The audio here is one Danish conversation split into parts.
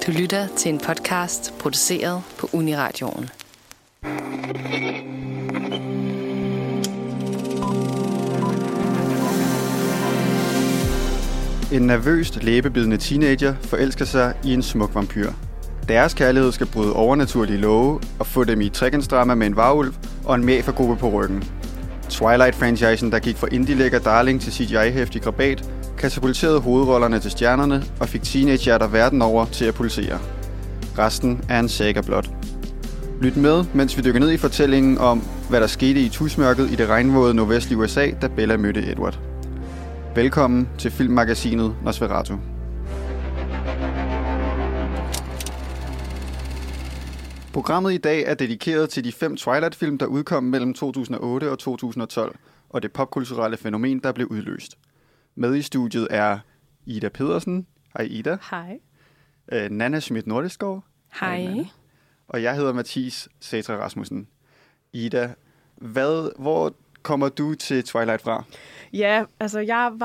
Du lytter til en podcast produceret på Uniradioen. En nervøst læbebidende teenager forelsker sig i en smuk vampyr. Deres kærlighed skal bryde overnaturlige love og få dem i trekantsdrama med en varulv og en mæfergruppe på ryggen. Twilight-franchisen, der gik fra indie-lækker darling til CGI-hæftig krabat, katapulterede hovedrollerne til stjernerne og fik teenagehjerter verden over til at pulsere. Resten er en saga blot. Lyt med, mens vi dykker ned i fortællingen om, hvad der skete i tusmørket i det regnvåde nordvestlige USA, da Bella mødte Edward. Velkommen til filmmagasinet Nosferatu. Programmet i dag er dedikeret til de 5 Twilight-film, der udkom mellem 2008 og 2012, og det popkulturelle fænomen, der blev udløst. Med i studiet er Ida Pedersen. Hej Ida. Hej. Nanna Schmidt-Nordeskov. Hej. Og jeg hedder Mathis Sætre Rasmussen. Ida, hvor kommer du til Twilight fra? Ja, altså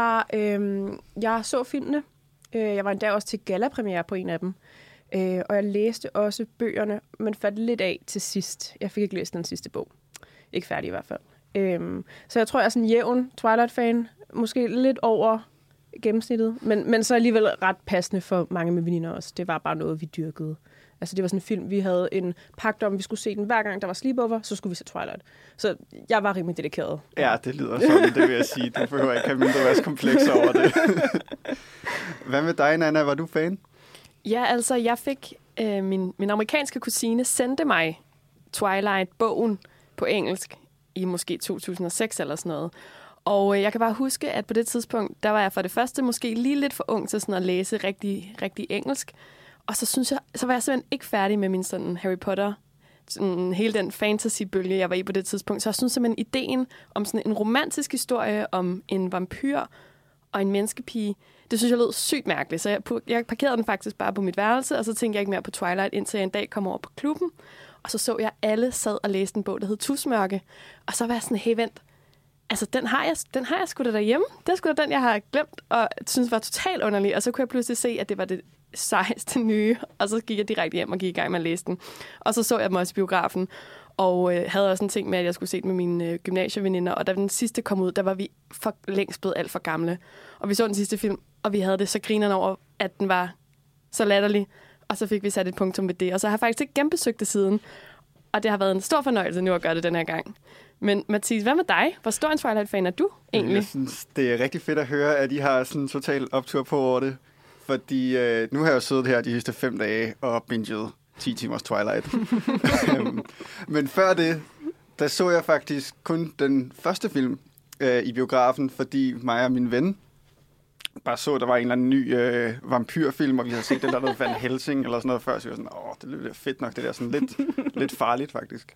jeg så filmene. Jeg var endda også til gallapremiere på en af dem. Og jeg læste også bøgerne, men faldt lidt af til sidst. Jeg fik ikke læst den sidste bog. Ikke færdig i hvert fald. Så jeg tror, jeg er sådan en jævn Twilight-fan. Måske lidt over gennemsnittet, men så alligevel ret passende for mange af mine veninder også. Det var bare noget, vi dyrkede. Altså, det var sådan en film, vi havde en pagt om, vi skulle se den hver gang, der var sleepover, så skulle vi se Twilight. Så jeg var rimelig dedikeret. Ja, det lyder sådan, det vil jeg sige. Du behøver ikke have mindre komplekser over det. Hvad med dig, Nana? Var du fan? Ja, altså, jeg fik min amerikanske kusine sendte mig Twilight-bogen på engelsk i måske 2006 eller sådan noget. Og jeg kan bare huske, at på det tidspunkt, der var jeg for det første måske lige lidt for ung til sådan at læse rigtig, rigtig engelsk. Og så var jeg simpelthen ikke færdig med min sådan Harry Potter, sådan hele den fantasy-bølge, jeg var i på det tidspunkt. Så jeg synes simpelthen, ideen om sådan en romantisk historie om en vampyr og en menneskepige, det synes jeg lød sygt mærkeligt. Så jeg parkerede den faktisk bare på mit værelse, og så tænkte jeg ikke mere på Twilight, indtil jeg en dag kom over på klubben. Og så jeg alle sad og læste en bog, der hed Tusmørke. Og så var jeg sådan, hey, vent. Altså, den har jeg sgu da derhjemme. Det er sgu da den, jeg har glemt, og synes var totalt underlig. Og så kunne jeg pludselig se, at det var det sejeste nye. Og så gik jeg direkte hjem og gik i gang med at læse den. Og så jeg dem også i biografen. Og havde også en ting med, at jeg skulle se den med mine gymnasieveninder. Og da den sidste kom ud, der var vi for længst blevet alt for gamle. Og vi så den sidste film, og vi havde det så grinerne over, at den var så latterlig. Og så fik vi sat et punktum med det. Og så har jeg faktisk ikke genbesøgt det siden. Og det har været en stor fornøjelse nu at gøre det den her gang. Men Mathis, hvad med dig? Hvor stor en Twilight-fan er du egentlig? Jeg synes, det er rigtig fedt at høre, at I har sådan en total optur på over det. Fordi nu har jeg jo siddet her de sidste 5 dage og binget 10 timers Twilight. Men før det, der så jeg faktisk kun den første film i biografen, fordi mig og min ven bare så, der var en eller anden ny vampyrfilm, og vi havde set den der noget Van Helsing eller sådan noget før, så vi var sådan, det er fedt nok, det der sådan lidt farligt faktisk.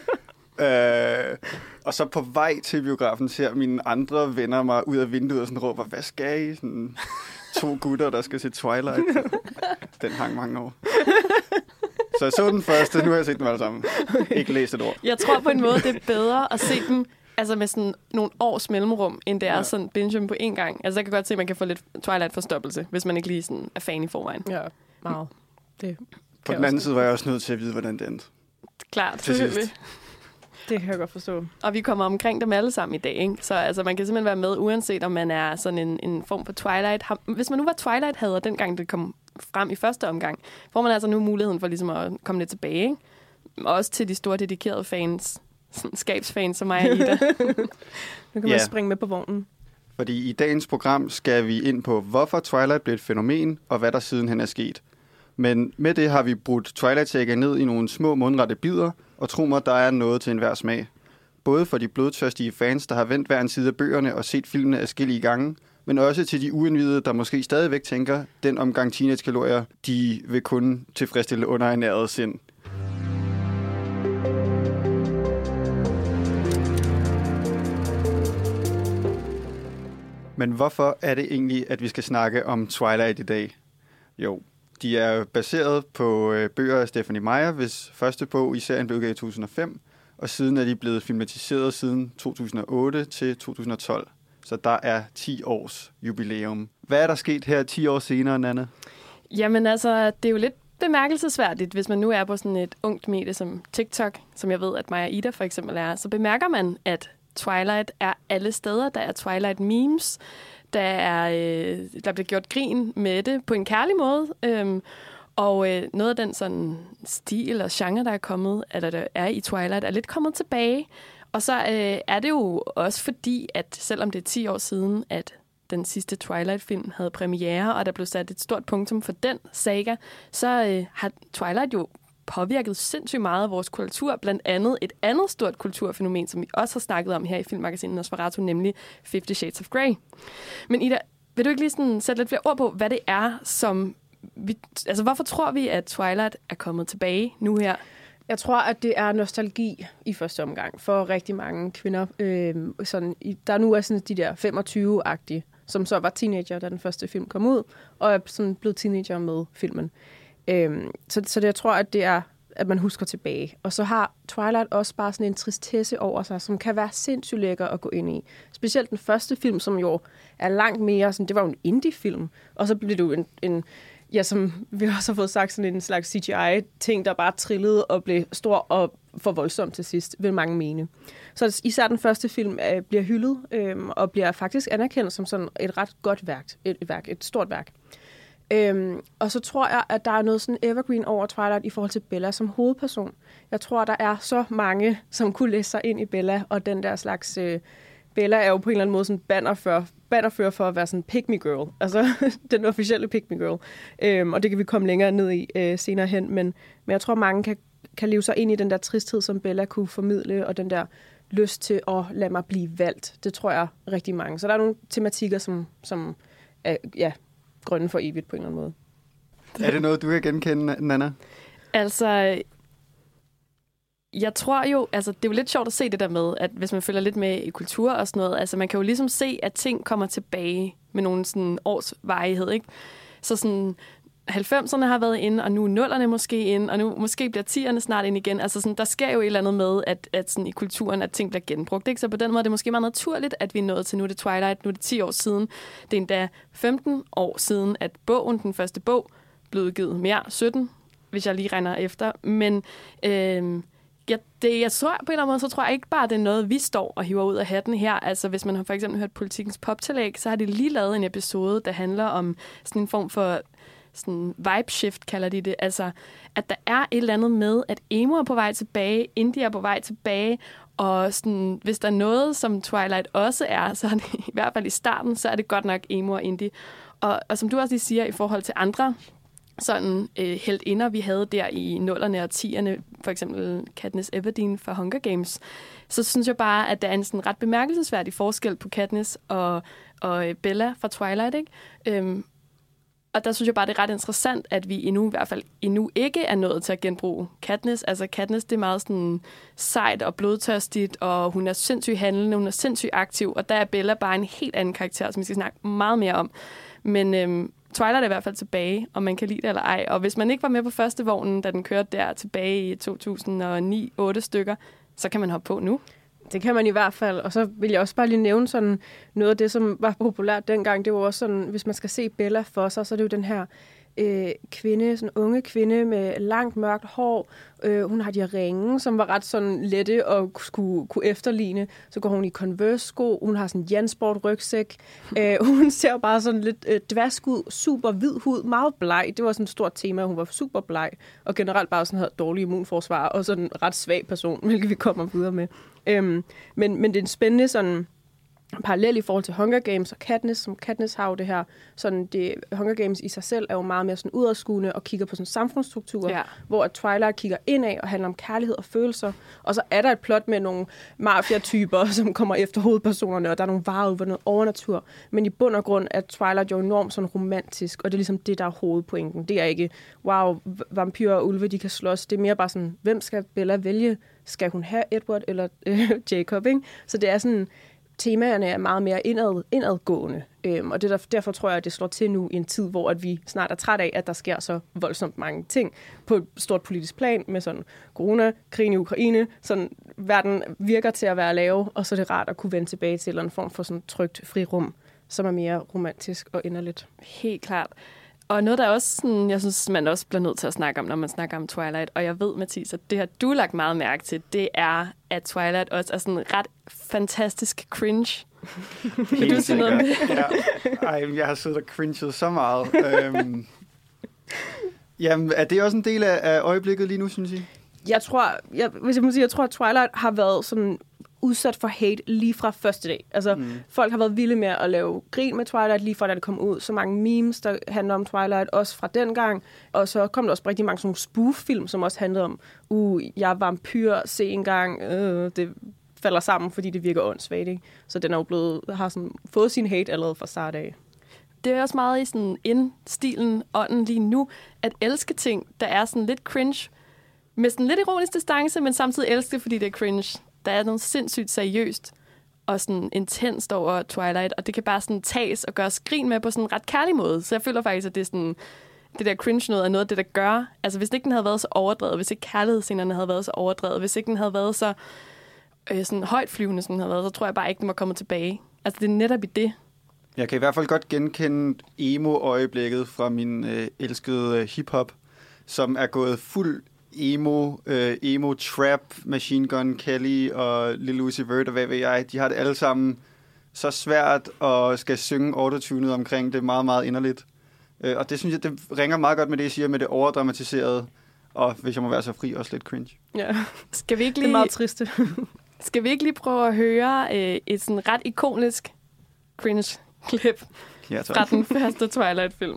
Og så på vej til biografen ser mine andre venner mig ud af vinduet og sådan råber, hvad skal I? Sådan 2 gutter, der skal se Twilight. Den hang mange år. Så jeg så den første, nu har jeg set dem alle sammen. Ikke læst et ord. Jeg tror på en måde, det er bedre at se dem altså med sådan nogle års mellemrum, end det er sådan binge dem på én gang. Altså jeg kan godt se, at man kan få lidt Twilight-forstoppelse, hvis man ikke lige sådan er fan i forvejen. Ja, meget. Det på den anden side var jeg også nødt til at vide, hvordan det endte. Klart, selvfølgelig. Det kan jeg godt forstå. Og vi kommer omkring dem alle sammen i dag, ikke? Så altså, man kan simpelthen være med, uanset om man er sådan en form for Twilight. Hvis man nu var Twilight-hader, dengang det kom frem i første omgang, får man altså nu muligheden for ligesom at komme lidt tilbage, ikke? Også til de store dedikerede fans, skabsfans som mig og Ida. Nu kan man springe med på vognen. Fordi i dagens program skal vi ind på, hvorfor Twilight blev et fænomen, og hvad der sidenhen er sket. Men med det har vi brudt Twilight-saga ned i nogle små mundrette bidder, og tro mig, der er noget til enhver smag. Både for de blodtørstige fans, der har vendt hver en side af bøgerne og set filmene adskillige gange, men også til de uindvidede, der måske stadigvæk tænker, den omgang teenage-kalorier, de vil kun tilfredsstille underernærede sind. Men hvorfor er det egentlig, at vi skal snakke om Twilight i dag? Jo, de er baseret på bøger af Stephenie Meyer, hvis første bog i serien blev udgivet i 2005, og siden er de blevet filmatiseret siden 2008 til 2012. Så der er 10 års jubilæum. Hvad er der sket her 10 år senere, Nanne? Jamen altså, det er jo lidt bemærkelsesværdigt, hvis man nu er på sådan et ungt medie som TikTok, som jeg ved, at Maja Ida for eksempel er, så bemærker man, at Twilight er alle steder. Der er Twilight memes, der bliver gjort grin med det på en kærlig måde. Og noget af den sådan stil og genre, der er kommet, eller der er i Twilight, er lidt kommet tilbage. Og så er det jo også fordi, at selvom det er 10 år siden, at den sidste Twilight-film havde premiere, og der blev sat et stort punktum for den saga, så har Twilight jo påvirket sindssygt meget af vores kultur, blandt andet et andet stort kulturfænomen, som vi også har snakket om her i filmmagasinet Nosferatu, nemlig 50 Shades of Grey. Men Ida, vil du ikke lige sådan sætte lidt flere ord på, hvad det er, som hvorfor tror vi, at Twilight er kommet tilbage nu her? Jeg tror, at det er nostalgi i første omgang for rigtig mange kvinder. Der nu er sådan de der 25-agtige, som så var teenager, da den første film kom ud, og er sådan blevet teenager med filmen. Så jeg tror, at det er, at man husker tilbage. Og så har Twilight også bare sådan en tristesse over sig, som kan være sindssygt lækker at gå ind i. Specielt den første film, som jo er langt mere sådan, det var jo en indie-film, og så blev det jo en som vi også har fået sagt, sådan en slags CGI-ting, der bare trillede og blev stor og for voldsom til sidst, vil mange mene. Så især den første film bliver hyldet og bliver faktisk anerkendt som sådan et ret godt værk. Et stort værk. Og så tror jeg, at der er noget sådan evergreen over Twilight i forhold til Bella som hovedperson. Jeg tror, der er så mange, som kunne læse sig ind i Bella, og den der slags... Bella er jo på en eller anden måde sådan bannerfører for at være sådan pick me girl. Altså den officielle pick me girl. Og det kan vi komme længere ned i senere hen. Men jeg tror, mange kan leve sig ind i den der tristhed, som Bella kunne formidle, og den der lyst til at lade mig blive valgt. Det tror jeg rigtig mange. Så der er nogle tematikker, som er grønne for evigt på en eller anden måde. Er det noget, du kan genkende, Nanna? Altså... Jeg tror jo, altså det er jo lidt sjovt at se det der med, at hvis man følger lidt med i kultur og sådan noget, altså man kan jo ligesom se, at ting kommer tilbage med nogle sådan års varighed, ikke? Så sådan 90'erne har været inde, og nu er 0'erne måske inde, og nu måske bliver 10'erne snart ind igen. Altså sådan, der sker jo et eller andet med, at sådan i kulturen, at ting bliver genbrugt, ikke? Så på den måde er det måske meget naturligt, at vi er nået til, nu er det Twilight, nu er det 10 år siden. Det er endda 15 år siden, at den første bog, blev udgivet mere 17, hvis jeg lige regner efter. Men... jeg tror på en eller anden måde, så tror jeg ikke bare, det er noget, vi står og hiver ud af hatten her. Altså, hvis man har for eksempel hørt Politikens poptillæg, så har de lige lavet en episode, der handler om sådan en form for sådan vibe shift, kalder de det. Altså, at der er et eller andet med, at emo er på vej tilbage, indie er på vej tilbage, og sådan, hvis der er noget, som Twilight også er, så er det i hvert fald i starten, så er det godt nok emo og indie. Og som du også lige siger, i forhold til andre sådan heltinder, vi havde der i 0'erne og 10'erne, for eksempel Katniss Everdeen fra Hunger Games, så synes jeg bare, at der er en sådan ret bemærkelsesværdig forskel på Katniss og Bella fra Twilight, ikke? Og der synes jeg bare, det er ret interessant, at vi i hvert fald endnu ikke er nået til at genbruge Katniss. Altså Katniss, det er meget sådan sejt og blodtørstigt, og hun er sindssygt handlende, hun er sindssygt aktiv, og der er Bella bare en helt anden karakter, som vi skal snakke meget mere om. Men Twilight er i hvert fald tilbage, om man kan lide det eller ej. Og hvis man ikke var med på første vognen, da den kørte der tilbage i 2009-8 stykker, så kan man hoppe på nu. Det kan man i hvert fald. Og så vil jeg også bare lige nævne sådan noget af det, som var populært dengang. Det var også sådan, hvis man skal se Bella for sig, så er det jo den her kvinde, sådan unge kvinde med langt mørkt hår. Hun har de her ringe, som var ret sådan lette og kunne efterligne. Så går hun i Converse-sko. Hun har sådan en Jansport rygsæk. Hun ser bare sådan lidt dvask ud. Super hvid hud. Meget bleg. Det var sådan et stort tema. Hun var super bleg. Og generelt bare sådan havde dårlig immunforsvar. Og sådan en ret svag person, hvilket vi kommer videre med. Men det er en spændende sådan parallel i forhold til Hunger Games og Katniss, som Katniss har jo det her. Sådan Hunger Games i sig selv er jo meget mere sådan udadskuende og kigger på sådan samfundsstrukturer, ja. Hvor at Twilight kigger indad og handler om kærlighed og følelser. Og så er der et plot med nogle mafia-typer, som kommer efter hovedpersonerne, og der er nogle varulve, noget overnatur. Men i bund og grund er Twilight jo enormt sådan romantisk, og det er ligesom det, der er hovedpointen. Det er ikke, wow, vampyrer og ulve, de kan slås. Det er mere bare sådan, hvem skal Bella vælge? Skal hun have Edward eller Jacob, ikke? Så det er sådan, temaerne er meget mere indadgående. Og derfor tror jeg, at det slår til nu i en tid, hvor at vi snart er træt af, at der sker så voldsomt mange ting på et stort politisk plan med sådan corona, krigen i Ukraine. Sådan, verden virker til at være lave, og så er det rart at kunne vende tilbage til en form for sådan trygt frirum, som er mere romantisk og inderligt. Helt klart. Og noget, der også sådan, jeg synes, man også bliver nødt til at snakke om, når man snakker om Twilight, og jeg ved, Mathias, at det har du lagt meget mærke til, det er, at Twilight også er sådan ret fantastisk cringe. Vil du sige noget om det? Ja. Ej, jeg har siddet og cringet så meget. Jamen, er det også en del af øjeblikket lige nu, synes I? Jeg tror, at Twilight har været sådan udsat for hate lige fra første dag. Altså, folk har været vilde med at lave grin med Twilight lige fra da det kom ud. Så mange memes, der handler om Twilight, også fra den gang. Og så kom der også rigtig mange sådan nogle spoof-film, som også handlede om, jeg er vampyr, se en gang, det falder sammen, fordi det virker åndssvagt, ikke? Så den er jo har sådan fået sin hate allerede fra start af. Det er også meget i sådan stilen, ånden lige nu, at elske ting, der er sådan lidt cringe, med sådan lidt ironisk distance, men samtidig elske, fordi det er cringe. Der er noget sindssygt seriøst og sådan intenst over Twilight, og det kan bare sådan tages og gøres grin med på sådan en ret kærlig måde. Så jeg føler faktisk, at det er sådan, det der cringe noget er noget af det, der gør. Altså hvis ikke den havde været så overdrevet, hvis ikke kærlighedsscenerne havde været så overdrevet, hvis ikke den havde været så sådan højtflyvende, som den havde været, så tror jeg bare ikke, den var kommet tilbage. Altså det er netop i det. Jeg kan i hvert fald godt genkende emo-øjeblikket fra min elskede hip-hop, som er gået fuld emo trap, Machine Gun Kelly og Lil Uzi Vert og hvad ved jeg. De har det alle sammen så svært og skal synge autotunet omkring det meget, meget inderligt. Og det synes jeg, det ringer meget godt med det, jeg siger, med det overdramatiserede, og hvis jeg må være så fri, også lidt cringe. Ja, skal vi ikke lige, det er meget triste. Skal vi ikke lige prøve at høre et sådan ret ikonisk cringe-klip fra den første Twilight-film?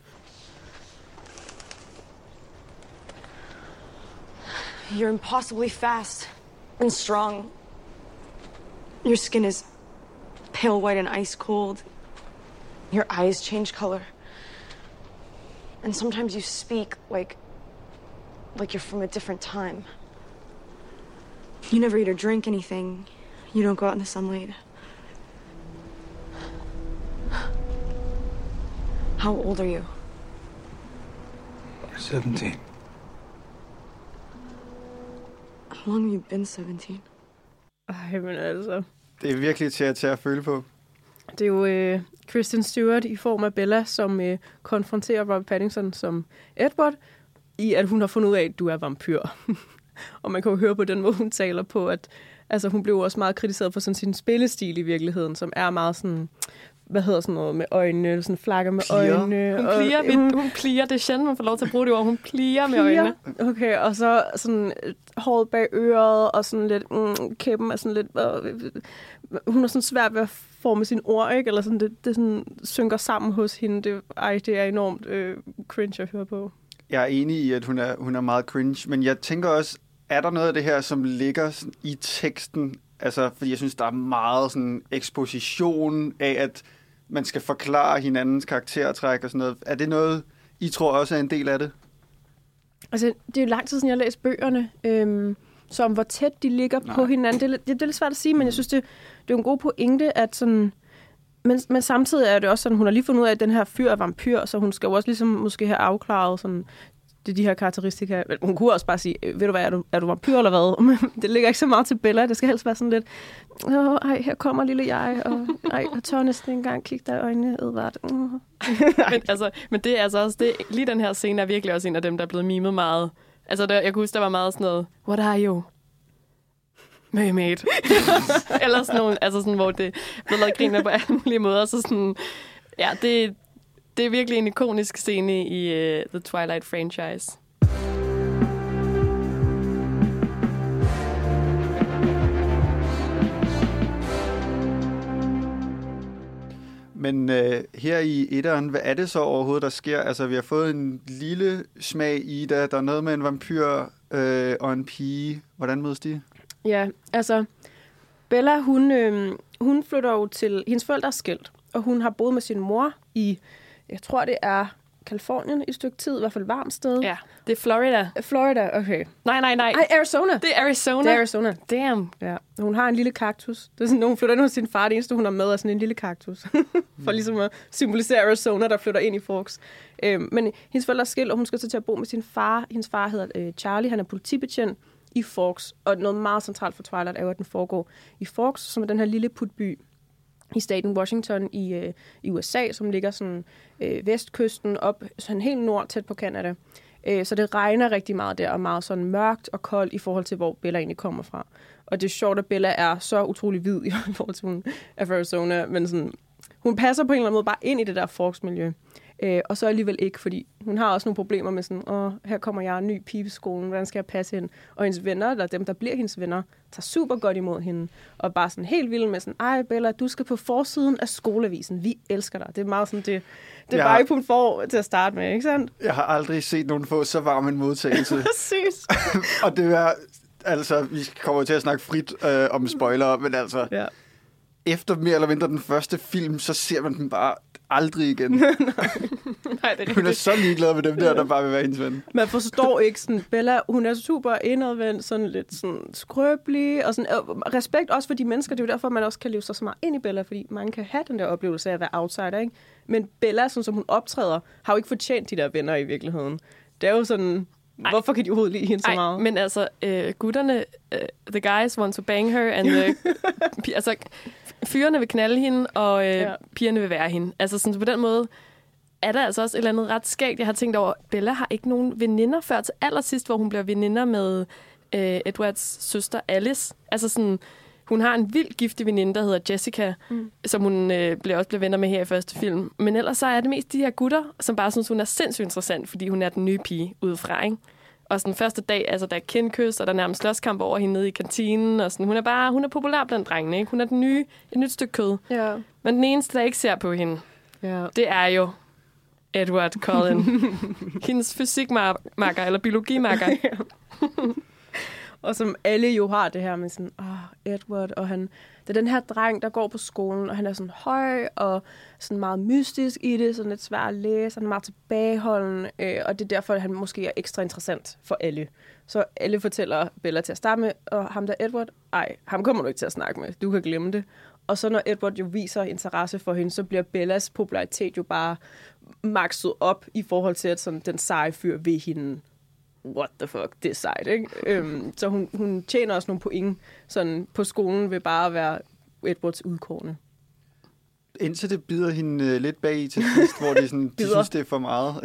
You're impossibly fast and strong. Your skin is pale white and ice cold. Your eyes change color. And sometimes you speak like you're from a different time. You never eat or drink anything. You don't go out in the sunlight. How old are you? 17. How long have you been 17? Ej, men altså. Det er virkelig til at føle på. Det er jo Kristen Stewart i form af Bella, som konfronterer Robert Pattinson som Edward, i at hun har fundet ud af, at du er vampyr. Og man kan jo høre på den måde, hun taler på, at altså, hun blev også meget kritiseret for sådan sin spillestil i virkeligheden, som er meget sådan, hvad hedder sådan noget med øjnene, sådan flakker med øjnene. Hun plier, det er sjældent, man får lov til at bruge det ord, hun plier med øjnene. Okay, og så sådan håret bag øret, og sådan lidt, kæben er sådan lidt, hun er sådan svært ved at forme sine ord, ikke? Eller sådan, det sådan synker sammen hos hende. Det er enormt cringe at høre på. Jeg er enig i, at hun er meget cringe, men jeg tænker også, er der noget af det her, som ligger i teksten? Altså, fordi jeg synes, der er meget sådan eksposition af, at man skal forklare hinandens karaktertræk og sådan noget. Er det noget, I tror også er en del af det? Altså, det er jo lang tid siden, jeg har læst bøgerne, så om hvor tæt de ligger på hinanden. Det er lidt svært at sige, men jeg synes, det er en god pointe, at sådan... Men samtidig er det også sådan, hun har lige fundet ud af, at den her fyr er vampyr, så hun skal jo også ligesom måske have afklaret sådan, de her karakteristika. Hun kunne også bare sige, ved du hvad, er du vampyr eller hvad? Men det ligger ikke så meget til Bella. Det skal helst være sådan lidt, her kommer lille jeg, og jeg tør næsten ikke engang kigge dig i øjnene, Edvard. men det er altså også, det, lige den her scene er virkelig også en af dem, der er blevet mimet meget. Altså, jeg kunne huske, der var meget sådan noget, what are you? Mermaid. Eller sådan nogle, altså sådan, hvor det blev lavet grin med på alle mulige måder. Så sådan, ja, det er virkelig en ikonisk scene i The Twilight franchise. Men her i etteren, hvad er det så overhovedet, der sker? Altså, vi har fået en lille smag i det. Der er noget med en vampyr og en pige. Hvordan mødes de? Ja, altså, Bella, hun flytter jo til... Hendes forældre er skilt, og hun har boet med sin mor i, jeg tror, det er Californien i et stykke tid, i hvert fald et varmt sted. Ja, det er Florida. Florida, okay. Nej. Ej, Arizona. Det er Arizona. Det er Arizona. Damn. Ja, hun har en lille kaktus. Det er sådan, når hun flytter ind hos sin far, det eneste, hun har med, er sådan en lille kaktus. For ligesom at symbolisere Arizona, der flytter ind i Forks. Men hendes forældre er skilt, og hun skal så til at bo med sin far. Hendes far hedder Charlie, han er politibetjent i Forks. Og noget meget centralt for Twilight er jo, at den foregår i Forks, som er den her lille putby. i staten Washington i USA, som ligger sådan vestkysten op, sådan helt nord tæt på Canada. Så det regner rigtig meget der, og meget sådan mørkt og koldt i forhold til, hvor Bella egentlig kommer fra. Og det er sjovt, at Bella er så utrolig hvid i forhold til, hun er fra Arizona, men sådan, hun passer på en eller anden måde bare ind i det der folksmiljø. Og så alligevel ikke, fordi hun har også nogle problemer med sådan, her kommer jeg, en ny pige på skolen, hvordan skal jeg passe hende? Og hendes venner, eller dem, der bliver hendes venner, tager super godt imod hende, og bare sådan helt vildt med sådan, ej Bella, du skal på forsiden af skoleavisen, vi elsker dig. Det er meget sådan, det er bare hun får til at starte med, ikke sandt? Jeg har aldrig set nogen få så varm en modtagelse. Præcis. Og det er, altså, vi kommer til at snakke frit om spoilere, men altså, ja. Efter mere eller mindre den første film, så ser man den bare aldrig igen. Nej, det er hun er så ligeglad med dem der bare vil være hendes ven. Man forstår ikke sådan, Bella, hun er super indadvendt, sådan lidt sådan skrøbelig, og sådan, respekt også for de mennesker, det er jo derfor, man også kan leve sig så meget ind i Bella, fordi man kan have den der oplevelse af at være outsider, ikke? Men Bella, sådan som hun optræder, har jo ikke fortjent de der venner i virkeligheden. Det er jo sådan, hvorfor kan de overhovedet lide hende så meget? Men altså, gutterne, the guys want to bang her, and altså, fyrene vil knalde hende, og pigerne vil være hende. Altså sådan, på den måde er der altså også et eller andet ret skægt. Jeg har tænkt over, Bella har ikke nogen veninder før til allersidst, hvor hun bliver veninder med Edwards søster Alice. Altså sådan, hun har en vildt giftig veninde, der hedder Jessica, som hun også bliver venner med her i første film. Men ellers så er det mest de her gutter, som bare synes, hun er sindssygt interessant, fordi hun er den nye pige udefra, ikke? Og sådan første dag, altså der er kindkys, og der er nærmest slåskamp over hende nede i kantinen, og sådan, hun er populær blandt drengene, ikke? Hun er et nyt stykke kød. Ja. Men den eneste, der ikke ser på hende, det er jo Edward Cullen. Hendes fysikmarker, eller biologimarker. Og som alle jo har det her med sådan, Edward, og det er den her dreng, der går på skolen, og han er sådan høj, og sådan meget mystisk i det, sådan lidt svær at læse, han er meget tilbageholden, og det er derfor, at han måske er ekstra interessant for alle. Så alle fortæller Bella til at starte med, og ham der Edward, ham kommer du ikke til at snakke med, du kan glemme det. Og så når Edward jo viser interesse for hende, så bliver Bellas popularitet jo bare makset op i forhold til, at sådan, den seje fyr ved hende, what the fuck, det er sejt, ikke? Så hun tjener også nogle point sådan, på skolen ved bare at være Edwards udkårne. Indtil det bider hende lidt bag i til sidst, hvor de synes, det er for meget.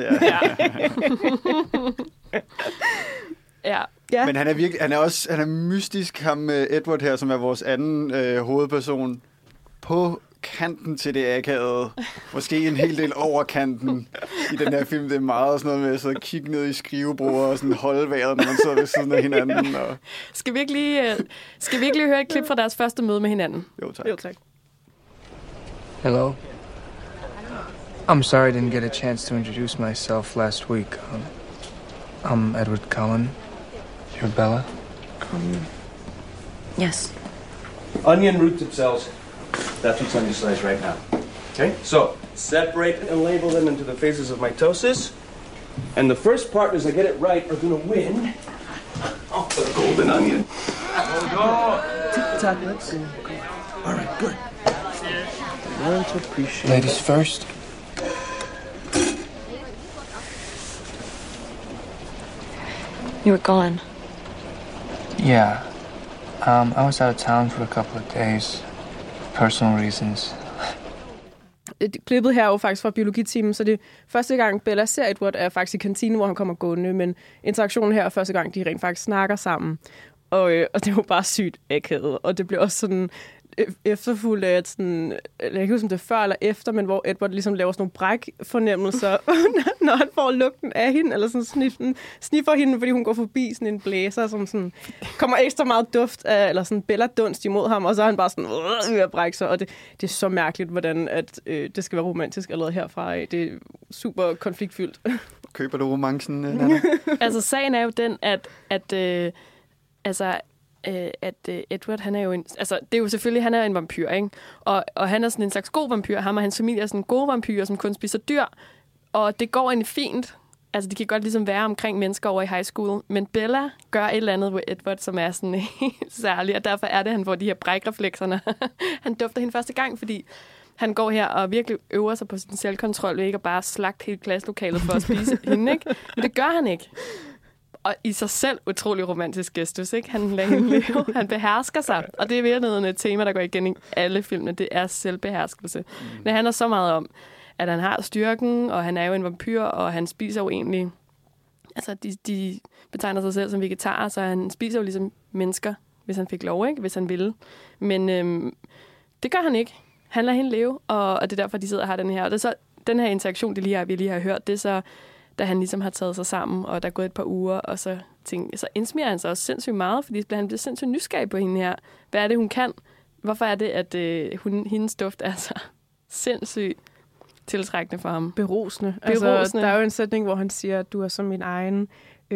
Ja. Men han er mystisk, ham Edward her, som er vores anden hovedperson, på kanten til det akavede. Måske en hel del over kanten i den her film. Det er meget sådan noget med at kigge ned i skrivebord og sådan holde vejret, når man sidder ved siden af hinanden. Og... Skal vi ikke lige høre et klip fra deres første møde med hinanden? Jo, tak. Jo, tak. Hello. I'm sorry I didn't get a chance to introduce myself last week. I'm Edward Cullen. You're Bella? Yes. Onion root dip cells. That's what's on your slice right now. Okay? So, separate and label them into the phases of mitosis. And the first partners that get it right are going to win. Oh, the golden onion. Tak, let's see. All right, good. Learn to appreciate. Ladies first. You were gone. Yeah. I was out of town for a couple of days. Personal reasons. Klippet her er jo faktisk fra biologitimen, så det første gang Bella ser Edward er faktisk i kantinen, hvor han kommer gående, men interaktionen her er første gang, de rent faktisk snakker sammen. Og det er jo bare sygt akavet, og det bliver også sådan efterfuldt af, at sådan, jeg kan ikke huske, om det er før eller efter, men hvor Edward ligesom laver sådan nogle brækfornemmelser, når han får lugten af hende, eller sådan sniffer hende, fordi hun går forbi sådan en blæser, som sådan kommer ekstra meget duft af, eller sådan Bella-dunst imod ham, og så er han bare sådan ved at brække sig, og det er så mærkeligt, hvordan at, det skal være romantisk allerede herfra. Det er super konfliktfyldt. Køber du romancen, Nana? Altså, sagen er jo den, at Edward, han er jo det er jo selvfølgelig, han er en vampyr, ikke? Og han er sådan en slags god vampyr. Ham og hans familie er sådan gode vampyrer, som kun spiser dyr. Og det går egentlig fint. Altså, de kan godt ligesom være omkring mennesker over i high school. Men Bella gør et eller andet ved Edward, som er sådan helt særligt. Og derfor er det, han får de her brækreflekserne. Han dufter hende første gang, fordi han går her og virkelig øver sig på sin selvkontrol ved ikke at bare slagte hele klasselokalet for at spise hende, ikke? Men det gør han ikke. Og i sig selv utrolig romantisk gestus, ikke? Han lader hende leve. Han behersker sig. Og det er virkelig et tema, der går igen i alle filmene. Det er selvbeherskelse. Det handler så meget om, at han har styrken, og han er jo en vampyr, og han spiser jo egentlig... Altså, de betegner sig selv som vegetarer, så han spiser jo ligesom mennesker, hvis han fik lov, ikke? Hvis han ville. Men det gør han ikke. Han lader hende leve, og det er derfor, de sidder og har den her. Og det er så den her interaktion, vi lige har hørt, det er så, da han ligesom har taget sig sammen, og der er gået et par uger, og så indsmiger han sig også sindssygt meget, fordi han bliver sindssygt nysgerrig på hende her. Hvad er det, hun kan? Hvorfor er det, at hendes duft er så sindssygt tiltrækkende for ham? Berusende. Altså, der er jo en sætning, hvor han siger, at du er som min egen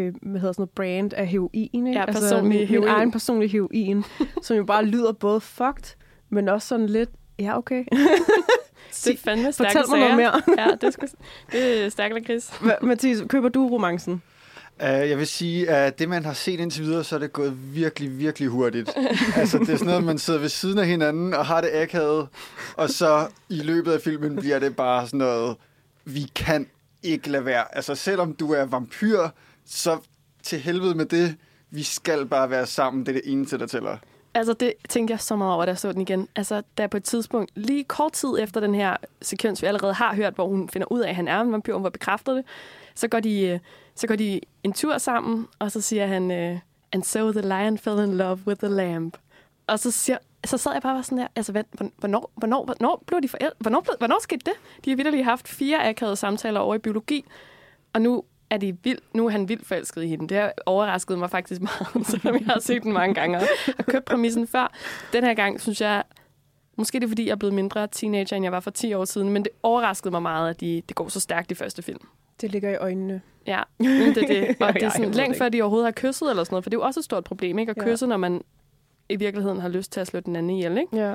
brand af heroin. Ikke? Ja, min egen personlige heroin, som jo bare lyder både fucked, men også sådan lidt, ja, okay. Det er fandme stærke Fortæl mig noget mere. Ja, det er stærkt, Chris. Mathias, køber du romancen? Jeg vil sige, at det, man har set indtil videre, så er det gået virkelig, virkelig hurtigt. Altså, det er sådan noget, man sidder ved siden af hinanden og har det akavet, og så i løbet af filmen bliver det bare sådan noget, vi kan ikke lade være. Altså, selvom du er vampyr, så til helvede med det, vi skal bare være sammen. Det er det eneste, der tæller. Altså, det tænkte jeg så meget over, da jeg så den igen. Altså, der på et tidspunkt, lige kort tid efter den her sekvens, vi allerede har hørt, hvor hun finder ud af, at han er en vampyr, hun var bekræftet det, så går de en tur sammen, og så siger han, and so the lion fell in love with the lamb. Og så sad jeg bare sådan der, altså, hvornår blev de forældre? Hvornår skete det? De har vitterligt haft 4 akavede samtaler over i biologi, og nu er han vildt forelsket i hende. Det har overrasket mig faktisk meget, selvom jeg har set den mange gange og har købt præmissen før. Den her gang, synes jeg, måske det er, fordi jeg er blevet mindre teenager, end jeg var for 10 år siden, men det overraskede mig meget, at det går så stærkt i første film. Det ligger i øjnene. Ja, det. Og det er sådan længe før, de overhovedet har kysset eller sådan noget, for det er jo også et stort problem, ikke? At kysse, når man i virkeligheden har lyst til at slå den anden ihjel, ikke? Ja.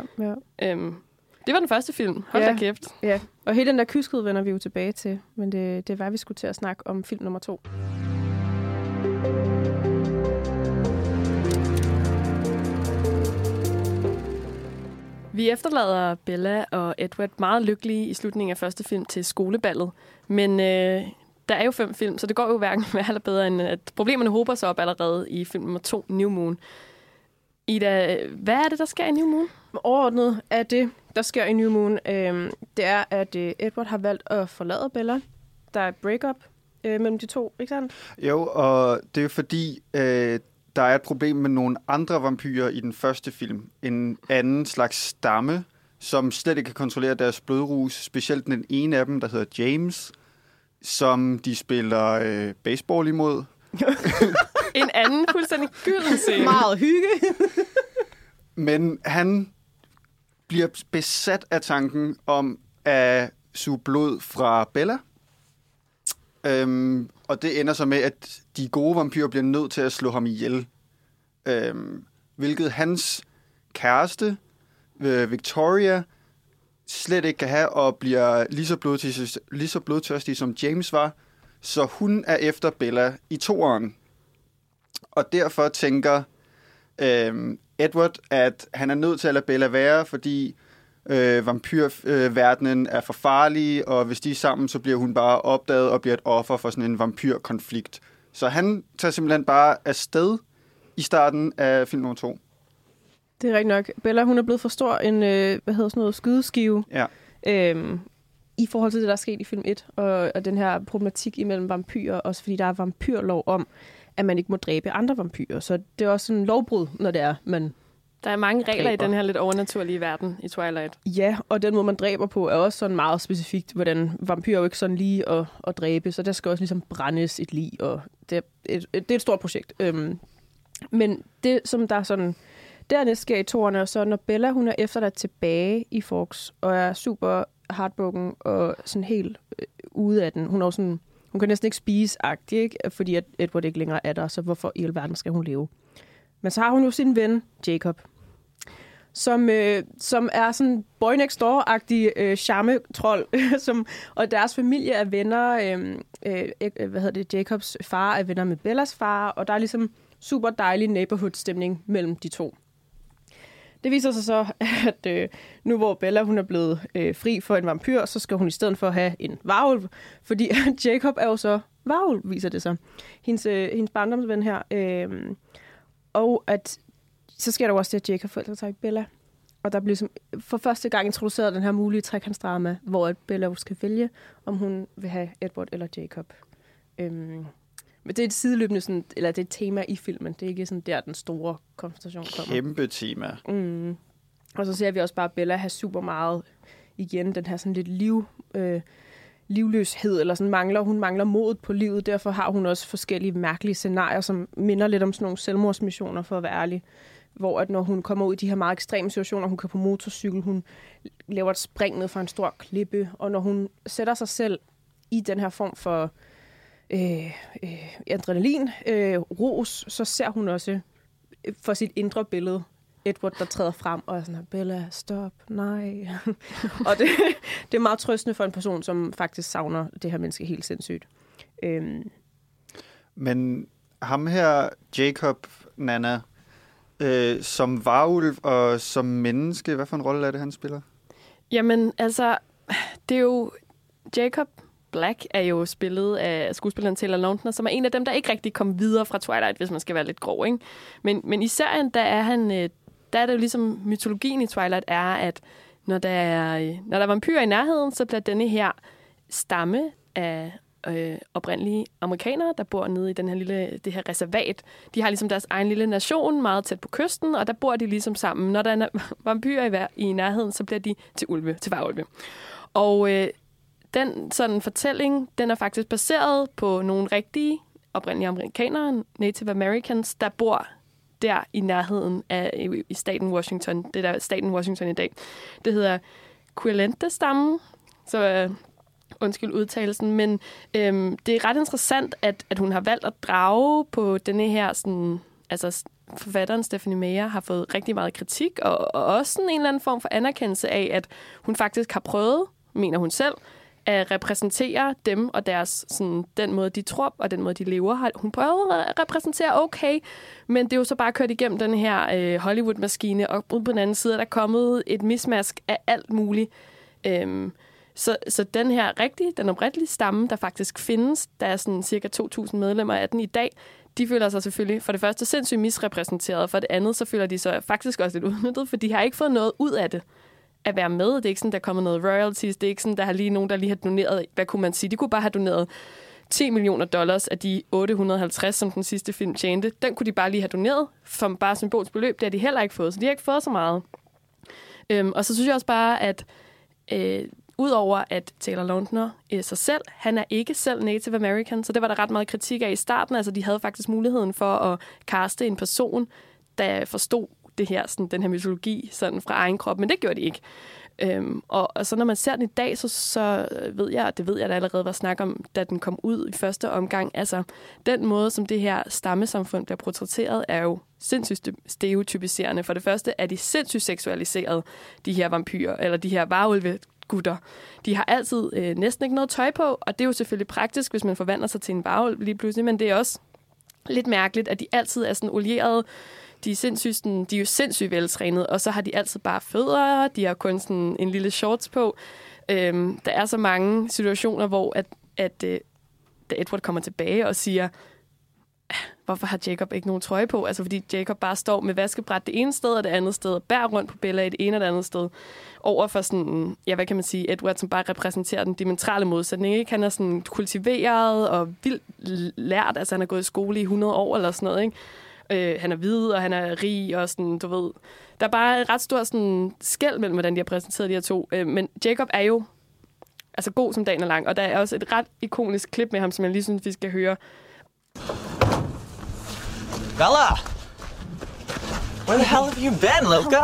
Det var den første film. Hold da kæft. Ja, og hele den der kyskhed vender vi jo tilbage til, men det var, vi skulle til at snakke om film nummer 2. Vi efterlader Bella og Edward meget lykkelige i slutningen af første film til skoleballet. Men der er jo 5 film, så det går jo hverken med eller bedre, end at problemerne hober sig op allerede i film nummer 2, New Moon. Ida, hvad er det, der sker i New Moon? Overordnet er det, der sker i New Moon, det er, at Edward har valgt at forlade Bella. Der er et break-up mellem de to, ikke sandt? Jo, og det er jo fordi, der er et problem med nogle andre vampyrer i den første film. En anden slags stamme, som slet ikke kan kontrollere deres blodrus. Specielt den ene af dem, der hedder James, som de spiller baseball imod. En anden fuldstændig gylden scene. Meget hygge. Men han bliver besat af tanken om at suge blod fra Bella. Og det ender så med, at de gode vampyrer bliver nødt til at slå ham ihjel. Hvilket hans kæreste, Victoria, slet ikke kan have, og bliver lige så blodtørstig som James var. Så hun er efter Bella i 2'eren. Og derfor tænker Edward, at han er nødt til at lade Bella være, fordi vampyrverdenen er for farlig, og hvis de er sammen, så bliver hun bare opdaget og bliver et offer for sådan en vampyrkonflikt. Så han tager simpelthen bare afsted i starten af film nummer 2. Det er rigtigt nok. Bella, hun er blevet for stor en, skydeskive. Ja. I forhold til det, der er sket i film 1, og den her problematik imellem vampyrer, også fordi der er vampyrlov om, at man ikke må dræbe andre vampyrer. Så det er også sådan en lovbrud, når det er, man der er mange regler dræber. I den her lidt overnaturlige verden i Twilight. Ja, og den måde, man dræber på, er også sådan meget specifikt, hvordan vampyrer jo ikke sådan lige at dræbe, så der skal også ligesom brændes et lig, og det er et stort projekt. Men det, som der er sådan dernæst sker i 2'erne, så når Bella, hun er efterladt tilbage i Forks, og er super heartbroken og sådan helt ude af den. Hun er sådan, hun kan næsten ikke spise-agtig, ikke? Fordi at Edward ikke længere er der, så hvorfor i alverden skal hun leve? Men så har hun jo sin ven, Jacob, som er sådan boy next door-agtig charme-trold, og deres familie er venner. Jacobs far er venner med Bellas far, og der er ligesom super dejlig neighborhood-stemning mellem de to. Det viser sig så, at nu hvor Bella hun er blevet fri for en vampyr, så skal hun i stedet for have en varulv, fordi Jacob er jo så varulv, viser det sig. Hendes barndomsven her. Og at så sker der også det, at Jacob forelsker sig i Bella. Og der bliver for første gang introduceret den her mulige trekantsdrama, hvor at Bella skal vælge, om hun vil have Edward eller Jacob. Men det er et sideløbende, sådan, eller det er et tema i filmen. Det er ikke sådan der, den store konfrontation kommer. Kæmpe tema. Og så ser vi også bare Bella have super meget, igen, den her sådan lidt livløshed, eller sådan hun mangler modet på livet. Derfor har hun også forskellige mærkelige scenarier, som minder lidt om sådan nogle selvmordsmissioner, for at være ærlig. Hvor at når hun kommer ud i de her meget ekstreme situationer, hun kører på motorcykel, hun laver et spring ned fra en stor klippe, og når hun sætter sig selv i den her form for adrenalin, ros, så ser hun også for sit indre billede Edward, der træder frem og er sådan, Bella, stop, nej. Og det er meget trøstende for en person, som faktisk savner det her menneske helt sindssygt. Men ham her, Jacob, Nana, som varulv og som menneske, hvad for en rolle er det, han spiller? Jamen, altså, det er jo... Jacob Black er jo spillet af skuespilleren Taylor Lautner, som er en af dem, der ikke rigtig kom videre fra Twilight, hvis man skal være lidt grov, ikke? Men i serien, der er det jo ligesom mytologien i Twilight er, at når der er vampyrer i nærheden, så bliver denne her stamme af oprindelige amerikanere, der bor nede i det her reservat. De har ligesom deres egen lille nation, meget tæt på kysten, og der bor de ligesom sammen. Når der er vampyrer i nærheden, så bliver de til varulve. Og den sådan fortælling, den er faktisk baseret på nogle rigtige oprindelige amerikanere, Native Americans, der bor der i nærheden af i staten Washington. Det der staten Washington i dag. Det hedder Quileute-stammen, så undskyld udtalelsen, men det er ret interessant, at hun har valgt at drage på denne her sådan, altså forfatteren Stephanie Meyer har fået rigtig meget kritik, og også sådan en eller anden form for anerkendelse af, at hun faktisk har prøvet, mener hun selv, at repræsentere dem og deres, sådan, den måde, de tror og den måde, de lever. Hun prøver at repræsentere okay, men det er jo så bare kørt igennem den her Hollywood-maskine, og ude på den anden side er der kommet et mismask af alt muligt. Så den her den oprindelige stamme, der faktisk findes, der er sådan cirka 2.000 medlemmer af den i dag, de føler sig selvfølgelig for det første sindssygt misrepræsenteret, for det andet så føler de sig faktisk også lidt udnyttet, for de har ikke fået noget ud af det at være med. Det er ikke sådan, der kommer noget royalties. Det er ikke sådan, der har lige nogen, der lige har doneret. Hvad kunne man sige? De kunne bare have doneret $10 million af de 850, som den sidste film tjente. Den kunne de bare lige have doneret for bare symbolsk beløb. Det har de heller ikke fået, så de har ikke fået så meget. Og så synes jeg også bare, at udover at Taylor Lautner sig selv, han er ikke selv Native American, så det var der ret meget kritik af i starten. Altså, de havde faktisk muligheden for at caste en person, der forstod det her, sådan, den her mytologi sådan fra egen krop, men det gjorde de ikke. Og så når man ser den i dag, så ved jeg, og det ved jeg, der allerede var snak om, da den kom ud i første omgang, altså den måde, som det her stammesamfund bliver portrætteret, er jo sindssygt stereotypiserende. For det første er de sindssygt seksualiseret, de her vampyrer, eller de her varulve-gutter. De har altid næsten ikke noget tøj på, og det er jo selvfølgelig praktisk, hvis man forvandler sig til en varulv lige pludselig, men det er også lidt mærkeligt, at de altid er sådan olierede. De er jo sindssygt veltrænet, og så har de altid bare fødder, de har kun sådan en lille shorts på. Der er så mange situationer, hvor da Edward kommer tilbage og siger, hvorfor har Jacob ikke nogen trøje på? Altså fordi Jacob bare står med vaskebræt det ene sted, og det andet sted, og bærer rundt på Bella i det ene og det andet sted. Over for sådan, ja, hvad kan man sige, Edward, som bare repræsenterer den diametrale modsætning, ikke? Han er sådan kultiveret og vildt lært, altså han har gået i skole i 100 år eller sådan noget, ikke? Han er hvid, og han er rig, og sådan, du ved. Der er bare et ret stort sådan, skel mellem, hvordan de har præsenteret de her to. Men Jacob er jo altså god som dagen er lang, og der er også et ret ikonisk klip med ham, som jeg lige synes, vi skal høre. Bella! Where the hell have you been, Loka?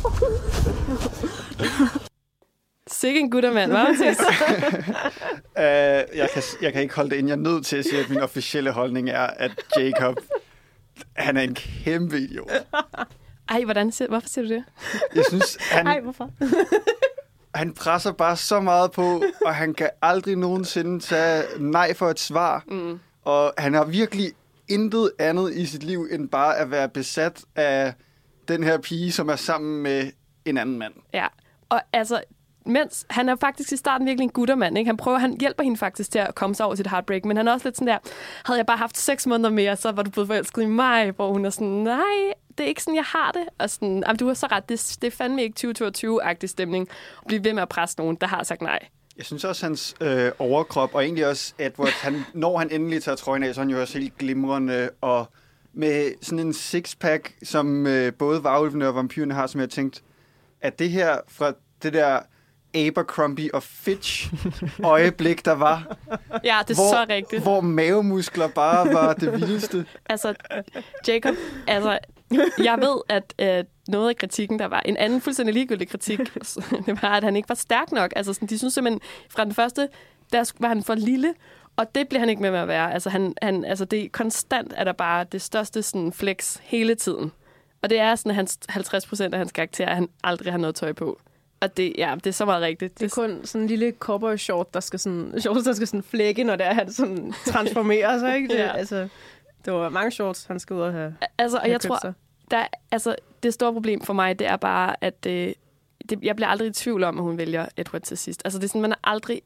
Sikke en guttermand, hva'? Jeg kan ikke holde det ind. Jeg er nødt til at sige, at min officielle holdning er, at Jacob, han er en kæmpe idiot. Ej, hvorfor siger du det? Jeg synes, hvorfor? Han presser bare så meget på, og han kan aldrig nogensinde tage nej for et svar. Mm. Og han har virkelig intet andet i sit liv, end bare at være besat af den her pige, som er sammen med en anden mand. Ja, og altså, mens han er faktisk i starten virkelig en guttermand, ikke? Han hjælper hende faktisk til at komme sig over sit heartbreak, men han er også lidt sådan der, havde jeg bare haft 6 måneder mere, så var du blevet forelsket i mig, hvor hun er sådan, nej, det er ikke sådan, jeg har det. Og sådan, du har så ret, det er fandme ikke 2022-agtig stemning at blive ved med at presse nogen, der har sagt nej. Jeg synes også, hans overkrop, og egentlig også Edward, når han endelig tager trøjen af, så er han jo også helt glimrende, og med sådan en sixpack, som både varulvene og vampyrerne har, som jeg har tænkt, at det her fra det der Abercrombie og Fitch øjeblik, der var. Ja, det er så rigtigt. Hvor mavemuskler bare var det vildeste. Altså, Jacob, jeg ved, at noget af kritikken, der var en anden fuldstændig ligegyldig kritik, det var, at han ikke var stærk nok. Altså, sådan, de synes simpelthen, fra den første, der var han for lille, og det bliver han ikke med at være. Altså, altså det er konstant, at der bare det største sådan, flex hele tiden. Og det er sådan, at hans 50% af hans karakter, at han aldrig har noget tøj på. Og det er så meget rigtigt. Det er kun sådan en lille cowboy-short, der skal sådan flække, når han sådan transformerer sig, ikke? Det var mange shorts, han skal ud og have. Altså, og jeg tror, det store problem for mig, det er bare, at jeg bliver aldrig i tvivl om, at hun vælger Edward til sidst. Altså, det er sådan, man er aldrig...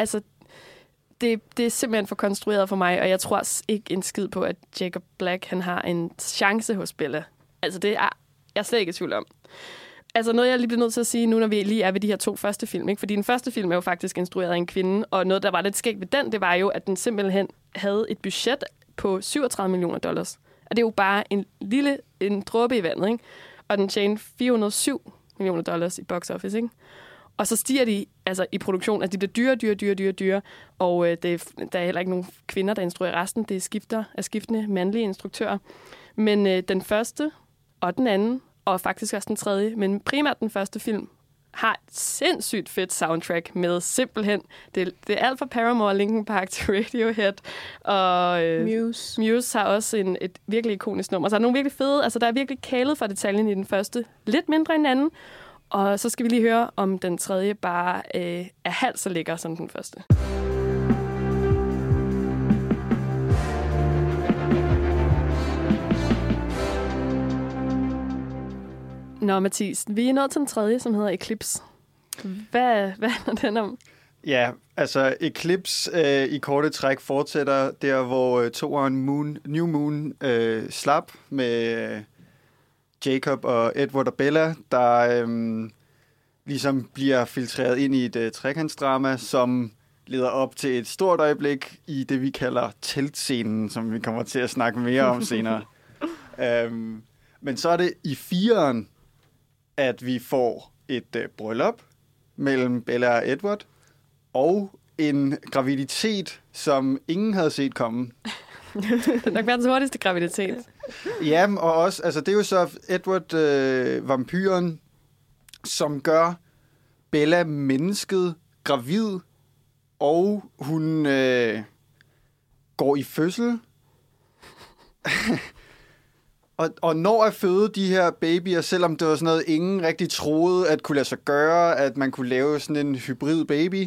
Det er simpelthen for konstrueret for mig, og jeg tror ikke en skid på, at Jacob Black, han har en chance hos Bella. Altså, det er jeg slet ikke i tvivl om. Altså noget, jeg lige bliver nødt til at sige nu, når vi lige er ved de her 2 første film. Ikke? Fordi den første film er jo faktisk instrueret af en kvinde, og noget, der var lidt skægt ved den, det var jo, at den simpelthen havde et budget på $37 million. Og det er jo bare en dråbe i vandet, ikke? Og den tjente $407 million i box office, ikke? Og så stiger de altså i produktion, at de bliver dyre, og der er heller ikke nogen kvinder, der instruerer resten. Det er skiftende mandlige instruktører. Men den første og den anden, og faktisk også den tredje, men primært den første film, har et sindssygt fedt soundtrack med simpelthen, det er alt fra Paramore, Linkin Park til Radiohead, og Muse har også et virkelig ikonisk nummer. Så der er nogle virkelig fede, altså der er virkelig kælet for detaljen i den første, lidt mindre end den anden, og så skal vi lige høre, om den tredje bare er halvt så lækker som den første. Nå, Mathis, vi er nået til den tredje, som hedder Eclipse. Hvad er den om? Ja, altså Eclipse i korte træk fortsætter der, hvor toeren New Moon slap med Jacob og Edward og Bella, der ligesom bliver filtreret ind i et trekantsdrama, som leder op til et stort øjeblik i det, vi kalder teltscenen, som vi kommer til at snakke mere om senere. Men så er det i 4'eren, at vi får et bryllup mellem Bella og Edward, og en graviditet, som ingen havde set komme. Det er nok verdens hurtigste graviditet. Ja, og også, altså det er jo så Edward, vampyren, som gør Bella mennesket gravid, og hun går i fødsel. Og når at føde de her babyer, selvom det var sådan noget, ingen rigtig troede, at kunne lade sig gøre, at man kunne lave sådan en hybrid baby.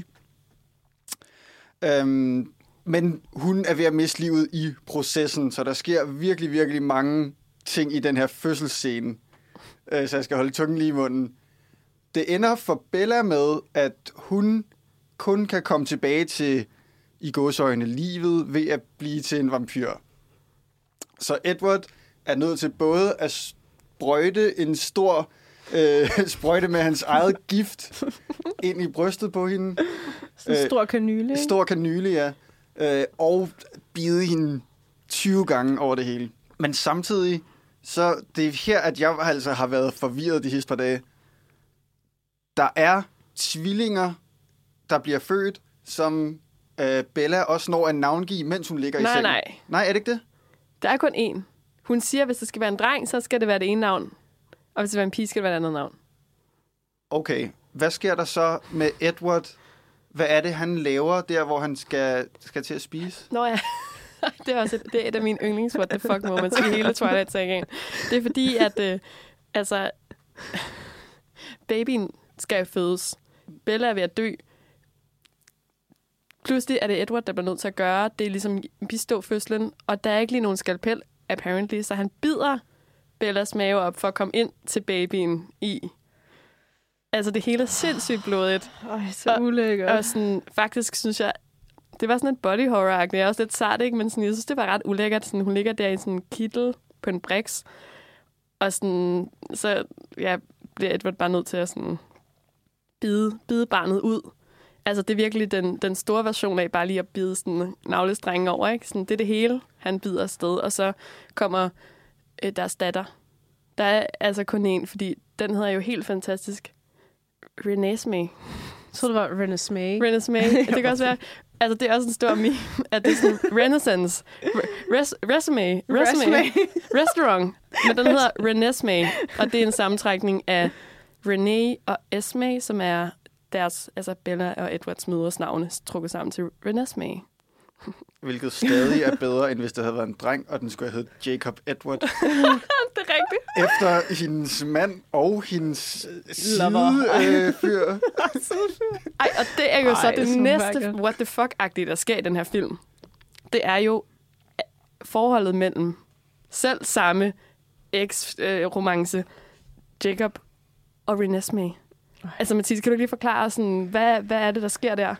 Men hun er ved at miste livet i processen, så der sker virkelig, virkelig mange ting i den her fødselsscene. Så jeg skal holde tungen lige i munden. Det ender for Bella med, at hun kun kan komme tilbage til, i gåseøjne, livet ved at blive til en vampyr. Så Edward er nødt til både at sprøjte en stor sprøjte med hans eget gift ind i brystet på hende. Sådan en stor kanyle. Stor kanyle, ja. Og bide hende 20 gange over det hele. Men samtidig, så det er her, at jeg altså har været forvirret de sidste par dage. Der er tvillinger, der bliver født, som Bella også når at navngive, mens hun ligger i sengen. Nej, er det ikke det? Der er kun én. Hun siger, at hvis det skal være en dreng, så skal det være det ene navn. Og hvis det var en pige, skal det være et andet navn. Okay. Hvad sker der så med Edward? Hvad er det, han laver der, hvor han skal til at spise? Nå ja, det er et af mine yndlings what the fuck moments i hele Twilight-sagaen. Det er fordi, at babyen skal fødes. Bella er ved at dø. Pludselig er det Edward, der bliver nødt til at gøre. Det er ligesom bistå fødslen, og der er ikke lige nogen skalpel, apparently, så han bider Bellas mave op for at komme ind til babyen i. Altså, det hele er sindssygt blodigt. Så ulækkert. Og sådan, faktisk synes jeg, det var sådan et body horror-agtigt. Det er også lidt sart, ikke? Men sådan, jeg synes, det var ret ulækkert. Sådan, hun ligger der i sådan en kittel på en briks. Og sådan, så bliver Edward bare nødt til at sådan bide barnet ud. Altså, det er virkelig den store version af bare lige at bide sådan navlestrengen over, ikke? Sådan, det er det hele, han bider afsted. Og så kommer deres datter. Der er altså kun én, fordi den hedder jo helt fantastisk Renesmee. Jeg troede, det var Renesmee. Renesmee. Det kan også være... Altså, det er også en stor meme, at det er sådan Renaissance. Resume. Restaurant. Men den hedder Renesmee, og det er en sammentrækning af Renee og Esme, som er deres, altså Bella og Edwards mødres navne, trukket sammen til Renesmee. Hvilket stadig er bedre, end hvis det havde været en dreng, og den skulle have heddet Jacob Edward. Det er rigtigt. Efter hendes mand og hendes sidefyr. Ej, og det er jo så det næste what the fuck-agtige, der sker i den her film. Det er jo forholdet mellem selv samme eks-romance, Jacob og Renesmee. Altså, Mathilde, kan du lige forklare, sådan, hvad er det, der sker der?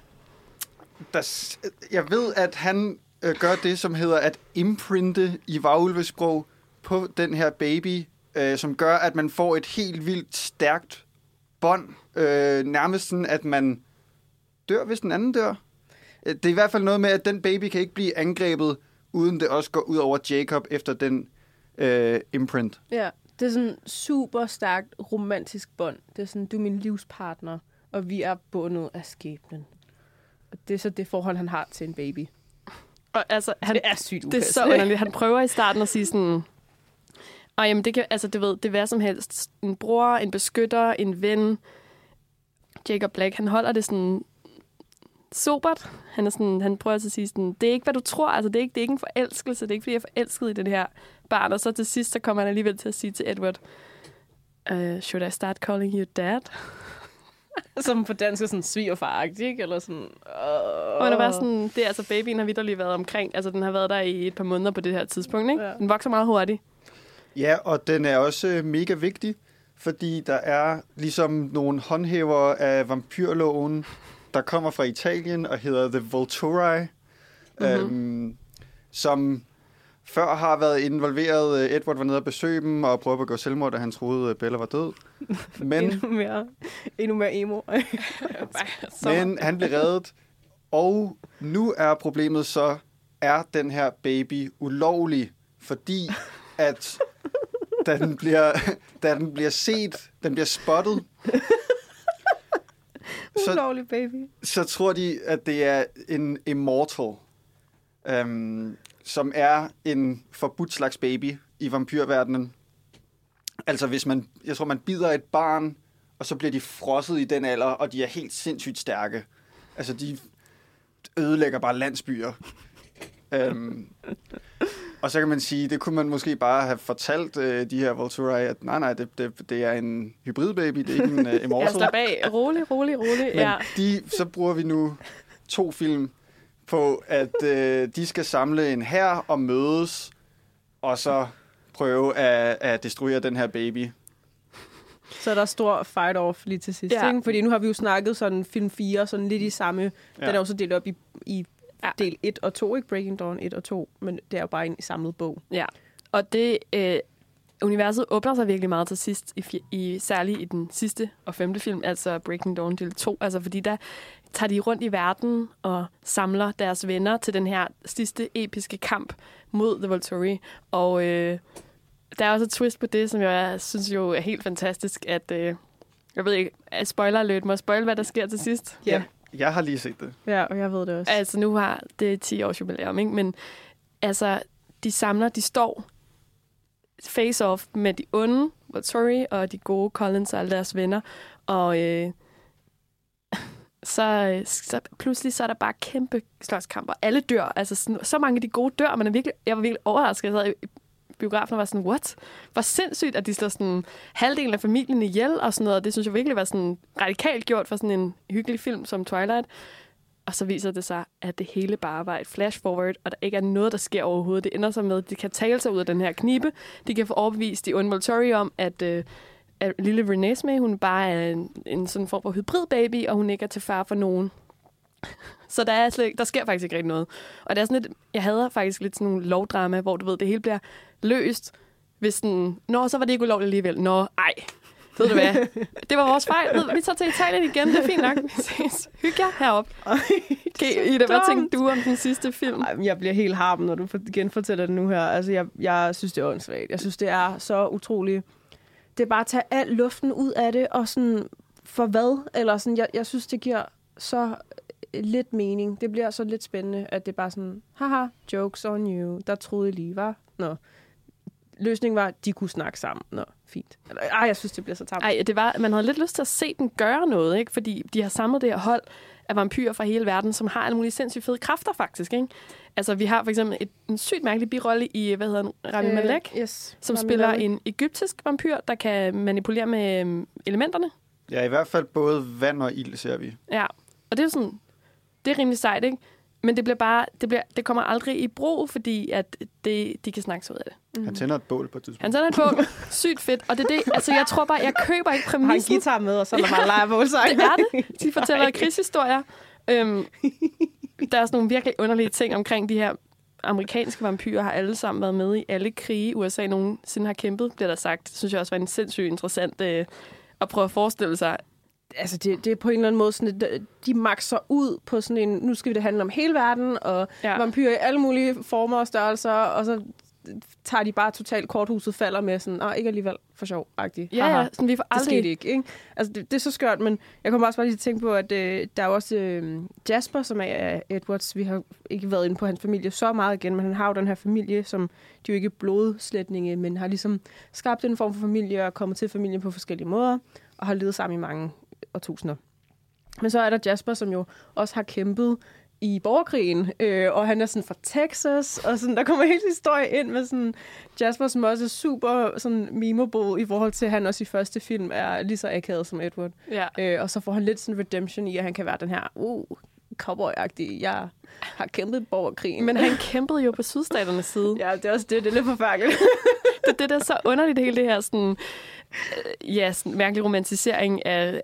Jeg ved, at han gør det, som hedder at imprinte i varulvesprog på den her baby, som gør, at man får et helt vildt stærkt bånd. Nærmest sådan, at man dør, hvis den anden dør. Det er i hvert fald noget med, at den baby kan ikke blive angrebet, uden det også går ud over Jacob efter den imprint. Ja, det er sådan super stærkt romantisk bånd. Det er sådan, du er min livspartner, og vi er bundet af skæbnen. Og det er så det forhold, han har til en baby. Og altså, det er sygt upassende. Det er så underligt. Han prøver i starten at sige sådan... Og jamen, det kan, altså, du ved, det er hvad som helst. En bror, en beskytter, en ven. Jacob Black, han holder det sådan sobert. Han prøver at sige sådan, det er ikke, hvad du tror. Altså, det er ikke en forelskelse. Det er ikke, fordi jeg er forelsket i det her barn. Og så til sidst, så kommer han alligevel til at sige til Edward, should I start calling you dad? Som på dansk er sådan svigerfar-agtig, ikke? Eller sådan... Og det var sådan, det er altså, babyen har vitterligt været omkring. Altså, den har været der i et par måneder på det her tidspunkt, ikke? Ja. Den vokser meget hurtigt. Ja, og den er også mega vigtig, fordi der er ligesom nogle håndhævere af vampyrloven, der kommer fra Italien og hedder The Volturi, som før har været involveret. Edward var nede og besøge dem og prøve at gå selvmord, da han troede, Bella var død. Men endnu mere emo. Men han blev reddet, og nu er problemet så, er den her baby ulovlig, fordi at da den bliver set, den bliver spottet, ulovlig baby. Så tror de, at det er en immortal, som er en forbudt slags baby i vampyrverdenen. Altså jeg tror, man bider et barn, og så bliver de frosset i den alder, og de er helt sindssygt stærke. Altså, de ødelægger bare landsbyer. Og så kan man sige, det kunne man måske bare have fortalt de her Volturi, at nej, det er en hybridbaby, det er ikke en immortal. Jeg slap af. Rolig. Men så bruger vi nu 2 film på, at de skal samle en hær og mødes, og så prøve at destruere den her baby. Så er der stor fight-off lige til sidst, ikke? Fordi nu har vi jo snakket sådan film 4, sådan lidt i samme... Den er jo så delt op i del 1 og 2, ikke? Breaking Dawn 1 og 2, men det er jo bare en samlet bog. Ja, og det... universet åbner sig virkelig meget til sidst, særligt i den sidste og 5. film, altså Breaking Dawn del 2, altså fordi der tager de rundt i verden og samler deres venner til den her sidste episke kamp mod The Volturi. Og der er også et twist på det, som jeg synes jo er helt fantastisk, at jeg ved ikke, spoiler alert, må jeg spoil, hvad der sker til sidst? Ja. Jeg har lige set det. Ja, og jeg ved det også. Altså nu har det 10 års jubilæum, ikke? Men altså, de står face-off med de onde Volturi og de gode Collins og alle deres venner. Og så pludselig så er der bare kæmpe slåskamper. Alle dør. Altså så mange af de gode dør. Jeg var virkelig overrasket. Jeg sad i biografen og var sådan, what? Hvor sindssygt, at de slår sådan halvdelen af familien ihjel og sådan noget. Det synes jeg virkelig var sådan radikalt gjort for sådan en hyggelig film som Twilight. Og så viser det sig, at det hele bare var et flash forward, og der ikke er noget, der sker overhovedet. Det ender så med, at de kan tale sig ud af den her knibe. De kan få overbevist de onde Volturi om, at lille Renesmee, hun bare er en sådan form for hybridbaby, og hun ikke er til fare for nogen. Så der sker faktisk ikke rigtig noget. Og det er sådan lidt, jeg hader faktisk lidt sådan nogle lovdrama, hvor du ved, det hele bliver løst, hvis så var det ikke ulovligt alligevel. Ved du hvad? Det var vores fejl. Vi tager til Italien igen. Det er fint nok. Vi ses. Hygge jer heroppe. Okay, Ida, hvad tænkte du om den sidste film? Jeg bliver helt harm, når du genfortæller det nu her. Altså, jeg synes, det er åndssvagt. Jeg synes, det er så utroligt. Det er bare at tage al luften ud af det, og sådan, for hvad? Eller sådan, jeg synes, det giver så lidt mening. Det bliver så lidt spændende, at det er bare sådan, haha, jokes on you. Der troede jeg lige, var. Nå. Løsningen var, at de kunne snakke sammen. Nå, fint. Jeg synes, det bliver så tamt. Man havde lidt lyst til at se den gøre noget, ikke? Fordi de har samlet det her hold af vampyrer fra hele verden, som har alle mulige sindssygt fede kræfter, faktisk, ikke? Altså, vi har for eksempel en sygt mærkelig birolle i, Rami Malek, som spiller en egyptisk vampyr, der kan manipulere med elementerne. Ja, i hvert fald både vand og ild, ser vi. Ja, og det er jo sådan, det er rimelig sejt, ikke? Men det kommer aldrig i brug, fordi at de kan snakke sig ud af det. Han tænder et bål på et tidspunkt. Han tænder et bål. Sygt fedt. Og det er det, altså jeg tror bare, jeg køber ikke præmissen. Har en guitar med, og så er der bare leger bålsang. Det er det. De fortæller krigshistorier. Der er sådan nogle virkelig underlige ting omkring de her amerikanske vampyrer, har alle sammen været med i alle krige, USA nogensinde har kæmpet, bliver der sagt. Det synes jeg også var en sindssygt interessant at prøve at forestille sig. Altså, det er på en eller anden måde sådan, at de makser ud på sådan en, nu skal det handle om hele verden, og vampyrer i alle mulige former og størrelser, og så tager de bare totalt korthuset falder med sådan, ikke alligevel for sjov-agtigt. Ja, sådan vi får aldrig... Det skete ikke? Altså, det er så skørt, men jeg kommer også bare lige til at tænke på, at der er også Jasper, som er Edwards. Vi har ikke været inde på hans familie så meget igen, men han har jo den her familie, som de jo ikke er blodslætninge, men har ligesom skabt en form for familie og kommet til familien på forskellige måder, og har levet sammen i mange årtusinder. Men så er der Jasper, som jo også har kæmpet i borgerkrigen, og han er sådan fra Texas, og sådan, der kommer hele historie ind med sådan Jasper, som også er super sådan memeable i forhold til, at han også i første film er lige så akavet som Edward. Ja. Og så får han lidt sådan redemption i, at han kan være den her cowboy-agtige, jeg har kæmpet i borgerkrigen. Men han kæmpede jo på sydstaternes side. Ja, det er også det er lidt forfærdeligt. det er så underligt, hele det her sådan, sådan mærkelig romantisering af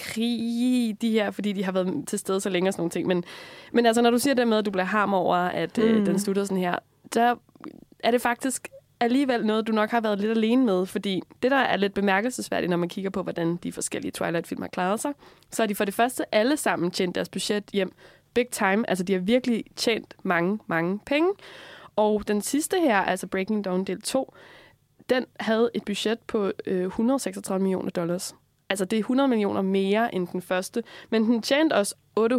krig, de her, fordi de har været til stede så længe og sådan nogle ting. Men altså, når du siger det med, at du bliver harm over, at den slutter sådan her, der er det faktisk alligevel noget, du nok har været lidt alene med, fordi det, der er lidt bemærkelsesværdigt, når man kigger på, hvordan de forskellige Twilight-film har klaret sig, så har de for det første alle sammen tjent deres budget hjem big time. Altså, de har virkelig tjent mange, mange penge. Og den sidste her, altså Breaking Dawn del 2, den havde et budget på $136 millioner. Altså, det er 100 millioner mere end den første, men den tjente også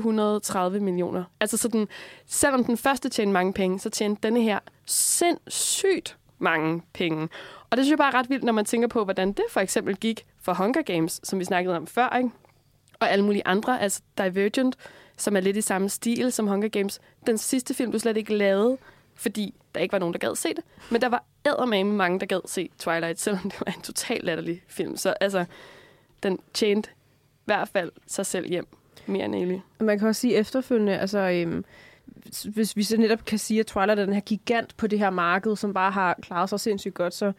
830 millioner. Altså, så selvom den første tjente mange penge, så tjente denne her sindssygt mange penge. Og det synes jeg bare er ret vildt, når man tænker på, hvordan det for eksempel gik for Hunger Games, som vi snakkede om før, ikke? Og alle mulige andre, altså Divergent, som er lidt i samme stil som Hunger Games. Den sidste film, du slet ikke lavede, fordi der ikke var nogen, der gad se det. Men der var eddermame mange, der gad se Twilight, selvom det var en totalt latterlig film. Så altså, den tjente i hvert fald sig selv hjem mere end Ellie. Man kan også sige efterfølgende, altså hvis vi så netop kan sige, at Twilight er den her gigant på det her marked, som bare har klaret sig sindssygt godt, så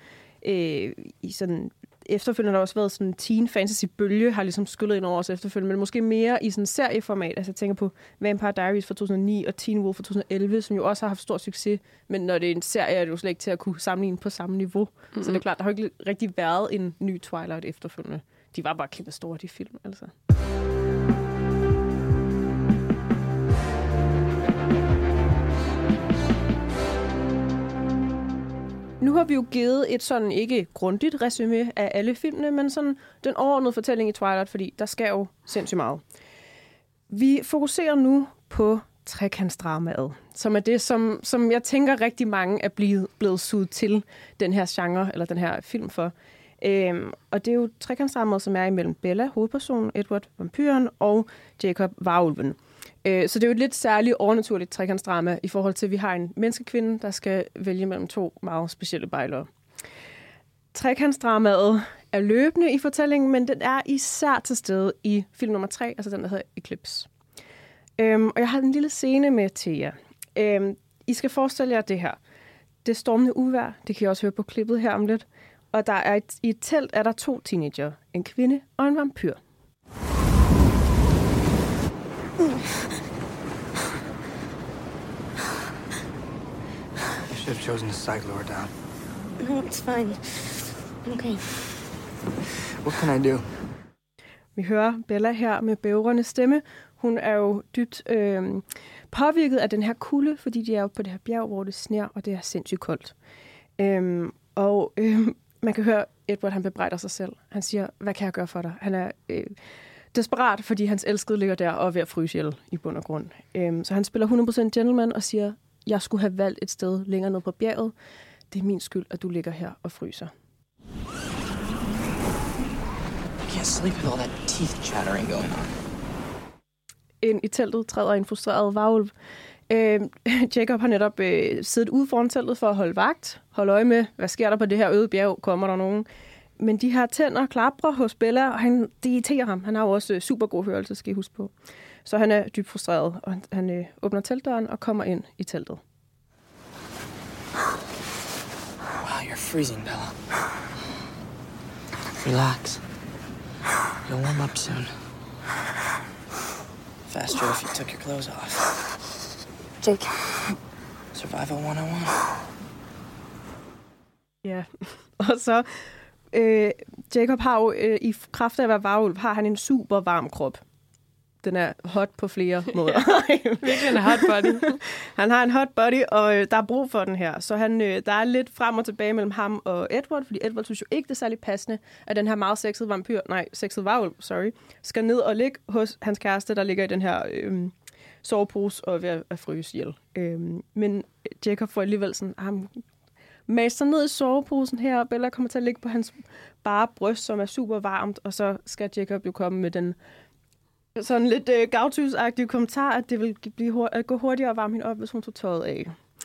i sådan efterfølgende har der også været sådan en teen fantasy-bølge, har ligesom skyllet ind over os efterfølgende, men måske mere i sådan serieformat. Altså jeg tænker på Vampire Diaries fra 2009 og Teen Wolf fra 2011, som jo også har haft stor succes, men når det er en serie, er det jo slet ikke til at kunne sammenligne på samme niveau. Mm-hmm. Så det er klart, der har ikke rigtig været en ny Twilight efterfølgende. De var bare kæmpe store, de film, altså. Nu har vi jo givet et sådan ikke grundigt resume af alle filmene, men sådan den overordnede fortælling i Twilight, fordi der sker jo sindssygt meget. Vi fokuserer nu på trekantsdramaet, som er det, som jeg tænker rigtig mange er blevet suget til den her genre, eller den her film for. Og det er jo trekantsdramaet, som er imellem Bella, hovedpersonen, Edward, vampyren, og Jacob, varulven. Så det er jo et lidt særligt overnaturligt trekantsdrama i forhold til, at vi har en menneskekvinde, der skal vælge mellem to meget specielle bejlere. Trekantsdramaet er løbende i fortællingen, men den er især til stede i film nummer 3, altså den, der hedder Eclipse. Og jeg har en lille scene med til jer. I skal forestille jer det her. Det stormende uvejr, det kan I også høre på klippet her om lidt. Og der er i et telt er der 2 teenager, en kvinde og en vampyr. I should have chosen to sight lower down. No, it's fine. Okay. What can I do? Vi hører Bella her med bævrende stemme. Hun er jo dybt påvirket af den her kulde, fordi de er jo på det her bjerg, hvor det sner, og det er sindssygt koldt. Man kan høre, Edward han bebrejder sig selv. Han siger, hvad kan jeg gøre for dig? Han er desperat, fordi hans elskede ligger der og er ved at fryse ihjel i bund og grund. Så han spiller 100% gentleman og siger, jeg skulle have valgt et sted længere ned på bjerget. Det er min skyld, at du ligger her og fryser. I can't sleep with all that teeth chattering going on. Ind i teltet træder en frustreret varulv. Jacob har netop siddet ude foran teltet for at holde vagt. Holde øje med, hvad sker der på det her øde bjerg? Kommer der nogen? Men de her tænder klapper hos Bella, og det irriterer ham. Han har jo også super god hørelse, skal I huske på. Så han er dybt frustreret, og han åbner teltdøren og kommer ind i teltet. Wow, you're freezing, Bella. Relax. You'll warm up soon. Faster if you took your clothes off. Jake. Survival 101. Ja, og så Jacob har jo i kraft af at være varulv, har han en super varm krop. Den er hot på flere måder. Virkelig en hot body. Han har en hot body, og der er brug for den her. Så der er lidt frem og tilbage mellem ham og Edward, fordi Edward synes jo ikke, det er særlig passende, at den her meget sexede varulv, skal ned og ligge hos hans kæreste, der ligger i den her sovepose og ved at fryse ihjel. Men Jacob får alligevel sådan, maser ned i soveposen her, og Bella kommer til at ligge på hans bare bryst, som er super varmt, og så skal Jacob jo komme med den sådan lidt gavtyvsagtige kommentar, at det vil gå hurtigere at varme hende op, hvis hun tog tøjet af.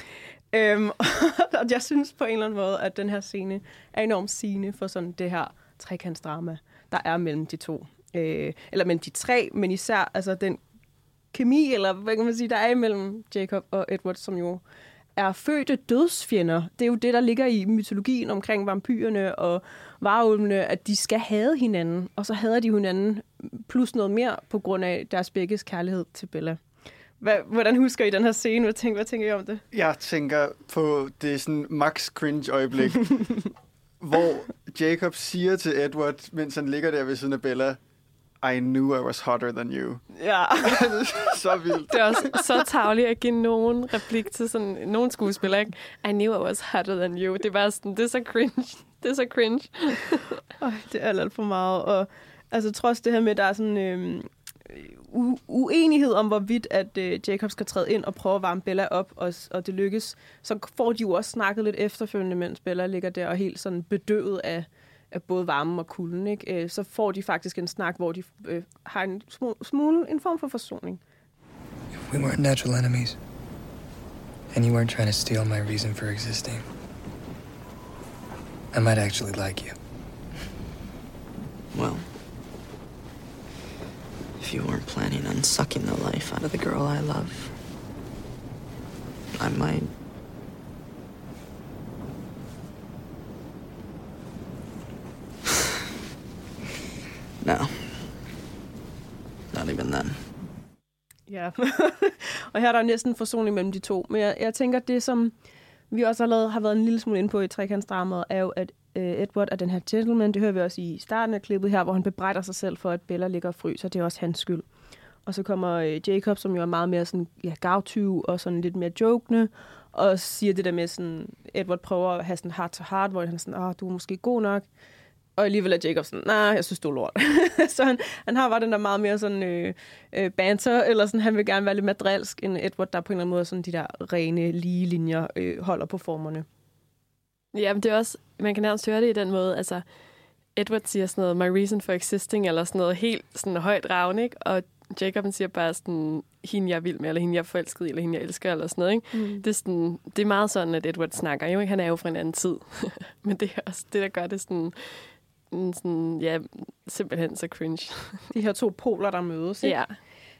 Og jeg synes på en eller anden måde, at den her scene er enormt sigende for sådan det her trekantsdrama, der er mellem de to. Eller mellem de tre, men især altså den kemi, eller hvad kan man sige, der er imellem Jacob og Edward, som jo er fødte dødsfjender. Det er jo det, der ligger i mytologien omkring vampyrerne og varulvene, at de skal hade hinanden, og så hader de hinanden plus noget mere på grund af deres begges kærlighed til Bella. Hvordan husker I den her scene? Hvad tænker I om det? Jeg tænker på det sådan max cringe øjeblik, hvor Jacob siger til Edward, mens han ligger der ved siden af Bella, I knew I was hotter than you. Ja. Så vildt. Det er også så tarveligt at give nogen replik til sådan nogen skuespiller, ikke? I knew I was hotter than you. Det er bare sådan, det er så cringe. Det er så cringe. Det er alt for meget. Og altså trods det her med, der er sådan uenighed om, hvorvidt at Jacob skal træde ind og prøve at varme Bella op, og det lykkes, så får de jo også snakket lidt efterfølgende, mens Bella ligger der og helt sådan bedøvet af både varmen og kulden, ikke? Så får de faktisk en snak, hvor de har en form for forsoning. We weren't natural enemies. And you weren't trying to steal my reason for existing. I might actually like you. Well, if you weren't planning on sucking the life out of the girl I love, I might. No. Not even then. Ja, og her er der næsten en forsoning mellem de to. Men jeg tænker, det som vi også har været en lille smule inde på i trekantsdramaet, er jo, at Edward er den her gentleman. Det hører vi også i starten af klippet her, hvor han bebrejder sig selv for, at Bella ligger og fryser. Det er også hans skyld. Og så kommer Jacob, som jo er meget mere sådan, gavtyv og sådan lidt mere jokende, og siger det der med sådan, Edward prøver at have sådan heart to heart, hvor han er sådan, du er måske god nok. Og alligevel er Jacob sådan, jeg synes, du er lort. Så han har bare den der meget mere sådan banter, eller sådan, han vil gerne være lidt mere drilsk, end Edward, der på en eller anden måde sådan de der rene, lige linjer holder på formerne. Ja, men det er også, man kan nærmest høre det i den måde, altså Edward siger sådan noget, my reason for existing, eller sådan noget helt sådan højt ravne, ikke? Og Jacob siger bare sådan, hende jeg er vild med, eller hende jeg er forelsket i, eller hende jeg elsker, eller sådan noget, ikke? Mm. Det er meget sådan, at Edward snakker, jo ikke? Han er jo fra en anden tid. Men det er også det, der gør det sådan, ja, simpelthen så cringe. De her to poler, der mødes, ikke? Ja.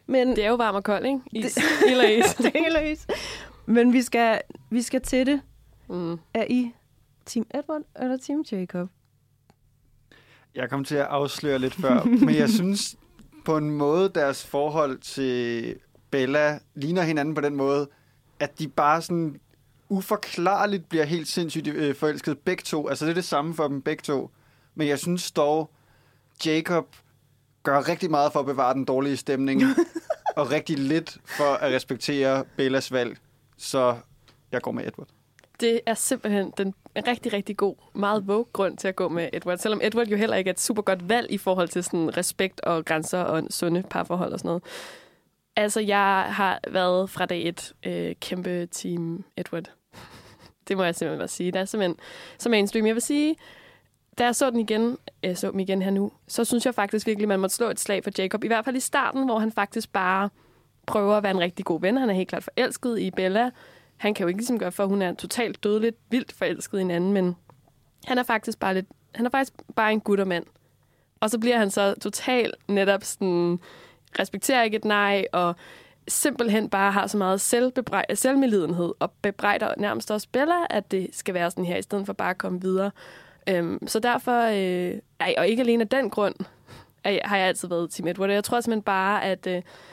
Men Det er jo varm og kold, ikke? Is. Ild og is. det hele is. Men vi skal til det. Er I Team Edward eller Team Jacob? Jeg kom til at afsløre lidt før, men jeg synes på en måde, deres forhold til Bella ligner hinanden på den måde, at de bare sådan uforklarligt bliver helt sindssygt forelsket begge to. Altså det er det samme for dem begge to. Men jeg synes dog, Jacob gør rigtig meget for at bevare den dårlige stemning, og rigtig lidt for at respektere Bellas valg. Så jeg går med Edward. Det er simpelthen en rigtig, rigtig god, meget vogue grund til at gå med Edward. Selvom Edward jo heller ikke er et super godt valg i forhold til sådan respekt og grænser og sunde parforhold og sådan noget. Altså, jeg har været fra dag 1 kæmpe team Edward. Det må jeg simpelthen bare sige. Der er simpelthen som mainstream. Jeg vil sige, da jeg så dem igen her nu, så synes jeg faktisk virkelig, man måtte slå et slag for Jacob. I hvert fald i starten, hvor han faktisk bare prøver at være en rigtig god ven. Han er helt klart forelsket i Bella. Han kan jo ikke ligesom gøre for, at hun er totalt dødeligt vildt forelsket i hinanden, men han er faktisk bare en guttermand. Og så bliver han så totalt netop sådan, respekterer ikke et nej, og simpelthen bare har så meget selvmedlidenhed, og bebrejder nærmest også Bella, at det skal være sådan her, i stedet for bare at komme videre. Så derfor, og ikke alene af den grund, har jeg altid været Team Edward. Jeg tror simpelthen bare, at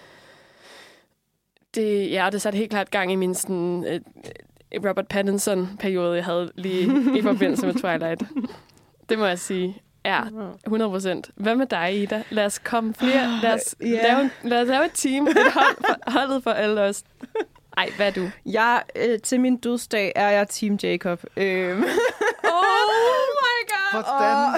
det satte helt klart gang i min sådan, Robert Pattinson-periode, jeg havde lige i forbindelse med Twilight. Det må jeg sige. Ja, 100%. Hvad med dig, Ida? Lad os komme flere. Lad os lave et team. Et holdet for alle os. Ej, hvad er du? Til min dødsdag er jeg Team Jacob. Oh my god! Hvordan?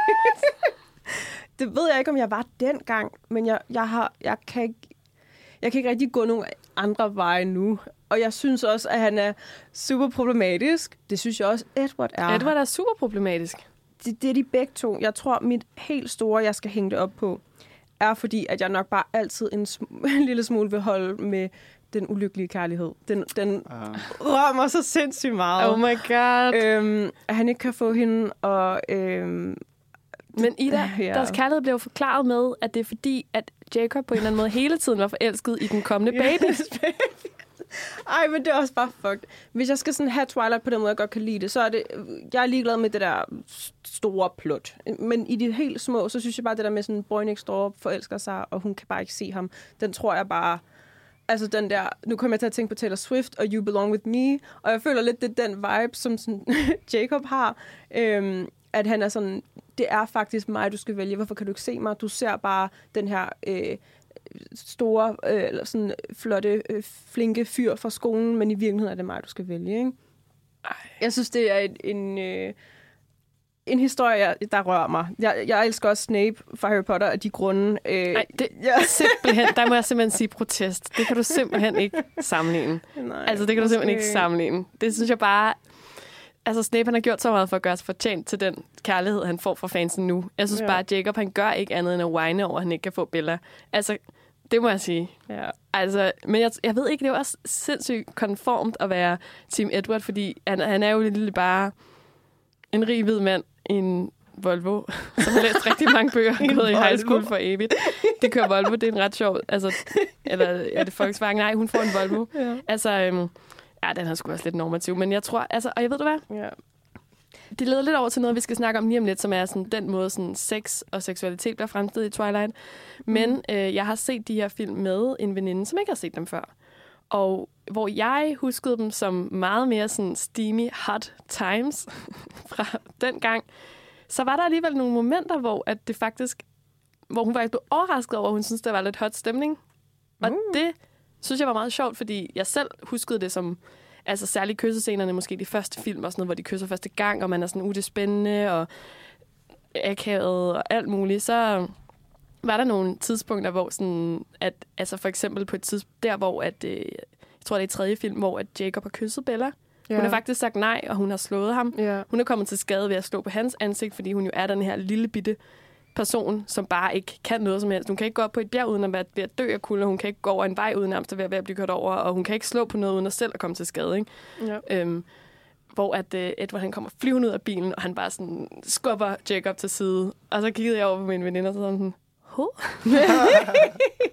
Det ved jeg ikke, om jeg var dengang, men jeg kan ikke rigtig gå nogen andre veje nu. Og jeg synes også, at han er super problematisk. Det synes jeg også, Edward er. Edward er super problematisk. Det er de begge to. Jeg tror, mit helt store, jeg skal hænge det op på, er fordi, at jeg nok bare altid en lille smule vil holde med den ulykkelige kærlighed. Den rører mig så sindssygt meget. Oh my god. At han ikke kan få hende, og... Men Ida, deres kærlighed blev forklaret med, at det er fordi, at Jacob på en eller anden måde hele tiden var forelsket i den kommende baby. Ej, men det er også bare fucked. Hvis jeg skal sådan have Twilight på den måde, jeg godt kan lide det, så er det... Jeg er ligeglad med det der store plot. Men i de helt små, så synes jeg bare, det der med sådan, boy next door forelsker sig, og hun kan bare ikke se ham. Den tror jeg bare... Altså den der... Nu kommer jeg til at tænke på Taylor Swift og You Belong With Me, og jeg føler lidt, det er den vibe, som sådan, Jacob har. At han er sådan... Det er faktisk mig, du skal vælge. Hvorfor kan du ikke se mig? Du ser bare den her... store, eller sådan flotte, flinke fyr fra skolen, men i virkeligheden er det mig, du skal vælge, ikke? Jeg synes, det er en historie, der rører mig. Jeg elsker også Snape fra Harry Potter af de grunde. Simpelthen, der må jeg simpelthen sige protest. Det kan du simpelthen ikke sammenligne. Nej, altså, det kan du simpelthen ikke sammenligne. Det synes jeg bare... Altså, Snape, han har gjort så meget for at gøre sig fortjent til den kærlighed, han får fra fansen nu. Jeg synes bare, at Jacob, han gør ikke andet end at whine over, at han ikke kan få Bella. Altså, det må jeg sige. Ja. Altså, men jeg ved ikke, det er jo også sindssygt konformt at være Team Edward, fordi han er jo lidt bare en rig hvid mand i en Volvo, som har læst rigtig mange bøger, gået i high school for evigt. Det kører Volvo, det er en ret sjov... Altså, eller er det Volkswagen? Nej, hun får en Volvo. Ja. Altså... Ja, den har sgu også lidt normativ, men jeg tror... Altså, og jeg ved du hvad? Ja. Det leder lidt over til noget, vi skal snakke om lige om lidt, som er sådan den måde, sådan sex og seksualitet bliver fremstillet i Twilight. Men jeg har set de her film med en veninde, som ikke har set dem før. Og hvor jeg huskede dem som meget mere sådan steamy, hot times fra den gang, så var der alligevel nogle momenter, hvor hun faktisk blev overrasket over, at hun syntes, der var lidt hot stemning. Og det synes jeg var meget sjovt, fordi jeg selv huskede det som, altså særligt kyssescenerne, måske de første film og sådan noget, hvor de kysser første gang, og man er sådan, det er spændende, og akavet og alt muligt. Så var der nogle tidspunkter, hvor sådan, at, altså for eksempel på et tidspunkt, der hvor, at, jeg tror det er i tredje film, hvor at Jacob har kysset Bella. Ja. Hun har faktisk sagt nej, og hun har slået ham. Ja. Hun er kommet til skade ved at slå på hans ansigt, fordi hun jo er den her lille bitte person, som bare ikke kan noget som helst. Hun kan ikke gå op på et bjerg uden at være ved at dø af kulde, hun kan ikke gå over en vej uden at være ved at blive kørt over, og hun kan ikke slå på noget uden at selv at komme til skade. Ikke? Ja. Hvor at Edward han kommer flyvende ud af bilen, og han bare sådan skubber Jacob til side. Og så kiggede jeg over på min veninde og så sådan,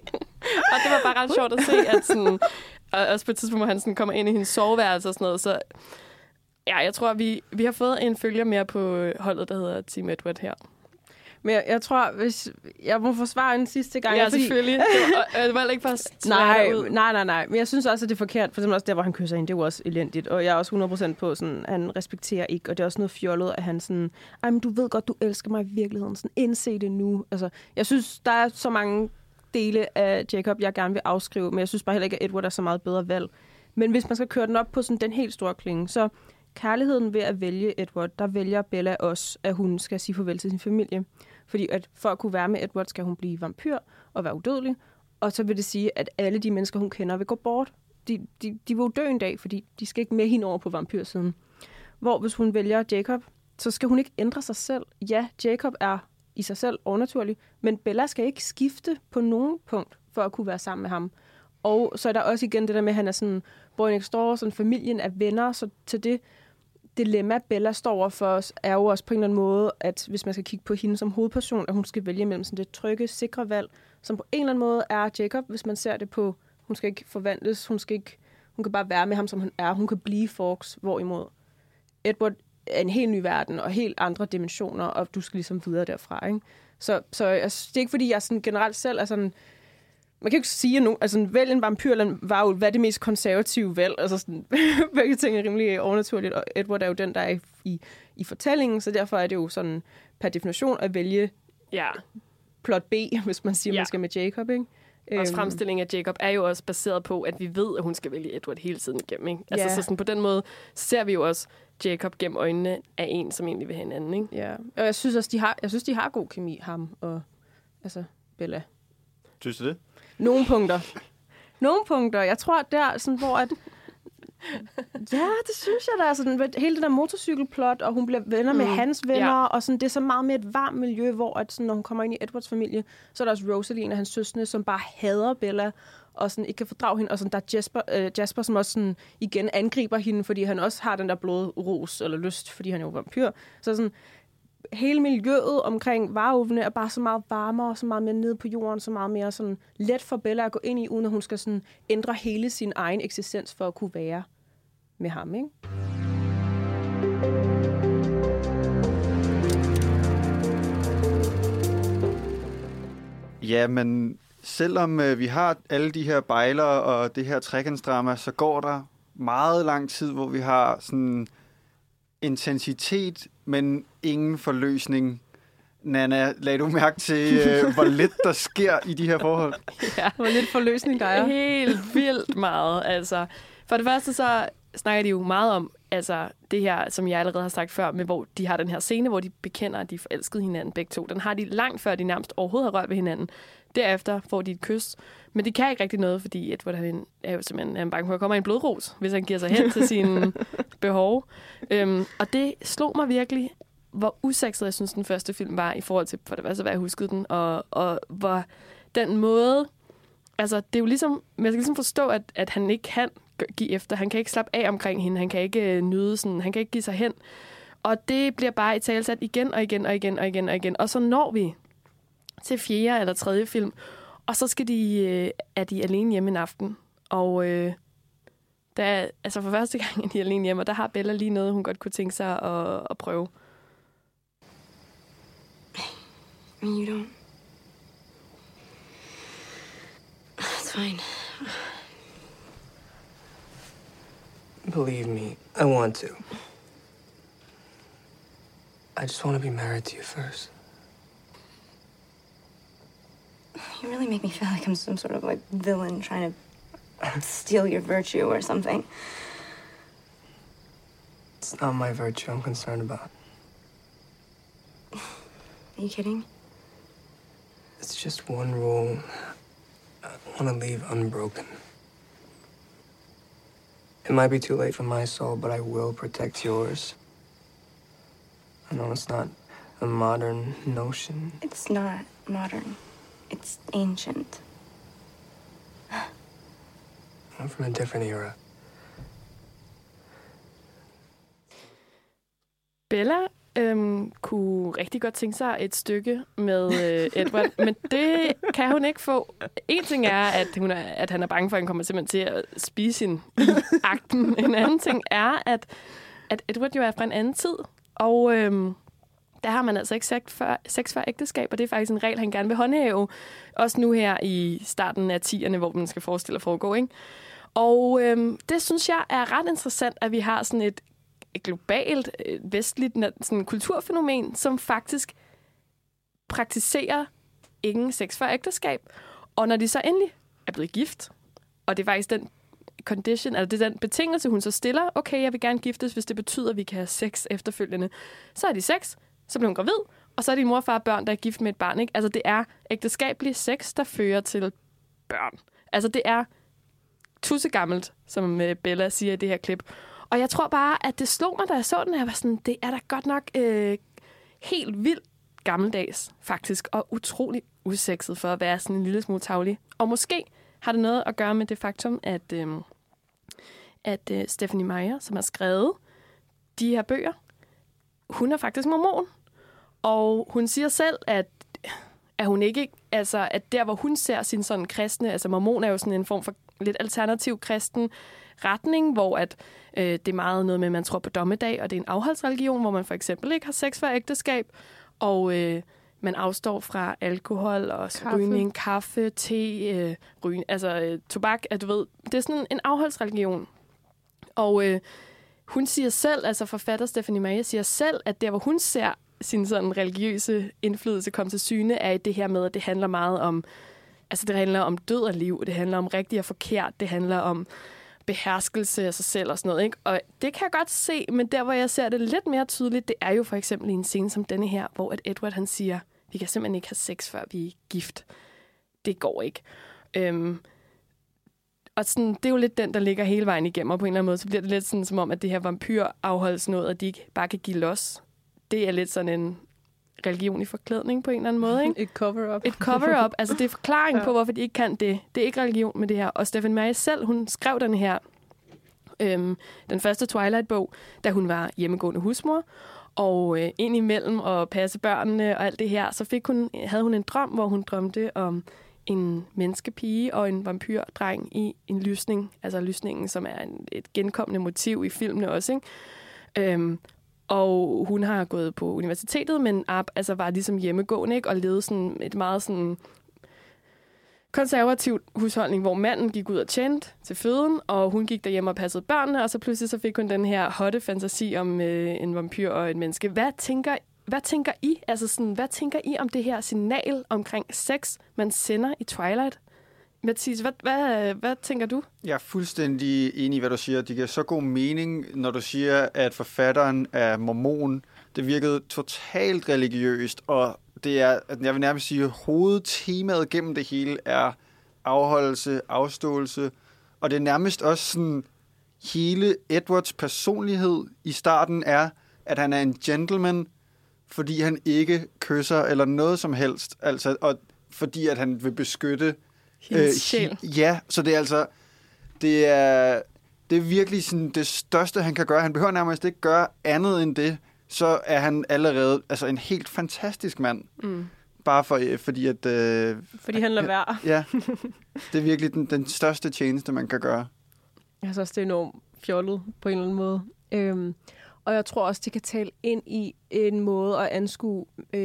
Og det var bare ret sjovt at se, at sådan, og også på et tidspunkt, hvor han sådan kommer ind i hendes soveværelse og sådan noget, så ja, jeg tror, vi har fået en følger mere på holdet, der hedder Team Edward her. Men jeg tror, hvis jeg må forsvare en sidste gang. Ja, selvfølgelig. Det var ikke bare Nej. Men jeg synes også, at det er forkert. For eksempel også der, hvor han kysser hende, det er jo også elendigt. Og jeg er også 100% på, sådan, han respekterer ikke. Og det er også noget fjollet, at han sådan, ej, men du ved godt, du elsker mig i virkeligheden. Sådan, indse det nu. Altså, jeg synes, der er så mange dele af Jacob, jeg gerne vil afskrive. Men jeg synes bare heller ikke, at Edward er så meget bedre valg. Men hvis man skal køre den op på sådan den helt store klinge, så kærligheden ved at vælge Edward, der vælger Bella også, at hun skal sige farvel til sin familie. Fordi at for at kunne være med Edward, skal hun blive vampyr og være udødelig. Og så vil det sige, at alle de mennesker, hun kender, vil gå bort. De vil jo dø en dag, fordi de skal ikke med hende over på vampyrsiden. Hvor hvis hun vælger Jacob, så skal hun ikke ændre sig selv. Ja, Jacob er i sig selv overnaturlig, men Bella skal ikke skifte på nogen punkt for at kunne være sammen med ham. Og så er der også igen det der med, at han er sådan boy next door, sådan familien er venner, så til det dilemma, Bella står over for os, er jo også på en eller anden måde, at hvis man skal kigge på hende som hovedperson, at hun skal vælge mellem sådan det trygge, sikre valg, som på en eller anden måde er Jacob, hvis man ser det på, hun skal ikke forvandles, hun kan bare være med ham, som han er, hun kan blive Fawkes, hvorimod Edward er en helt ny verden, og helt andre dimensioner, og du skal ligesom videre derfra, ikke? Så altså, det er ikke, fordi jeg sådan generelt selv er sådan, man kan jo ikke sige, at altså, vælg en vampyr eller en varulv, hvad er det mest konservative valg? Altså, sådan, begge ting er rimelig overnaturligt, og Edward er jo den, der er i fortællingen, så derfor er det jo sådan per definition at vælge plot B, hvis man siger, man skal med Jacob, ikke? Også fremstillingen af Jacob er jo også baseret på, at vi ved, at hun skal vælge Edward hele tiden igennem, ikke? Altså, så sådan, på den måde ser vi jo også Jacob gennem øjnene af en, som egentlig vil have en anden, ikke? Ja, og jeg synes også, de har god kemi, ham og altså Bella. Synes du det? Nogle punkter. Jeg tror, der sådan, hvor at ja, det synes jeg, der er sådan, hele det der motorcykelplot, og hun bliver venner med hans venner, og sådan, det er så meget mere et varmt miljø, hvor at, sådan, når hun kommer ind i Edwards familie, så er der også Rosalie, en af hans søstre, som bare hader Bella, og sådan, ikke kan fordrage hende, og sådan, der er Jasper, som også sådan, igen angriber hende, fordi han også har den der blodros, eller lyst, fordi han er jo vampyr. Så sådan, hele miljøet omkring varulvene er bare så meget varmere, så meget mere nede på jorden, så meget mere sådan let for Bella at gå ind i, uden at hun skal sådan ændre hele sin egen eksistens for at kunne være med ham, ikke? Ja, men selvom vi har alle de her bejler og det her trekantsdrama, så går der meget lang tid, hvor vi har sådan intensitet, men ingen forløsning. Nana, lagde du mærke til, hvor lidt der sker i de her forhold? Ja, hvor lidt forløsning der er. Helt vildt meget. Altså, for det første så snakker de jo meget om altså, det her, som jeg allerede har sagt før, med hvor de har den her scene, hvor de bekender, at de forelskede hinanden begge to. Den har de langt før de nærmest overhovedet har rørt ved hinanden. Derefter får de et kys. Men de kan ikke rigtig noget, fordi Edward er jo simpelthen bange for at komme en blodros, hvis han giver sig hen til sine behov. Og det slog mig virkelig, hvor usexet jeg synes, den første film var, i forhold til, for det var så, hvad jeg huskede den, og hvor den måde, altså det er jo ligesom, man skal ligesom forstå, at han ikke kan give efter. Han kan ikke slappe af omkring hende. Han kan ikke nyde sådan, han kan ikke give sig hen. Og det bliver bare italesat igen og igen og igen og igen og igen. Og så når vi til 4. eller 3. film, og så skal er de alene hjemme en aften. Og altså for første gang er de alene hjemme, og der har Bella lige noget, hun godt kunne tænke sig at prøve. You don't. It's fine. Believe me, I want to. I just want to be married to you first. You really make me feel like I'm some sort of like villain trying to steal your virtue or something. It's not my virtue I'm concerned about. Are you kidding? It's just one rule I want to leave unbroken. It might be too late for my soul, but I will protect yours. I know it's not a modern notion. It's not modern. It's ancient. I'm from a different era. Bella kunne rigtig godt tænke sig et stykke med Edward, men det kan hun ikke få. En ting er, at han er bange for, at han kommer simpelthen til at spise hende i akten. En anden ting er, at Edward jo er fra en anden tid, og der har man altså ikke sex før ægteskab, og det er faktisk en regel, han gerne vil håndhæve. Også nu her i starten af 10'erne, hvor man skal forestille at foregå, ikke? Og det synes jeg er ret interessant, at vi har sådan et globalt, vestligt sådan kulturfænomen, som faktisk praktiserer ingen sex før ægteskab. Og når de så endelig er blevet gift, og det er faktisk den condition, altså det er den betingelse, hun så stiller, okay, jeg vil gerne giftes, hvis det betyder, at vi kan have sex efterfølgende. Så er de sex, så bliver hun gravid, og så er de mor, far og børn, der er gift med et barn, ikke? Altså det er ægteskabelig sex, der fører til børn. Altså det er tussegammelt, som Bella siger i det her klip. Og jeg tror bare, at det slog mig, da jeg så den, jeg var sådan, det er da godt nok helt vildt gammeldags, faktisk, og utrolig usekset for at være sådan en lille smule tavlig. Og måske har det noget at gøre med det faktum, at Stephenie Meyer, som har skrevet de her bøger, hun er faktisk mormon. Og hun siger selv, at hun ikke, altså at der, hvor hun ser sin sådan kristne, altså mormon er jo sådan en form for lidt alternativ kristen retning, hvor at det er meget noget med, at man tror på dommedag, og det er en afholdsreligion, hvor man for eksempel ikke har sex før ægteskab, og man afstår fra alkohol og rygning, kaffe, te, tobak, at du ved, det er sådan en afholdsreligion. Og hun siger selv, altså forfatter Stephenie Meyer siger selv, at der, hvor hun ser sin sådan religiøse indflydelse komme til syne, er i det her med, at det handler meget om, altså det handler om død og liv, det handler om rigtigt og forkert, det handler om beherskelse af sig selv og sådan noget, ikke? Og det kan jeg godt se, men der, hvor jeg ser det lidt mere tydeligt, det er jo for eksempel i en scene som denne her, hvor at Edward han siger, vi kan simpelthen ikke have sex, før vi er gift. Det går ikke. Og sådan, det er jo lidt den, der ligger hele vejen igennem, og på en eller anden måde, så bliver det lidt sådan, som om, at det her vampyr-afholdsnåd, at de ikke bare kan give los. Det er lidt sådan en religion i forklædning på en eller anden måde, ikke? Et cover-up. Et cover-up. Altså, det er forklaring på, hvorfor de ikke kan det. Det er ikke religion med det her. Og Stephenie Meyer selv, hun skrev den her, den første Twilight-bog, da hun var hjemmegående husmor. Og ind imellem at passe børnene og alt det her, så havde hun en drøm, hvor hun drømte om en menneskepige og en vampyrdreng i en lysning. Altså lysningen, som er et genkommende motiv i filmene også, ikke? Og hun har gået på universitetet, men var ligesom hjemmegående, ikke? Og levede sådan et meget sådan konservativt husholdning, hvor manden gik ud og tjente til føden, og hun gik derhjemme og passede børnene, og så pludselig så fik hun den her hotte fantasi om en vampyr og et menneske. Hvad tænker I? Altså sådan, hvad tænker I om det her signal omkring sex, man sender i Twilight? Mathias, hvad tænker du? Jeg er fuldstændig enig i, hvad du siger. Det giver så god mening, når du siger, at forfatteren er mormon. Det virkede totalt religiøst, og det er, jeg vil nærmest sige, hovedtemaet gennem det hele er afholdelse, afståelse, og det er nærmest også sådan, hele Edwards personlighed i starten er, at han er en gentleman, fordi han ikke kysser eller noget som helst, altså, og fordi at han vil beskytte sjæl. Ja, så det er altså, det er virkelig sådan det største, han kan gøre. Han behøver nærmest ikke gøre andet end det, så er han allerede altså en helt fantastisk mand. Mm. Bare fordi at... fordi han lader være. Ja, det er virkelig den største tjeneste, man kan gøre. Jeg synes også, det er enormt fjollet på en eller anden måde. Og jeg tror også, det kan tale ind i en måde at anskue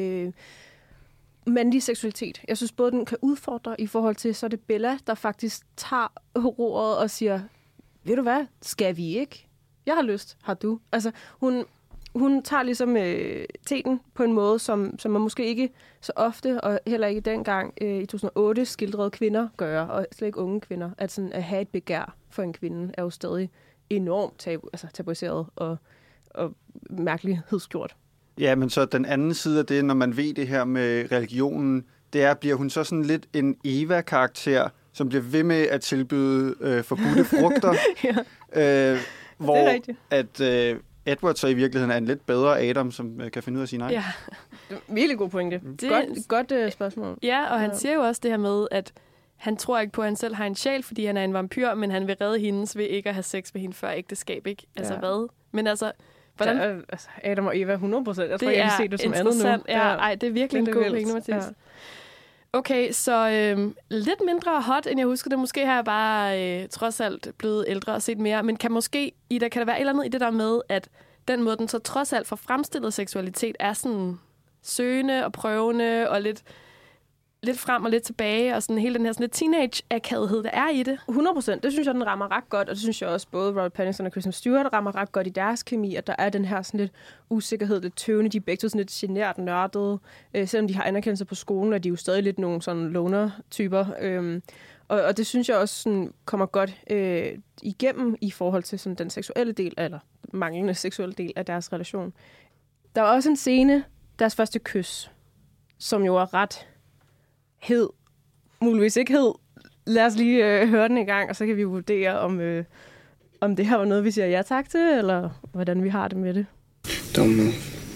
mandlig seksualitet. Jeg synes både, den kan udfordre i forhold til, så er det Bella, der faktisk tager roret og siger, ved du hvad, skal vi ikke? Jeg har lyst, har du? Altså, hun tager ligesom teten på en måde, som man måske ikke så ofte, og heller ikke dengang i 2008, skildrede kvinder gøre, og slet ikke unge kvinder. At have et begær for en kvinde er jo stadig enormt tabuiseret og mærkelighedsgjort. Ja, men så den anden side af det, når man ved det her med religionen, det er, bliver hun så sådan lidt en Eva-karakter, som bliver ved med at tilbyde forbudte frugter. Ja. Hvor at Edward så i virkeligheden er en lidt bedre Adam, som kan finde ud af at sige nej. Ja, virkelig god pointe. Godt spørgsmål. Ja, og han siger jo også det her med, at han tror ikke på, at han selv har en sjæl, fordi han er en vampyr, men han vil redde hendes ved ikke at have sex med hende før ægteskab, ikke? Altså hvad? Men altså, Hvordan? Ja, altså, Adam og Eva 100%. Jeg tror, jeg kan se det som andet nu. Ja, det er virkelig en god pointe, Mathias. Ja. Okay, så lidt mindre hot, end jeg husker det. Måske har jeg bare trods alt blevet ældre og set mere. Men kan der være et eller andet i det der med, at den måde, den så trods alt for fremstillet seksualitet er sådan søgende og prøvende og lidt frem og lidt tilbage, og sådan hele den her sådan lidt teenage-akavighed, der er i det. 100%. Det synes jeg, den rammer ret godt, og det synes jeg også både Robert Pattinson og Kristen Stewart rammer ret godt i deres kemi, at der er den her sådan lidt usikkerhed, lidt tøvende, de er begge sådan lidt genert nørdede, selvom de har anerkendelse på skolen, og de er jo stadig lidt nogle sådan loner-typer. Og det synes jeg også sådan, kommer godt igennem i forhold til sådan, den seksuelle del, eller manglende seksuelle del af deres relation. Der er også en scene, deres første kys, som jo er ret hed, muligvis ikke hed. Lad os lige høre den i gang, og så kan vi vurdere, om det her var noget, vi siger ja tak til, eller hvordan vi har det med det. Don't move.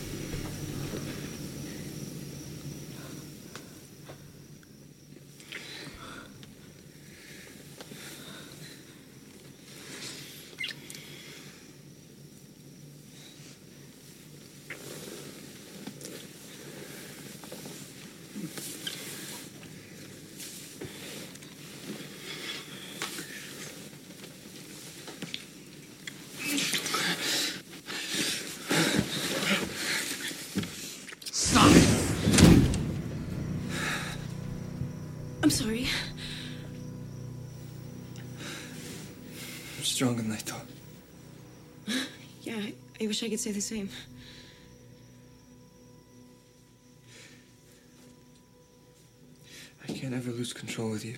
I'm sorry. I'm stronger than I thought. Yeah, I wish I could say the same. I can't ever lose control with you.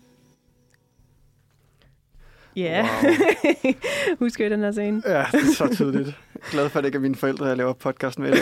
Ja, wow. Husker I den her scene? Ja, det er så tydeligt. Glad for, at det ikke er mine forældre, jeg laver podcast med.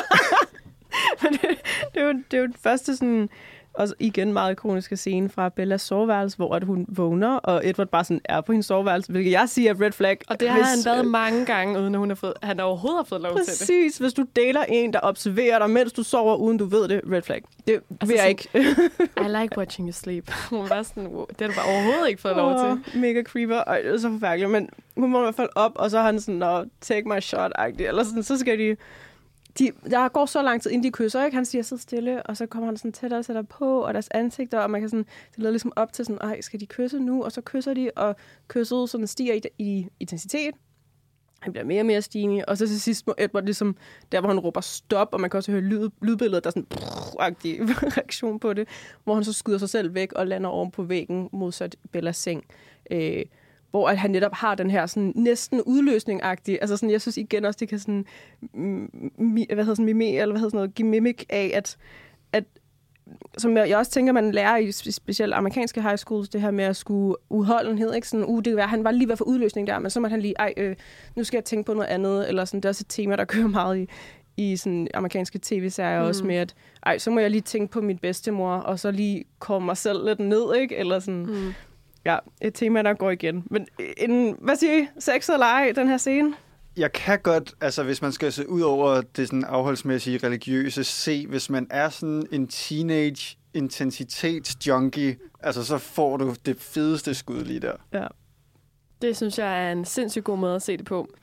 det er jo den første sådan, og igen meget ikoniske scene fra Bellas soveværelse, hvor at hun vågner, og Edward bare sådan er på hendes soveværelse, hvilket jeg siger er red flag. Og det har han været mange gange, uden at han overhovedet har fået lov til det. Præcis, hvis du deler en, der observerer dig, mens du sover, uden du ved det, red flag. Det vil jeg ikke. I like watching you sleep. Hun var sådan, wow, det har du bare overhovedet ikke fået lov til. Mega creeper, og det er så forfærdeligt, men hun må i hvert fald op, og så har han sådan, take my shot-agtigt, eller sådan, så skal der går så lang tid, inden de kysser, ikke? Han siger, sid stille, og så kommer han sådan tættere på, og deres ansigter, og man kan sådan, det leder ligesom op til sådan, skal de kysse nu? Og så kysser de, og kysset sådan stiger i intensitet. Han bliver mere og mere stigende, og så til sidst må Edward ligesom, der hvor han råber stop, og man kan også høre lydbilledet, der er sådan agtig reaktion på det, hvor han så skyder sig selv væk og lander oven på væggen modsat Bellas seng. Hvor at han netop har den her sådan næsten udløsning-agtig. Altså sådan, jeg synes igen også, det kan sådan, give mimik af, at som jeg også tænker, man lærer i specielt amerikanske high schools, det her med at skulle udholdenhed, ikke? Sådan, det kan være, han var lige ved for udløsning der, men så må han lige, nu skal jeg tænke på noget andet, eller sådan, det er også et tema, der kører meget i sådan amerikanske tv-serier også med, at så må jeg lige tænke på min bedstemor, og så lige komme mig selv lidt ned, ikke? Eller sådan, ja, et tema, der går igen. Men hvad siger I? Sex eller ej, den her scene? Jeg kan godt, altså hvis man skal se ud over det sådan afholdsmæssige, religiøse, se, hvis man er sådan en teenage intensitetsjunkie, altså så får du det fedeste skud lige der. Ja. Det synes jeg er en sindssygt god måde at se det på.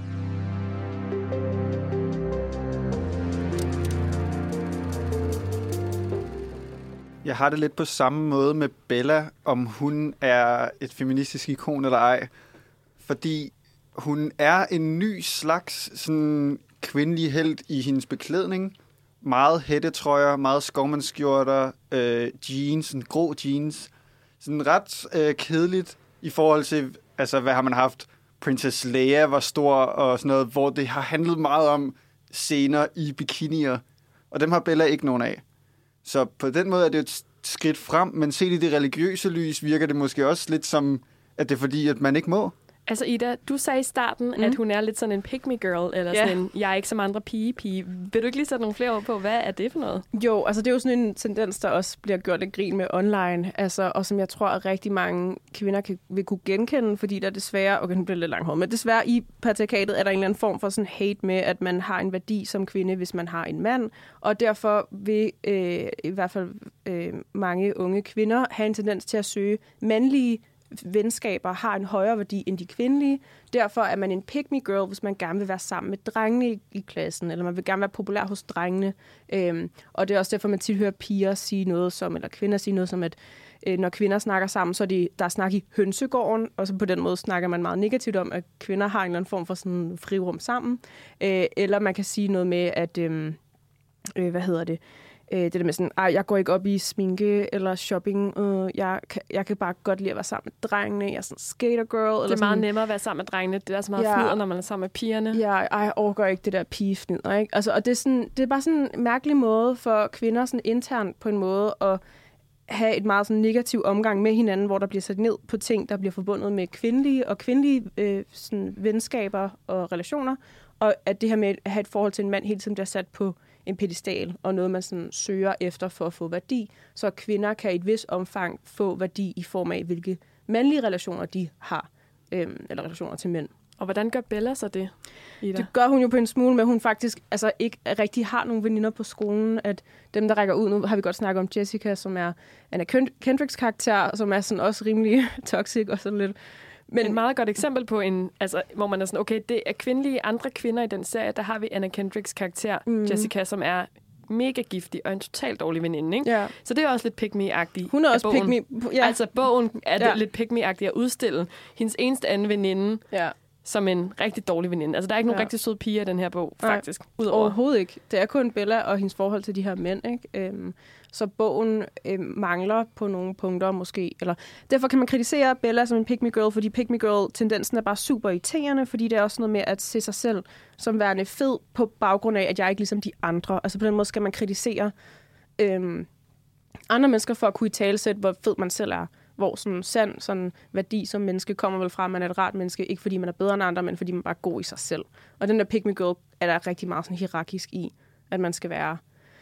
Jeg har det lidt på samme måde med Bella, om hun er et feministisk ikon eller ej. Fordi hun er en ny slags sådan, kvindelig helt i hendes beklædning. Meget hættetrøjer, meget skovmandskjorter, jeans, sådan grå jeans. Sådan ret kedeligt i forhold til, altså hvad har man haft? Princess Leia var stor og sådan noget, hvor det har handlet meget om scener i bikinier. Og dem har Bella ikke nogen af. Så på den måde er det et skridt frem, men set i det religiøse lys virker det måske også lidt som, at det er fordi, at man ikke må. Altså Ida, du sagde i starten, at hun er lidt sådan en pick-me girl, eller sådan en, jeg er ikke som andre pige. Vil du ikke lige sætte nogle flere ord på, hvad er det for noget? Jo, altså det er jo sådan en tendens, der også bliver gjort lidt grin med online, altså, og som jeg tror, at rigtig mange kvinder vil kunne genkende, fordi der desværre, okay, nu bliver det lidt langhåret, men desværre i patriarkatet er der en eller anden form for sådan hate med, at man har en værdi som kvinde, hvis man har en mand, og derfor vil i hvert fald mange unge kvinder have en tendens til at søge mandlige venskaber har en højere værdi end de kvindelige. Derfor er man en pick-me girl, hvis man gerne vil være sammen med drengene i klassen, eller man vil gerne være populær hos drengene. Og det er også derfor, man tit hører piger sige noget som, eller kvinder sige noget som, at når kvinder snakker sammen, så er der snak i hønsegården, og så på den måde snakker man meget negativt om, at kvinder har en eller anden form for sådan frirum sammen. Eller man kan sige noget med, at det der med sådan, jeg går ikke op i sminke eller shopping. Jeg kan bare godt lide at være sammen med drengene. Jeg er sådan skater girl. Det er meget nemmere at være sammen med drengene. Det er så meget fnider, når man er sammen med pigerne. Ja, jeg overgår ikke det der pigefnider, ikke? Altså, og det er bare sådan en mærkelig måde for kvinder sådan internt på en måde at have et meget sådan negativ omgang med hinanden, hvor der bliver sat ned på ting, der bliver forbundet med kvindelige sådan venskaber og relationer. Og at det her med at have et forhold til en mand hele tiden bliver sat på en pedestal, og noget, man sådan søger efter for at få værdi, så kvinder kan i et vis omfang få værdi i form af, hvilke mandlige relationer de har, eller relationer til mænd. Og hvordan gør Bella så det, Ida? Det gør hun jo på en smule med, at hun faktisk ikke rigtig har nogen veninder på skolen, at dem, der rækker ud, nu har vi godt snakket om Jessica, som er Anna Kendricks karakter, som er sådan også rimelig toxic og sådan lidt. Men et meget godt eksempel på hvor man er sådan, okay, det er andre kvinder i den serie, der har vi Anna Kendricks karakter, Jessica, som er mega giftig og en totalt dårlig veninde, ikke? Ja. Så det er også lidt pick-me-agtigt. Hun er også pick-me. Ja. Altså, bogen er lidt pick-me-agtigt at udstille hendes eneste anden veninde som en rigtig dårlig veninde. Altså, der er ikke nogen rigtig søde piger i den her bog, faktisk. Overhovedet ikke. Det er kun Bella og hendes forhold til de her mænd, ikke? Så bogen mangler på nogle punkter måske. Eller derfor kan man kritisere Bella som en pick-me girl, fordi pick-me girl-tendensen er bare super irriterende, fordi det er også noget med at se sig selv som værende fed på baggrund af, at jeg er ikke ligesom de andre. Altså på den måde skal man kritisere andre mennesker for at kunne italesætte, hvor fed man selv er. Hvor sådan værdi som menneske kommer vel fra, at man er et rart menneske, ikke fordi man er bedre end andre, men fordi man bare er god i sig selv. Og den der pick-me girl er der rigtig meget sådan hierarkisk i, at man skal være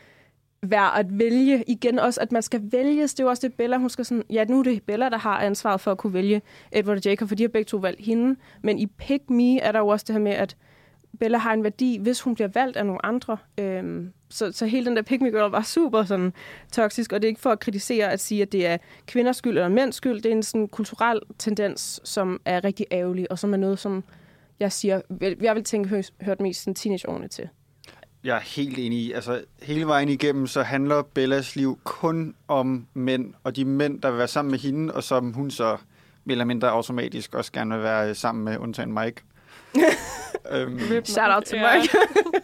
at vælge. Igen også, at man skal vælges. Det er jo også det, Bella, hun skal sådan, ja, nu er det Bella, der har ansvaret for at kunne vælge Edward og Jacob, for de har begge to valgt hende. Men i Pick Me er der jo også det her med, at Bella har en værdi, hvis hun bliver valgt af nogle andre. Så hele den der Pick Me Girl var super sådan toksisk, og det er ikke for at kritisere at sige, at det er kvinders skyld eller mænds skyld. Det er en sådan kulturel tendens, som er rigtig ærgerlig, og som er noget, som jeg siger, jeg vil tænke hørt mest sådan teenageårene til. Jeg er helt enig i. Altså, hele vejen igennem, så handler Bellas liv kun om mænd, og de mænd, der vil være sammen med hende, og som hun så mere eller mindre automatisk også gerne vil være sammen med, undtagen Mike. Shout out til Mike.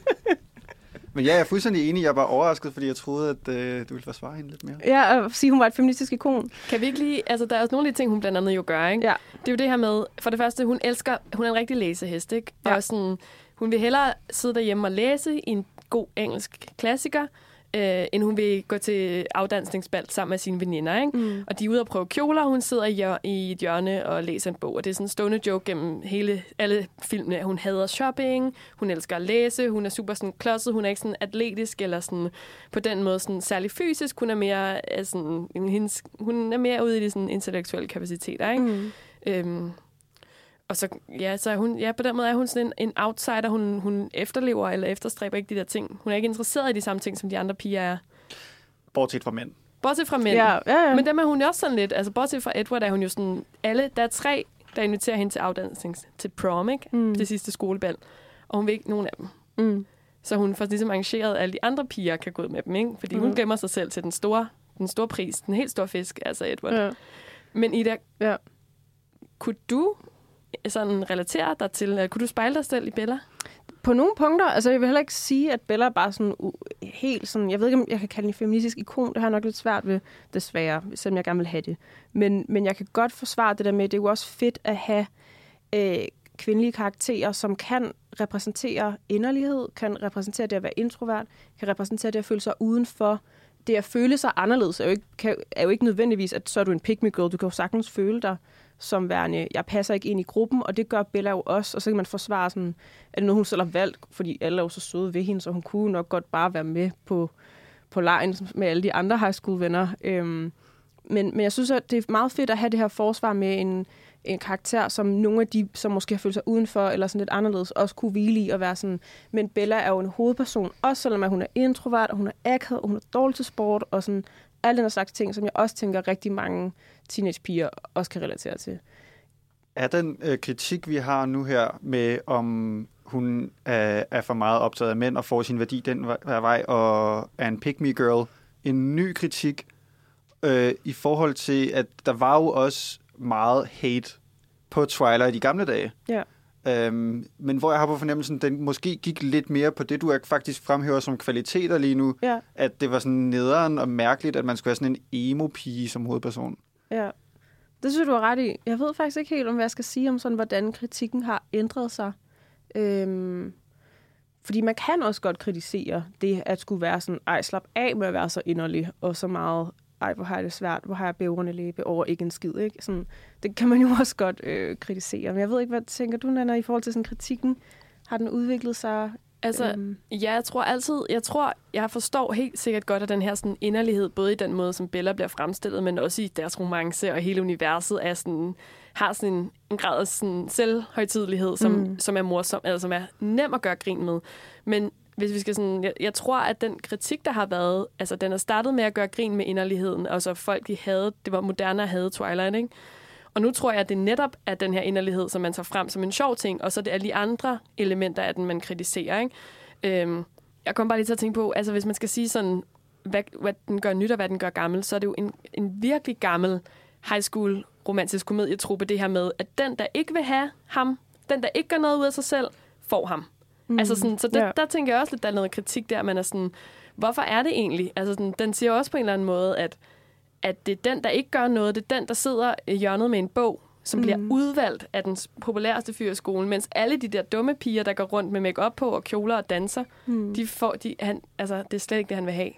Men ja, jeg er fuldstændig enig. Jeg var overrasket, fordi jeg troede, at du ville forsvare hende lidt mere. Ja, og sige, hun var et feministisk ikon. Kan vi ikke lige... Altså, der er også nogle af de ting, hun blandt andet jo gør, ikke? Ja. Det er jo det her med... For det første, hun er en rigtig læsehest, ikke? Ja. Og sådan... Hun vil hellere sidde derhjemme og læse i en god engelsk klassiker, end hun vil gå til afdansningsbal sammen med sine veninder, ikke? Mm. Og de er ude og prøve kjoler, og hun sidder i et hjørne og læser en bog. Og det er sådan en stående joke gennem alle filmene. Hun hader shopping, hun elsker at læse, hun er super sådan klodset, hun er ikke sådan atletisk eller sådan på den måde sådan særlig fysisk. Hun er mere sådan, hun er mere ude i de sådan intellektuelle kapaciteter, ikke? Mm. Og så er hun, på den måde er hun sådan en outsider. Hun efterlever eller efterstræber ikke de der ting. Hun er ikke interesseret i de samme ting, som de andre piger er. Bortset fra mænd. Bortset fra mænd. Ja. Men dem er hun også sådan lidt. Altså, bortset fra Edward er hun jo sådan... Der er 3, der inviterer hende til afdansning, til prom, ikke? Det sidste skolebal. Og hun vil ikke nogen af dem. Mm. Så hun får ligesom arrangeret, at alle de andre piger kan gå ud med dem, ikke? Fordi hun glemmer sig selv til den store pris. Den helt store fisk, altså Edward. Ja. Men Ida, kunne du... sådan relatere dig til... Kunne du spejle dig selv i Bella? På nogle punkter. Altså, jeg vil heller ikke sige, at Bella er bare sådan helt sådan... Jeg ved ikke, om jeg kan kalde en feministisk ikon. Det har jeg nok lidt svært ved, desværre, selvom jeg gerne vil have det. Men jeg kan godt forsvare det der med, det er jo også fedt at have kvindelige karakterer, som kan repræsentere inderlighed, kan repræsentere det at være introvert, kan repræsentere det at føle sig udenfor. Det at føle sig anderledes er jo ikke nødvendigvis, at så er du en pick me girl. Du kan jo sagtens føle dig som værende, jeg passer ikke ind i gruppen, og det gør Bella jo også. Og så kan man forsvare sådan, at det noget, hun selv har valgt, fordi alle er jo så søde ved hende, så hun kunne nok godt bare være med på lejen med alle de andre high school venner. Men jeg synes, at det er meget fedt at have det her forsvar med en karakter, som nogle af de, som måske har følt sig udenfor, eller sådan lidt anderledes, også kunne hvile i at være sådan. Men Bella er jo en hovedperson, også selvom hun er introvert, og hun er akavet, og hun er dårlig til sport, og sådan alle den slags ting, som jeg også tænker rigtig mange teenagepiger også kan relatere til. Er den kritik, vi har nu her med, om hun er for meget optaget af mænd og får sin værdi den vej, og er en pick-me-girl, en ny kritik i forhold til, at der var jo også meget hate på Twilight i gamle dage. Ja. Men hvor jeg har på fornemmelsen, den måske gik lidt mere på det, du faktisk fremhæver som kvaliteter lige nu. Ja. At det var sådan nederen og mærkeligt, at man skulle have sådan en emo-pige som hovedperson. Ja, det synes du er ret i. Jeg ved faktisk ikke helt, om hvad jeg skal sige om sådan, hvordan kritikken har ændret sig. Fordi man kan også godt kritisere det, at skulle være sådan, ej, slap af med at være så inderlig, og så meget, ej, hvor har jeg det svært, hvor har jeg bævrende læbe over ikke en skid, ikke? Sådan, det kan man jo også godt kritisere. Men jeg ved ikke, hvad tænker du, Nanna, i forhold til sådan kritikken? Har den udviklet sig? Altså, ja, jeg forstår helt sikkert godt, at den her sådan inderlighed, både i den måde, som Bella bliver fremstillet, men også i deres romance og hele universet, er sådan, har sådan en grad af sådan selvhøjtidelighed, som er morsom, eller som er nem at gøre grin med. Men hvis vi skal sådan, jeg tror, at den kritik, der har været, altså den er startet med at gøre grin med inderligheden, og så folk, det var moderne at have Twilight, ikke? Og nu tror jeg, at det netop er den her inderlighed, som man tager frem som en sjov ting, og så er det alle de andre elementer af den, man kritiserer, ikke? Jeg kom bare lige til at tænke på, altså hvis man skal sige sådan, hvad den gør nyt og hvad den gør gammel, så er det jo en virkelig gammel high school romantisk komedietruppe, det her med, at den, der ikke vil have ham, den, der ikke gør noget ud af sig selv, får ham. Altså sådan, så der tænker jeg også lidt, der er noget kritik der, man er sådan, hvorfor er det egentlig? Altså sådan, den siger også på en eller anden måde, at det er den, der ikke gør noget, det er den, der sidder i hjørnet med en bog, som bliver udvalgt af den populæreste fyr i skolen, mens alle de der dumme piger, der går rundt med make-up på og kjoler og danser, det er slet ikke det, han vil have.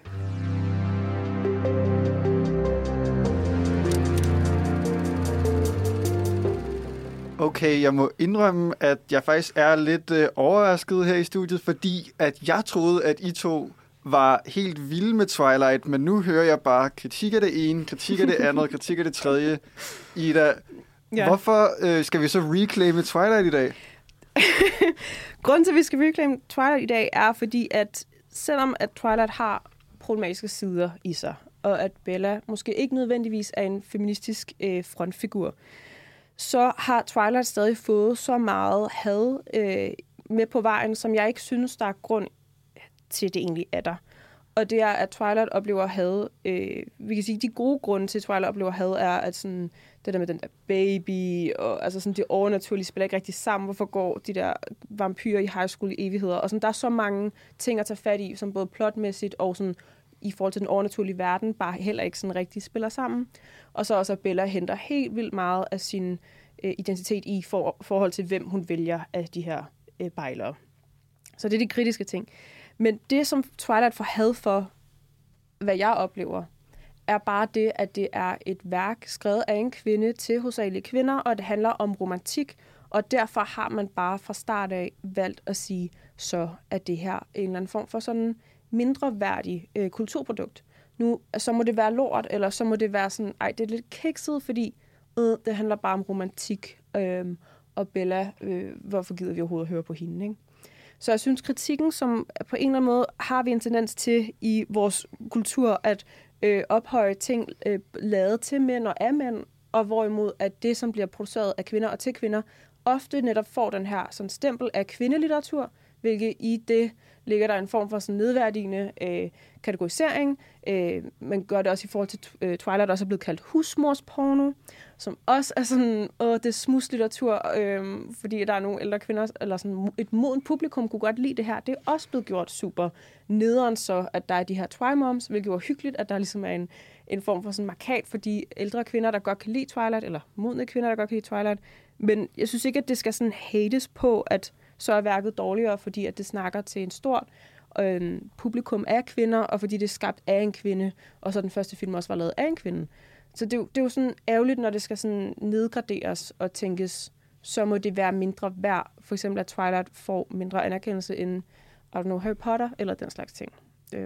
Okay, jeg må indrømme, at jeg faktisk er lidt overrasket her i studiet, fordi at jeg troede, at I to var helt vilde med Twilight, men nu hører jeg bare kritik af det ene, kritik af det andet, kritik af det tredje. Ida, hvorfor skal vi så reclaime Twilight i dag? Grunden til, at vi skal reclaime Twilight i dag, er fordi, at selvom at Twilight har problematiske sider i sig, og at Bella måske ikke nødvendigvis er en feministisk frontfigur, så har Twilight stadig fået så meget had med på vejen, som jeg ikke synes, der er grund til, det egentlig er der. Og det er, at Twilight oplever had. Vi kan sige, at de gode grunde til, at Twilight oplever had, er, at sådan, det der med den der baby, og altså sådan, det overnaturlige spiller ikke rigtig sammen. Hvorfor går de der vampyrer i high school i evigheder? Og sådan, der er så mange ting at tage fat i, som både plotmæssigt og sådan, i forhold til den overnaturlige verden, bare heller ikke sådan rigtig spiller sammen. Og så også, at Bella henter helt vildt meget af sin identitet i forhold til, hvem hun vælger af de her bejlere. Så det er de kritiske ting. Men det, som Twilight får had for, hvad jeg oplever, er bare det, at det er et værk skrevet af en kvinde til hovedsageligt kvinder, og det handler om romantik, og derfor har man bare fra start af valgt at sige, så er det her en eller anden form for sådan mindre værdig kulturprodukt. Nu, så må det være lort, eller så må det være sådan, ej, det er lidt kikset, fordi det handler bare om romantik, og Bella, hvorfor gider vi overhovedet at høre på hende, ikke? Så jeg synes, kritikken, som på en eller anden måde har vi en tendens til i vores kultur, at ophøje ting lavet til mænd og af mænd, og hvorimod at det, som bliver produceret af kvinder og til kvinder, ofte netop får den her sådan stempel af kvindelitteratur, hvilket i det ligger der en form for sådan nedværdigende kategorisering. Man gør det også i forhold til Twilight, også er blevet kaldt husmorsporno, som også er sådan, det er smudslitteratur, fordi der er nogle ældre kvinder, eller sådan et moden publikum kunne godt lide det her. Det er også blevet gjort super nederen, så at der er de her twi-moms, hvilket var hyggeligt, at der ligesom er en form for sådan markat for de ældre kvinder, der godt kan lide Twilight, eller modne kvinder, der godt kan lide Twilight. Men jeg synes ikke, at det skal sådan hates på, at så er værket dårligere, fordi at det snakker til en stor publikum af kvinder, og fordi det er skabt af en kvinde, og så den første film også var lavet af en kvinde. Så det er jo sådan ærgerligt, når det skal sådan nedgraderes og tænkes, så må det være mindre værd. For eksempel, at Twilight får mindre anerkendelse end Harry Potter, eller den slags ting.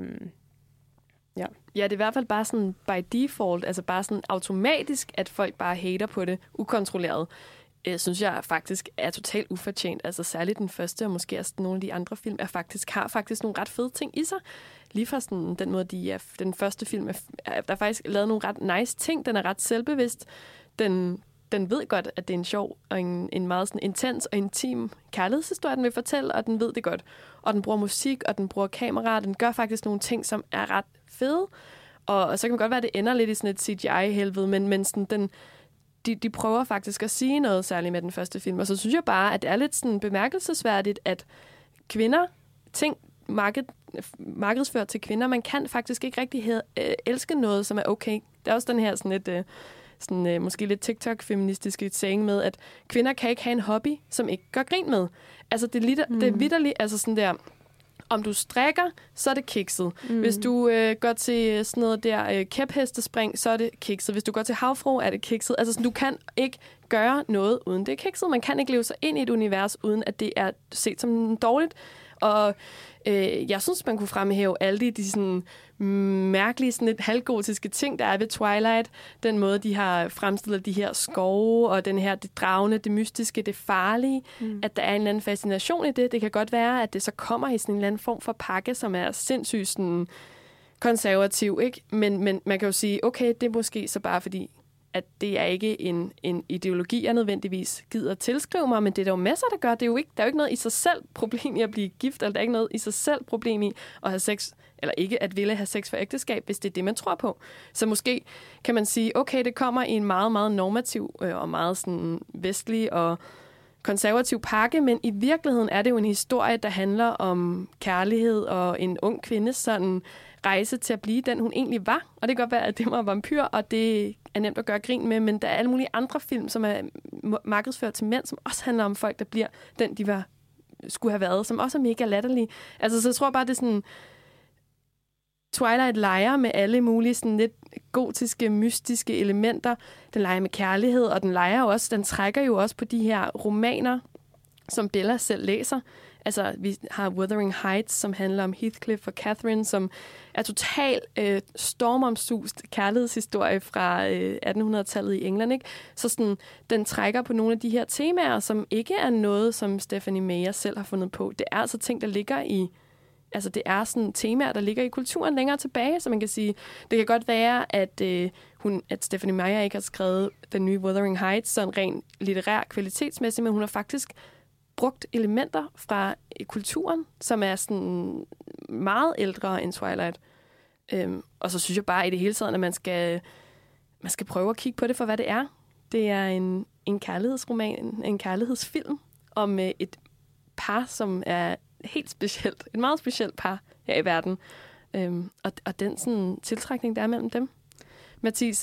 Ja, det er i hvert fald bare sådan by default, altså bare sådan automatisk, at folk bare hater på det ukontrolleret. Synes jeg faktisk er totalt ufortjent. Altså særligt den første, og måske også nogle af de andre film, har faktisk nogle ret fede ting i sig. lige fra sådan, den måde, den første film, der er faktisk lavet nogle ret nice ting. Den er ret selvbevidst. Den ved godt, at det er en sjov og en meget sådan intens og intim kærlighedshistorie, den vil fortælle, og den ved det godt. Og den bruger musik, og den bruger kamera, og den gør faktisk nogle ting, som er ret fede. Og så kan man godt være, at det ender lidt i sådan et CGI-helvede, men sådan de prøver faktisk at sige noget særligt med den første film. Og så synes jeg bare, at det er lidt sådan bemærkelsesværdigt, at kvinder, markedsført til kvinder, man kan faktisk ikke rigtig elske noget, som er okay. Der er også den her sådan måske lidt TikTok-feministiske saying med, at kvinder kan ikke have en hobby, som ikke gør grin med. Altså, det er vitterligt, altså sådan der, om du strikker, så er det kikset. Hvis du går til sådan noget der kæphestespring, så er det kikset. Hvis du går til havfru, er det kikset. Altså, sådan, du kan ikke gøre noget, uden det er kikset. Man kan ikke leve sig ind i et univers, uden at det er set som dårligt. Og jeg synes, man kunne fremhæve alle de sådan mærkelige, sådan lidt halvgotiske ting, der er ved Twilight. Den måde, de har fremstillet de her skove, og den her, det dragende, det mystiske, det farlige. At der er en eller anden fascination i det. Det kan godt være, at det så kommer i sådan en eller anden form for pakke, som er sindssygt sådan konservativ, ikke? Men man kan jo sige, okay, det er måske så bare fordi, at det er ikke en ideologi, jeg nødvendigvis gider tilskrive mig, men det er der jo masser, der gør. Der er jo ikke noget i sig selv problem i at blive gift, eller der er ikke noget i sig selv problem i at have sex, eller ikke at ville have sex for ægteskab, hvis det er det, man tror på. Så måske kan man sige, okay, det kommer i en meget, meget normativ og meget sådan vestlig og konservativ pakke, men i virkeligheden er det jo en historie, der handler om kærlighed og en ung kvindes sådan rejse til at blive den, hun egentlig var. Og det kan godt være, at det var vampyr, og det er nemt at gøre grin med, men der er alle mulige andre film, som er markedsført til mænd, som også handler om folk, der bliver den, de skulle have været, som også er mega latterlige. Altså, så jeg tror bare, det er sådan Twilight leger med alle mulige sådan lidt gotiske, mystiske elementer. Den leger med kærlighed, og den trækker jo også på de her romaner, som Bella selv læser. Altså, vi har Wuthering Heights, som handler om Heathcliff og Catherine, som er total stormomsust kærlighedshistorie fra 1800-tallet i England, ikke? Så sådan, den trækker på nogle af de her temaer, som ikke er noget, som Stephenie Meyer selv har fundet på. Det er altså ting, der ligger i... Altså, det er sådan temaer, der ligger i kulturen længere tilbage, så man kan sige, det kan godt være, at Stephenie Meyer ikke har skrevet den nye Wuthering Heights sådan rent litterær kvalitetsmæssigt, men hun har faktisk brugt elementer fra kulturen, som er sådan meget ældre end Twilight. Og så synes jeg bare i det hele taget, at man skal prøve at kigge på det for, hvad det er. Det er en kærlighedsroman, en kærlighedsfilm om et par, som er helt specielt. Et meget specielt par her i verden. Og den sådan tiltrækning, der er mellem dem. Mathis,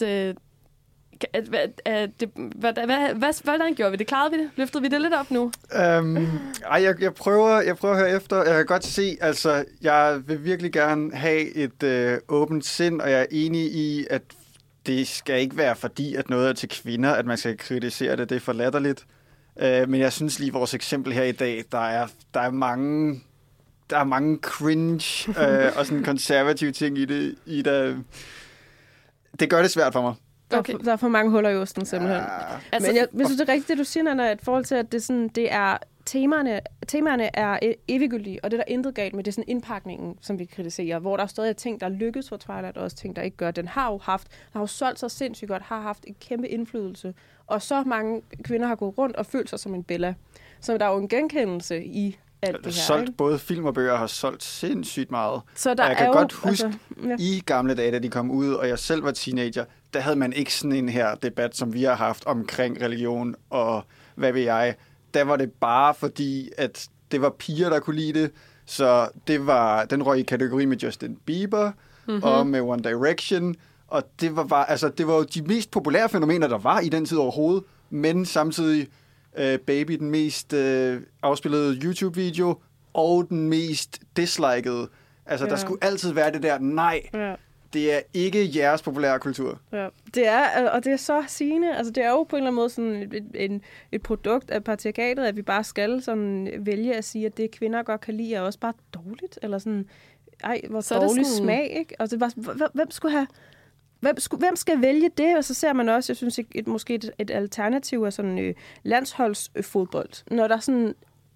hvordan gjorde vi det? Klarede vi det? Løftede vi det lidt op nu? Jeg prøver at høre efter. Jeg kan godt se, altså, jeg vil virkelig gerne have et åbent sind, og jeg er enig i, at det skal ikke være fordi, at noget er til kvinder, at man skal kritisere det. Det er for latterligt. Men jeg synes lige, vores eksempel her i dag, der er mange cringe og sådan konservative ting i det. Det gør det svært for mig. Okay. Der er for mange huller i osten, simpelthen. Altså, men jeg synes, det er rigtigt, det du siger, Nana, at i forhold til, at det er temaerne er eviggyldige, og det er der intet galt med, det er sådan indpakningen, som vi kritiserer, hvor der stadig er ting, der lykkes for Twilight, og også ting, der ikke gør. Den har jo solgt sig sindssygt godt, har haft en kæmpe indflydelse, og så mange kvinder har gået rundt og følt sig som en Bella. Så der er jo en genkendelse i alt det her. Solgt, både film og bøger har solgt sindssygt meget. Så der jeg kan er godt huske, i gamle dage, da de kom ud, og jeg selv var teenager, der havde man ikke sådan en her debat, som vi har haft omkring religion og hvad ved jeg. Der var det bare fordi, at det var piger, der kunne lide det. Så den røg i kategori med Justin Bieber og med One Direction. Og det var bare, altså, det var jo de mest populære fænomener, der var i den tid overhovedet. Men samtidig Baby, den mest afspillede YouTube-video, og den mest dislikede. Altså, der skulle altid være det der, nej, det er ikke jeres populære kultur. Ja. Det er, og det er så sigende. Altså, det er jo på en eller anden måde sådan et produkt af patriarkatet, at vi bare skal sådan vælge at sige, at det kvinder godt kan lide, er også bare dårligt. Eller sådan, hvor så dårlig sådan smag, ikke? Og det var, hvem skal vælge det? Og så ser man også, jeg synes, måske et alternativ af sådan landsholdsfodbold. Når der sådan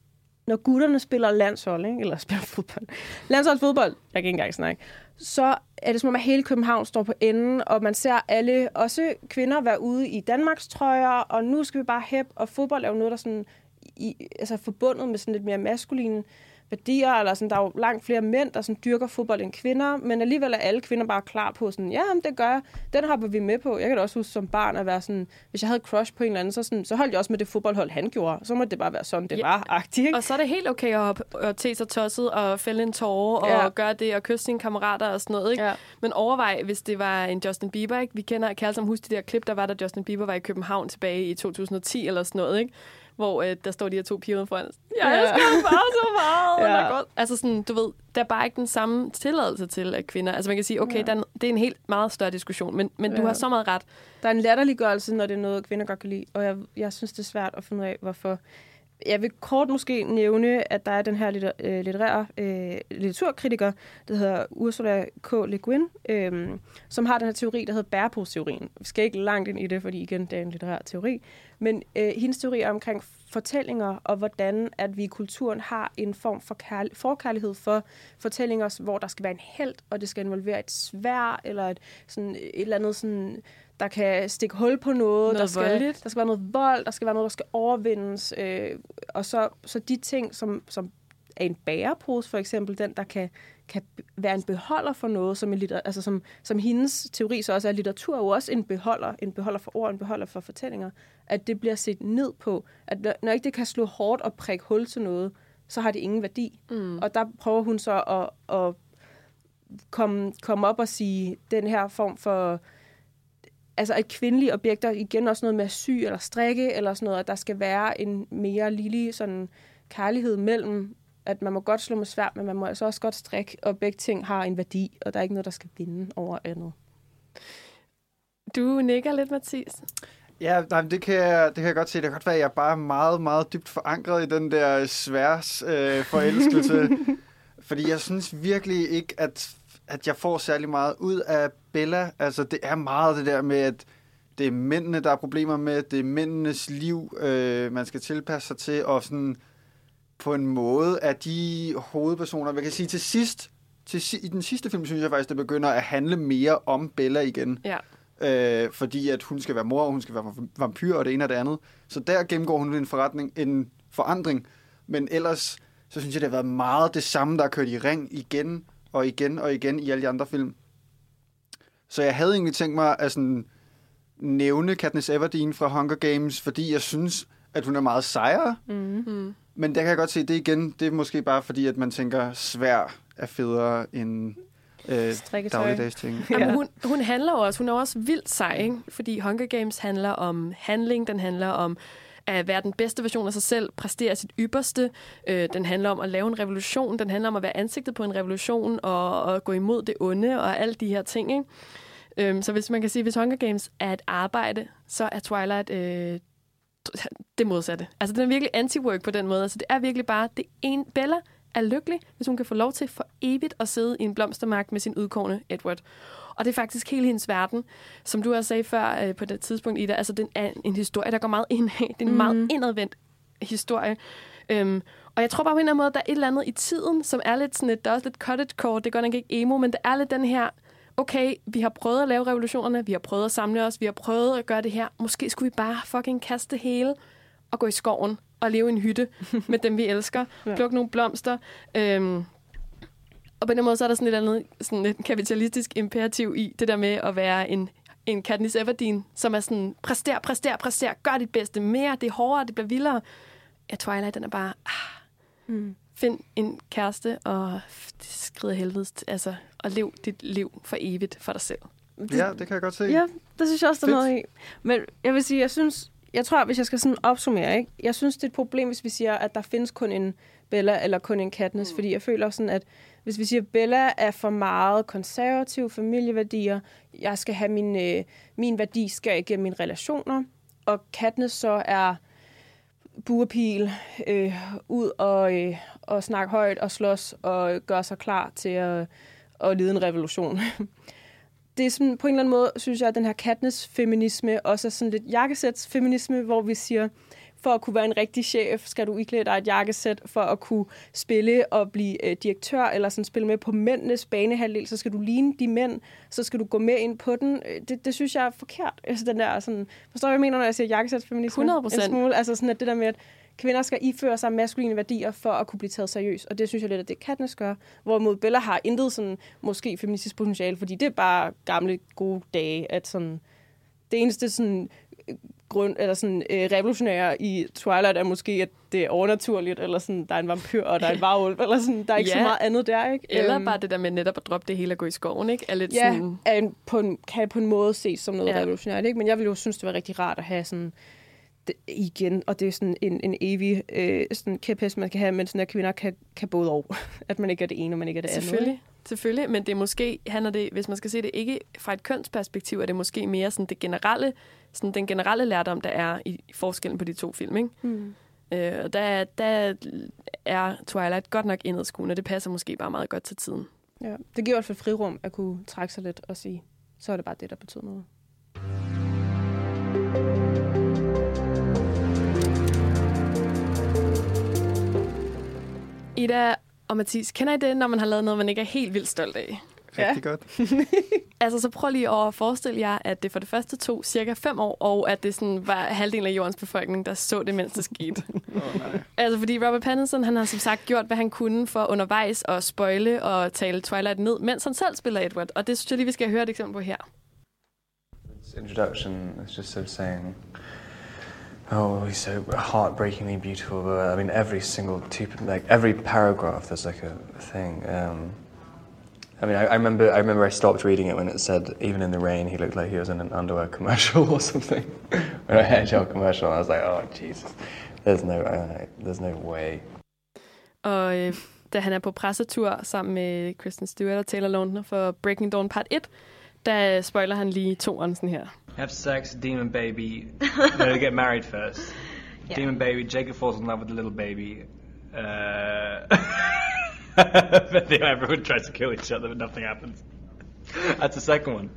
når gutterne spiller landshold, ikke? Eller spiller fodbold, landsholdsfodbold, jeg kan ikke engang snakke, så er det som om, at hele København står på enden, og man ser alle, også kvinder, være ude i Danmarks trøjer, og nu skal vi bare hæppe, og fodbold er jo noget, der sådan, altså forbundet med sådan lidt mere maskuline værdier, eller sådan, der er jo langt flere mænd, der sådan dyrker fodbold end kvinder, men alligevel er alle kvinder bare klar på sådan, ja, det gør jeg, den hopper vi med på. Jeg kan da også huske som barn at være sådan, hvis jeg havde crush på en eller anden, så holdt jeg også med det fodboldhold, han gjorde. Så må det bare være sådan, det var agtigt, ikke? Og så er det helt okay at hoppe og te sig tosset og fælde en tåre og gøre det og kysse sine kammerater og sådan noget, ikke? Ja. Men overvej, hvis det var en Justin Bieber, ikke? Vi kan alle sammen huske de der klip, der var, da Justin Bieber var i København tilbage i 2010 eller sådan noget, ikke? Hvor der står de her 2 piger foran. Jeg elsker ham bare så meget. Ja. Altså sådan, du ved, der er bare ikke den samme tilladelse til at kvinder. Altså man kan sige, okay, det er en helt meget større diskussion, men du har så meget ret. Der er en latterliggørelse, når det er noget, kvinder godt kan lide, og jeg synes, det er svært at finde ud af, hvorfor. Jeg vil kort måske nævne, at der er den her litterære litteraturkritiker, der hedder Ursula K. Le Guin, som har den her teori, der hedder bæreposteorien. Vi skal ikke langt ind i det, fordi igen, det er en litterær teori. Men hendes teori er omkring fortællinger, og hvordan at vi i kulturen har en form for forkærlighed for fortællinger, hvor der skal være en helt, og det skal involvere et sværd, eller et eller andet sådan, der kan stikke hul på noget. Der skal være noget vold, der skal være noget, der skal overvindes. Og så de ting, som er en bærepose, for eksempel, den, der kan være en beholder for noget, som hendes teori så også er, litteratur er jo også en beholder for ord, en beholder for fortællinger, at det bliver set ned på, at når ikke det kan slå hårdt og prikke hul til noget, så har det ingen værdi. Og der prøver hun så at komme op og sige, den her form for, altså at kvindelige objekter, igen også noget med at sy eller strikke, eller sådan noget, at der skal være en mere lille sådan kærlighed mellem, at man må godt slå med sværd, men man må altså også godt strikke, og begge ting har en værdi, og der er ikke noget, der skal vinde over andet. Du nikker lidt, Mathias. Ja, nej, det kan jeg godt se. Det kan godt være, at jeg er bare meget, meget dybt forankret i den der sværs forelskelse. Fordi jeg synes virkelig ikke, at jeg får særlig meget ud af Bella. Altså, det er meget det der med, at det er mændene, der er problemer med. Det er mændenes liv, man skal tilpasse sig til. Og sådan på en måde, at de hovedpersoner, jeg kan sige til sidst, i den sidste film, synes jeg faktisk, det begynder at handle mere om Bella igen. Ja. Fordi at hun skal være mor, og hun skal være vampyr, og det ene og det andet. Så der gennemgår hun en forandring. Men ellers, så synes jeg, det har været meget det samme, der har kørt i ring igen og igen og igen i alle de andre film. Så jeg havde egentlig tænkt mig at sådan nævne Katniss Everdeen fra Hunger Games, fordi jeg synes, at hun er meget sejere. Mm-hmm. Men der kan jeg godt se, det igen, det er måske bare fordi, at man tænker, svær er federe end dagligdags ting. Jamen, hun handler jo også, hun er også vildt sej, ikke? Fordi Hunger Games handler om handling, den handler om at være den bedste version af sig selv, præstere sit ypperste, den handler om at lave en revolution, den handler om at være ansigtet på en revolution, og gå imod det onde, og alle de her ting, ikke? Så hvis man kan sige, hvis Hunger Games er et arbejde, så er Twilight det modsatte. Altså, den er virkelig anti-work på den måde. Altså, det er virkelig bare, Bella er lykkelig, hvis hun kan få lov til for evigt at sidde i en blomstermark med sin udkårne Edward. Og det er faktisk hele hendes verden, som du også sagde før på det tidspunkt, Ida. Altså, den er en historie, der går meget indad. Det er en meget indadvendt historie. Og jeg tror bare på en eller anden måde, der er et eller andet i tiden, som er lidt sådan der er også lidt cottagecore, det er godt nok ikke emo, men det er lidt den her, okay, vi har prøvet at lave revolutionerne, vi har prøvet at samle os, vi har prøvet at gøre det her. Måske skulle vi bare fucking kaste det hele og gå i skoven og leve i en hytte med dem, vi elsker. Plukke nogle blomster. Og på den måde, så er der sådan et andet sådan et kapitalistisk imperativ i det der med at være en Katniss Everdeen, som er sådan, præster, gør dit bedste mere, det er hårdere, det bliver vildere. Ja, Twilight, den er bare, find en kæreste, og skride helvedes, altså, og lev dit liv for evigt for dig selv. Ja, det kan jeg godt se. Ja, det synes jeg også, der er noget i. Men jeg vil sige, jeg tror, hvis jeg skal sådan opsummere, ikke? Jeg synes, det er et problem, hvis vi siger, at der findes kun en Bella eller kun en Katniss, fordi jeg føler sådan, at hvis vi siger, at Bella er for meget konservativ familieværdier, jeg skal have min værdi skal igennem mine relationer, og Katniss så er buerpil, ud og snakke højt og slås og gøre sig klar til at lede en revolution. Det er sådan, på en eller anden måde, synes jeg, at den her Katniss-feminisme også er sådan lidt jakkesætsfeminisme, hvor vi siger, For at kunne være en rigtig chef, skal du iklæde dig et jakkesæt. For at kunne spille og blive direktør, eller sådan spille med på mændenes banehalvdel, så skal du ligne de mænd, så skal du gå med ind på den. Det synes jeg er forkert. Altså den der sådan, forstår du, hvad jeg mener, når jeg siger jakkesætsfeminisme? 100%. Altså sådan, at det der med, at kvinder skal iføre sig maskuline værdier for at kunne blive taget seriøst. Og det synes jeg lidt, at det Katniss gør. Hvorimod Bella har intet sådan, måske feministisk potentiale, fordi det er bare gamle, gode dage, at sådan, det eneste sådan, revolutionære i Twilight er måske, at det er overnaturligt, eller sådan, der er en vampyr, og der er en varulv, eller sådan, der er ikke så meget andet der, ikke? Eller bare det der med netop at droppe det hele og gå i skoven, ikke? Er lidt sådan... kan på en måde ses som noget revolutionært, ikke? Men jeg ville jo synes, det var rigtig rart at have sådan igen, og det er sådan en evig sådan kæphest, man kan have, men sådan at kvinder kan både og. At man ikke er det ene, og man ikke er det andet. Selvfølgelig, men det er måske, handler det, hvis man skal se det ikke fra et kønsperspektiv, er det måske mere sådan den generelle lærdom, der er i forskellen på de to film, ikke? Og der er Twilight godt nok indadskuende, og det passer måske bare meget godt til tiden. Ja, det giver i hvert fald frirum at kunne trække sig lidt og sige, så er det bare det, der betyder noget. Ida og Mathis, kender I det, når man har lavet noget, man ikke er helt vildt stolt af? Rigtig godt. Altså, så prøv lige at forestille jer, at det for det første tog cirka 5 år, og at det sådan var halvdelen af jordens befolkning, der så det, mens det skete. Altså, fordi Robert Pattinson, han har som sagt gjort, hvad han kunne for undervejs at spoile og tale Twilight ned, mens han selv spiller Edward. Og det synes jeg lige, vi skal høre et eksempel på her. Introduction is just sort of saying, oh, he's so heartbreakingly beautiful. I mean, every paragraph, there's like a thing. I mean, I remember I stopped reading it when it said, even in the rain, he looked like he was in an underwear commercial or something. Or a hair gel commercial. I was like, oh, Jesus. There's no way. Og da han er på pressetur sammen med Kristen Stewart og Taylor Lautner for Breaking Dawn Part 1, der spoiler han lige toeren sådan her. Have sex, demon baby. No, they get married first. Yeah. Demon baby, Jacob falls in love with the little baby. But then everyone tries to kill each other, but nothing happens. That's the second one.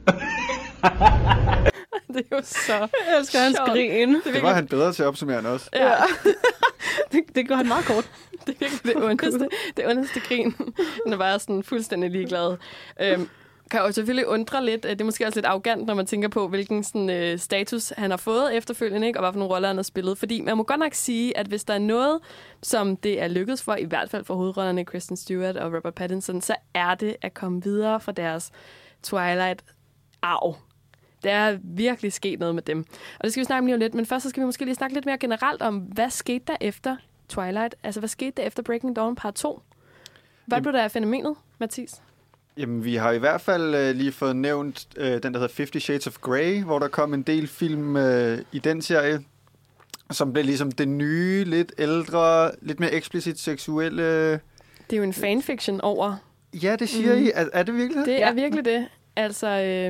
Det er jo så jeg elsker hans grin. Det var han bedre til at opsummere end også. Ja. det går han meget kort. Det er virkelig det ondeste grin. Han er bare sådan fuldstændig ligeglad. Kan jo selvfølgelig undre lidt. Det er måske også lidt arrogant, når man tænker på, hvilken sådan, status han har fået efterfølgende, ikke? Og hvad for nogle roller han har spillet. Fordi man må godt nok sige, at hvis der er noget, som det er lykkedes for, i hvert fald for hovedrollerne Kristen Stewart og Robert Pattinson, så er det at komme videre fra deres Twilight-arv. Der er virkelig sket noget med dem. Og det skal vi snakke lige om lidt. Men først så skal vi måske lige snakke lidt mere generelt om, hvad skete der efter Twilight? Altså, hvad skete der efter Breaking Dawn Part 2? Hvad blev der af fænomenet, Mathis? Jamen, vi har i hvert fald lige fået nævnt den, der hedder 50 Shades of Grey, hvor der kom en del film i den serie, som blev ligesom det nye, lidt ældre, lidt mere eksplicit seksuelle... Det er jo en fanfiction over... Ja, det siger I. Er det virkelig det? Det er virkelig det. Altså,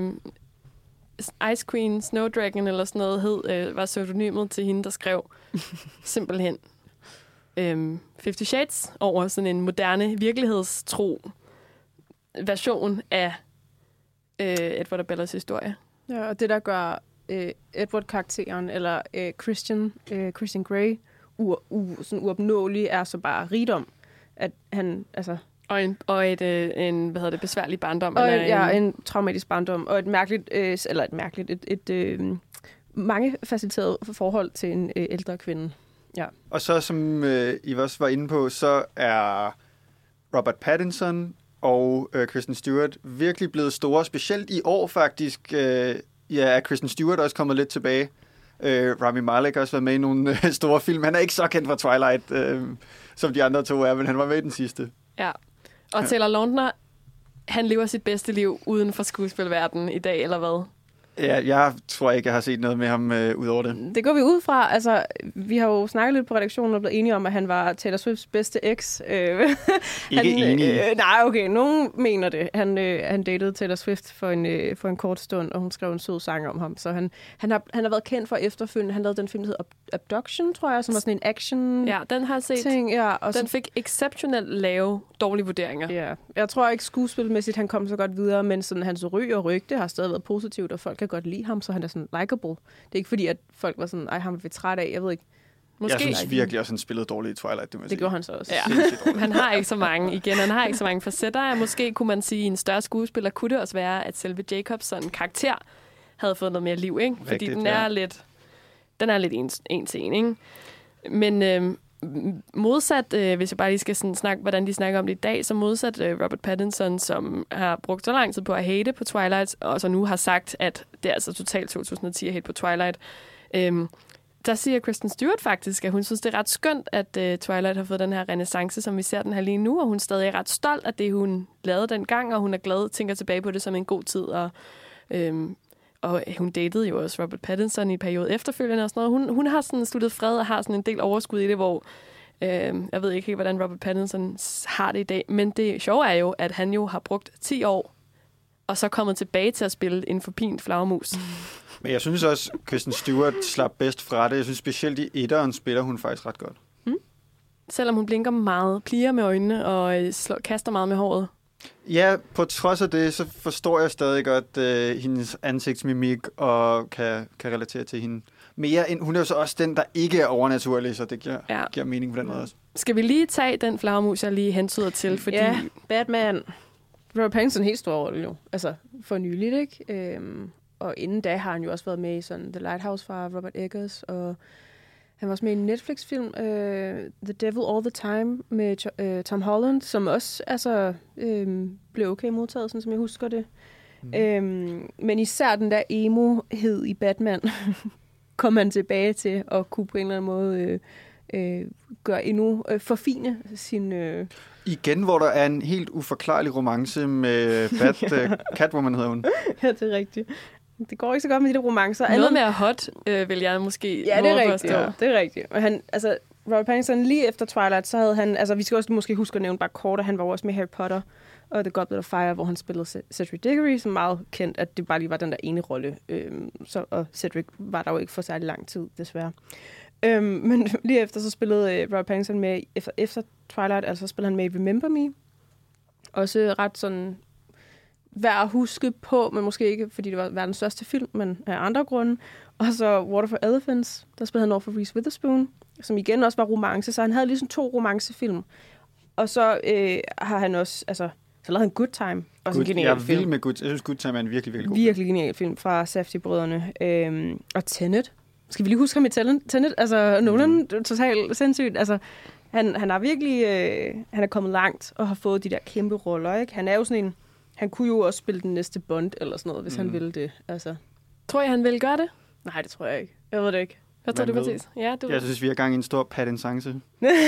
Ice Queen, Snow Dragon eller sådan noget var pseudonymet til hende, der skrev simpelthen 50 Shades over sådan en moderne, virkelighedstro version af Edward og Bellas historie. Ja, og det, der gør Edward-karakteren, eller Christian Grey, sådan uopnåelig, er så bare rigdom. At han, altså... Og en besværlig barndom. Og en traumatisk barndom. Og et mangefaciliteret forhold til en ældre kvinde. Ja. Og så, som I også var inde på, så er Robert Pattinson og Kristen Stewart virkelig blevet store, specielt i år faktisk. Er Kristen Stewart også kommet lidt tilbage. Rami Malek har også været med i nogle store film. Han er ikke så kendt fra Twilight, som de andre to er, men han var med i den sidste. Ja, og Taylor Lautner, han lever sit bedste liv uden for skuespilverdenen i dag, eller hvad? Ja, jeg tror ikke, jeg har set noget med ham ud over det. Det går vi ud fra. Altså, vi har jo snakket lidt på redaktionen og blevet enige om, at han var Taylor Swifts bedste eks. Ikke enige? Nej, okay. Nogen mener det. Han datede Taylor Swift for en kort stund, og hun skrev en sød sang om ham. Så han har været kendt for efterfølgende. Han lavede den film, der hedder Abduction, tror jeg, som var sådan en action. Ja, den har jeg set. Ting. Ja, og den fik exceptionelt lave, dårlige vurderinger. Ja. Jeg tror ikke skuespilmæssigt, han kom så godt videre, men sådan, hans ry og rygte har stadig været positivt, og folk kan godt lide ham, så han er sådan likeable. Det er ikke fordi, at folk var sådan, ej, ham er vi træt af. Jeg ved ikke, Jeg synes virkelig også, han spillede dårligt i Twilight. Det gjorde han så også. Ja. Han har ikke så mange, facetter. Måske kunne man sige, at en større skuespiller kunne det også være, at selve Jacobs sådan karakter havde fået noget mere liv, ikke? Fordi Rigtigt, den er lidt en til en, ikke? Men modsat, hvis jeg bare lige skal sådan snakke, hvordan de snakker om det i dag, så modsat Robert Pattinson, som har brugt så lang tid på at hate på Twilight, og så nu har sagt, at det er altså totalt 2010 at hate på Twilight, der siger Kristen Stewart faktisk, at hun synes, det er ret skønt, at Twilight har fået den her renaissance, som vi ser den her lige nu, og hun stadig er ret stolt af det, hun lavede dengang, og hun er glad, tænker tilbage på det som en god tid, og hun datede jo også Robert Pattinson i en periode efterfølgende og sådan noget. Hun har sådan sluttet fred og har sådan en del overskud i det, hvor jeg ved ikke helt, hvordan Robert Pattinson har det i dag, men det sjove er jo, at han jo har brugt 10 år, og så kommet tilbage til at spille en forpint flagermus. Men jeg synes også, Kristen Stewart slap bedst fra det. Jeg synes specielt i etteren spiller hun faktisk ret godt. Selvom hun blinker meget, plier med øjnene og kaster meget med håret. Ja, på trods af det, så forstår jeg stadig godt hendes ansigtsmimik og kan relatere til hende mere. Hun er jo så også den, der ikke er overnaturlig, så det giver mening på den måde også. Skal vi lige tage den flagermus, jeg lige hentyder til? Fordi... Ja, Batman. Robert Pattinson helt stor rolle jo. Altså, for nyligt, ikke? Og inden da har han jo også været med i sådan The Lighthouse fra Robert Eggers, og han var også med i en Netflix-film, The Devil All the Time, med Tom Holland, som også blev okay modtaget, sådan som jeg husker det. Men især den der emo-hed i Batman, kom han tilbage til at kunne på en eller anden måde gøre endnu forfine sin... Igen, hvor der er en helt uforklarlig romance med Catwoman, hedder hun. Ja, det er rigtigt. Det går ikke så godt med de der romancer. Noget mere hot, vil jeg måske det er rigtigt. Ja, det er rigtigt. Og Robert Pattinson, lige efter Twilight, så havde han... vi skal også måske huske at nævne bare kort, at han var også med Harry Potter og The Goblet of Fire, hvor han spillede Cedric Diggory, som meget kendt, at det bare lige var den der ene rolle. Og Cedric var der jo ikke for særlig lang tid, desværre. Men lige efter, så spillede Robert Pattinson med... Efter Twilight, altså spillede han med i Remember Me. Også ret sådan... værd at huske på, men måske ikke, fordi det var verdens største film, men af andre grunde. Og så Water for Elephants, der spillede han over for Reese Witherspoon, som igen også var romance, så han havde ligesom 2 romancefilm. Og så har han også, så lavede han Good Time, også en genial film. Jeg er vild med Good Time. Jeg synes, Good Time er en virkelig, virkelig god film. Virkelig genial film fra Safdie-brødrene. Og Tenet. Skal vi lige huske ham i Tenet? Nolan, totalt sindssygt. Han er virkelig, han er kommet langt og har fået de der kæmpe roller, ikke? Han er jo sådan en... Han kunne jo også spille den næste Bond eller sådan noget, hvis han ville det. Tror jeg, han ville gøre det? Nej, det tror jeg ikke. Jeg ved det ikke. Hvad tror du præcis? Ja, jeg synes, vi er gang i en stor Pattinson. Det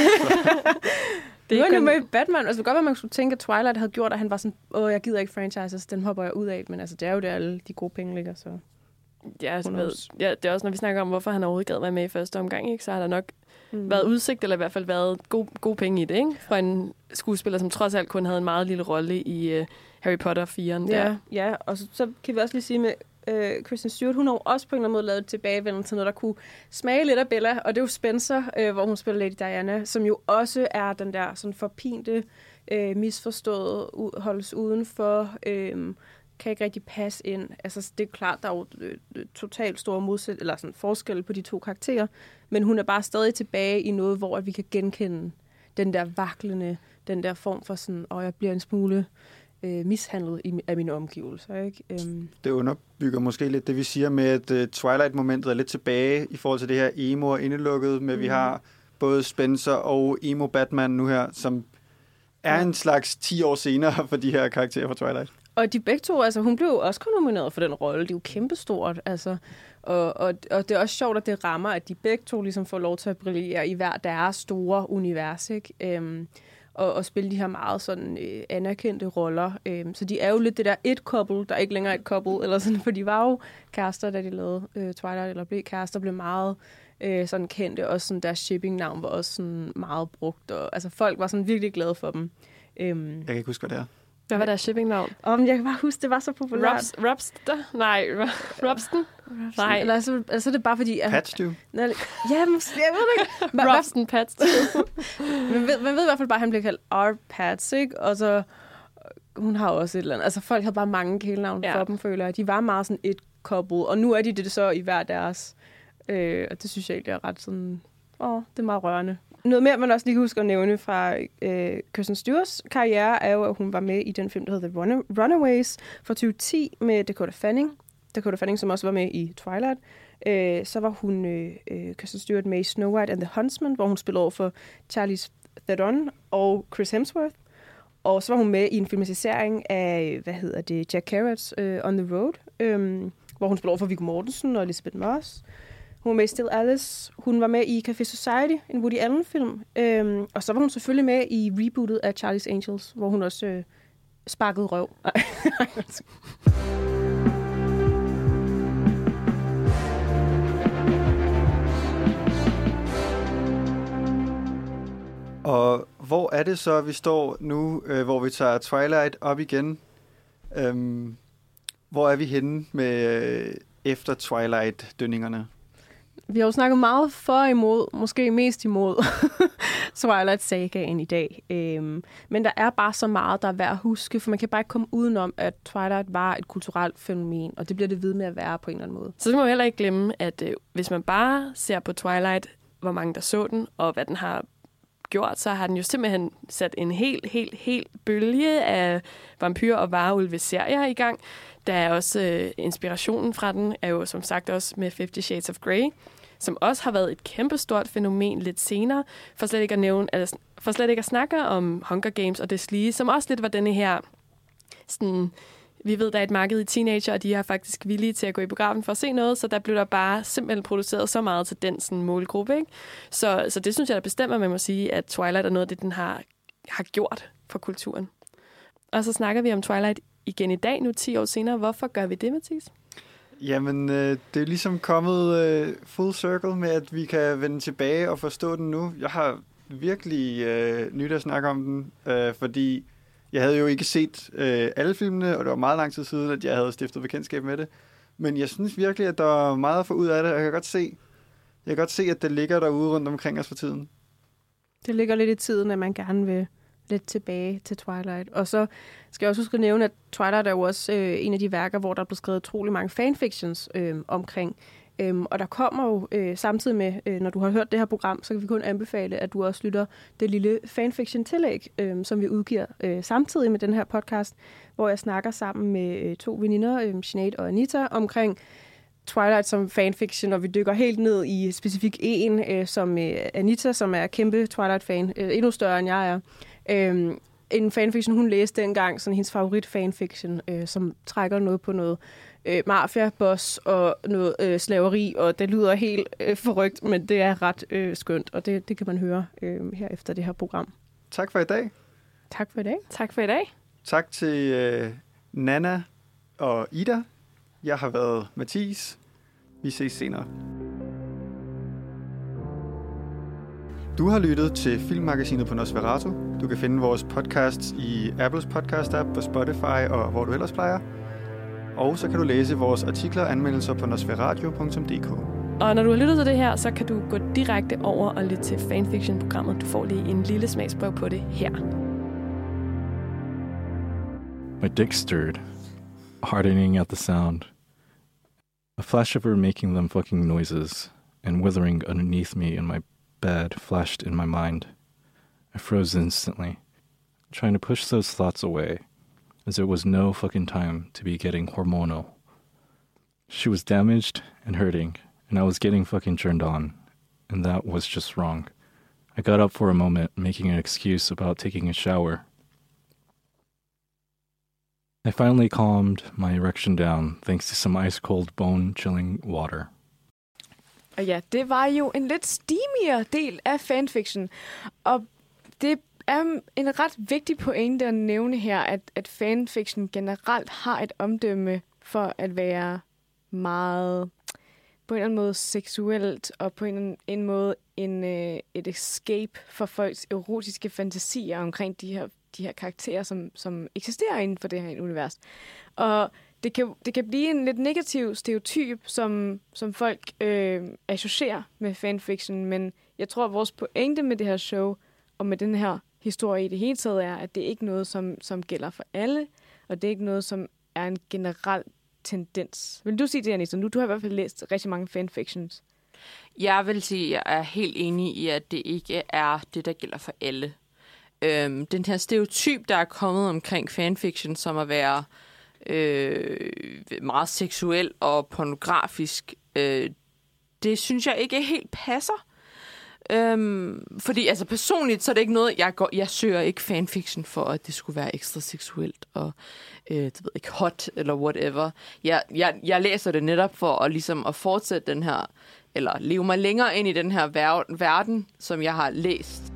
er jo med Batman. Det godt, at man skulle tænke, at Twilight havde gjort, at han var sådan, jeg gider ikke franchises, den hopper jeg ud af. Men det er jo der, alle de gode penge ligger, så... Ja, det er også, når vi snakker om, hvorfor han overhovedet gad være med i første omgang, ikke? Så har der nok været udsigt, eller i hvert fald været gode penge i det, ikke? For en skuespiller, som trods alt kun havde en meget lille rolle i Harry Potter 4'eren der. Ja, og så kan vi også lige sige med Kristen Stewart, hun har også på en eller anden måde lavet tilbagevendelse til noget, der kunne smage lidt af Bella, og det er jo Spencer, hvor hun spiller Lady Diana, som jo også er den der sådan forpinte, misforstået, holdes udenfor, kan ikke rigtig passe ind. Det er klart, der er jo totalt store forskel på de 2 karakterer, men hun er bare stadig tilbage i noget, hvor at vi kan genkende den der vaklende, den der form for sådan, jeg bliver en smule mishandlet af mine omgivelser. Ikke? Det underbygger måske lidt det, vi siger med, at Twilight-momentet er lidt tilbage i forhold til det her emo og indelukket, med vi har både Spencer og emo Batman nu her, som er en slags 10 år senere for de her karakterer fra Twilight. Og de begge 2, hun blev jo også nomineret for den rolle. Det er jo kæmpestort, Og det er også sjovt, at det rammer, at de begge 2 ligesom får lov til at brillere i hver deres store univers, ikke? Og spille de her meget sådan anerkendte roller. Så de er jo lidt det der et-couple, der ikke længere er et couple, eller sådan, for de var jo kærester, da de lavede Twilight, eller blev kærester, blev meget sådan kendte. Også sådan deres shipping-navn var også sådan meget brugt, og folk var sådan virkelig glade for dem. Jeg kan ikke huske, hvad det er. Hvad var deres shipping-navn? Jeg kan bare huske, det var så populært. Robston? Nej, Robston? Nej. Eller så er det bare fordi... Patstew? Ja, måske, jeg ved det ikke. Robston Patstew. Man ved i hvert fald bare, at han bliver kaldt R-Pats, ikke? Og så... Hun har også et eller andet... folk havde bare mange kælenavn for dem, føler jeg. De var meget sådan et couple, og nu er de det så i hver deres... og det synes jeg egentlig er ret sådan... det er meget rørende. Noget mere, man også lige husker at nævne fra Kristen Stewarts karriere, er jo, at hun var med i den film, der hedder The Runaways fra 2010 med Dakota Fanning. Dakota Fanning, som også var med i Twilight. Så var hun Kristen Stewart med i Snow White and the Huntsman, hvor hun spillede over for Charlize Theron og Chris Hemsworth. Og så var hun med i en filmatisering af, Jack Kerouacs On the Road, hvor hun spillede over for Viggo Mortensen og Elizabeth Moss. Hun var med i Still Alice. Hun var med i Café Society, en Woody Allen-film. Og så var hun selvfølgelig med i rebootet af Charlie's Angels, hvor hun også sparkede røv. Og hvor er det så, vi står nu, hvor vi tager Twilight op igen? Hvor er vi henne med efter Twilight-dønningerne? Vi har jo snakket meget for og imod, måske mest imod Twilight-sagaen i dag. Men der er bare så meget, der er værd at huske, for man kan bare ikke komme udenom, at Twilight var et kulturelt fænomen, og det bliver det ved med at være på en eller anden måde. Så skal man heller ikke glemme, at hvis man bare ser på Twilight, hvor mange der så den, og hvad den har gjort, så har den jo simpelthen sat en helt bølge af vampyr- og varulve-serier i gang. Der er også inspirationen fra den, er jo som sagt også med 50 Shades of Grey, som også har været et kæmpestort fænomen lidt senere, for slet ikke at snakke om Hunger Games og Deslige, som også lidt var denne her sådan, vi ved, der er et marked i teenager, og de er faktisk villige til at gå i biografen for at se noget, så der blev der bare simpelthen produceret så meget til den sådan, målgruppe. Ikke? Så det synes jeg da bestemt, at man må sige, at Twilight er noget af det, den har gjort for kulturen. Og så snakker vi om Twilight igen i dag, nu 10 år senere. Hvorfor gør vi det, Mathias? Jamen, det er ligesom kommet full circle med, at vi kan vende tilbage og forstå den nu. Jeg har virkelig nyt at snakke om den, fordi jeg havde jo ikke set alle filmene, og det var meget lang tid siden, at jeg havde stiftet bekendtskab med det. Men jeg synes virkelig, at der er meget at få ud af det, og jeg kan godt se, at det ligger derude rundt omkring os for tiden. Det ligger lidt i tiden, at man gerne vil lidt tilbage til Twilight. Og så skal jeg også huske at nævne, at Twilight er jo også en af de værker, hvor der er blevet skrevet utrolig mange fanfictions omkring. Og der kommer jo samtidig med, når du har hørt det her program, så kan vi kun anbefale, at du også lytter det lille fanfiction-tillæg, som vi udgiver samtidig med den her podcast, hvor jeg snakker sammen med 2 veninder, Sinead og Anita, omkring Twilight som fanfiction, og vi dykker helt ned i specifik en, som Anita, som er kæmpe Twilight-fan, endnu større end jeg er. En fanfiction, hun læste dengang, sådan hendes favorit fanfiction, som trækker noget på noget mafia-boss og noget slaveri, og det lyder helt forrygt, men det er ret skønt, og det kan man høre her efter det her program. Tak for i dag. Tak for i dag. Tak for i dag. Tak til Nana og Ida. Jeg har været Mathias. Vi ses senere. Du har lyttet til Filmmagasinet på Nosferatu. Du kan finde vores podcast i Apples podcast-app, på Spotify og hvor du ellers plejer. Og så kan du læse vores artikler og anmeldelser på nosferadio.dk. Og når du har lyttet til det her, så kan du gå direkte over og lytte til fanfiction-programmet. Du får lige en lille smagsprøve på det her. My dick stirred, hardening at the sound. A flash of her making them fucking noises, and withering underneath me in my bed flashed in my mind. I froze instantly, trying to push those thoughts away, as there was no fucking time to be getting hormonal. She was damaged and hurting, and I was getting fucking turned on, and that was just wrong. I got up for a moment, making an excuse about taking a shower. I finally calmed my erection down, thanks to some ice-cold, bone-chilling water. Og ja, det var jo en lidt steamigere del af fanfiction, og det er en ret vigtig pointe at nævne her, at fanfiction generelt har et omdømme for at være meget, på en eller anden måde seksuelt, og på en eller anden måde et escape for folks erotiske fantasier omkring de her karakterer, som eksisterer inden for det her univers. Og det kan blive en lidt negativ stereotyp, som folk associerer med fanfiction, men jeg tror, at vores pointe med det her show, og med den her historie i det hele taget, er, at det ikke er noget, som gælder for alle, og det er ikke noget, som er en generel tendens. Vil du sige det, Anita? Du har i hvert fald læst rigtig mange fanfictions. Jeg vil sige, at jeg er helt enig i, at det ikke er det, der gælder for alle. Den her stereotyp, der er kommet omkring fanfiction, som at være meget seksuel og pornografisk, det synes jeg ikke helt passer. Fordi altså personligt, så er det ikke noget, jeg søger ikke fanfiction for, at det skulle være ekstra seksuelt og det ved ikke, hot eller whatever. Jeg læser det netop for at, ligesom, at fortsætte den her, eller leve mig længere ind i den her verden, som jeg har læst.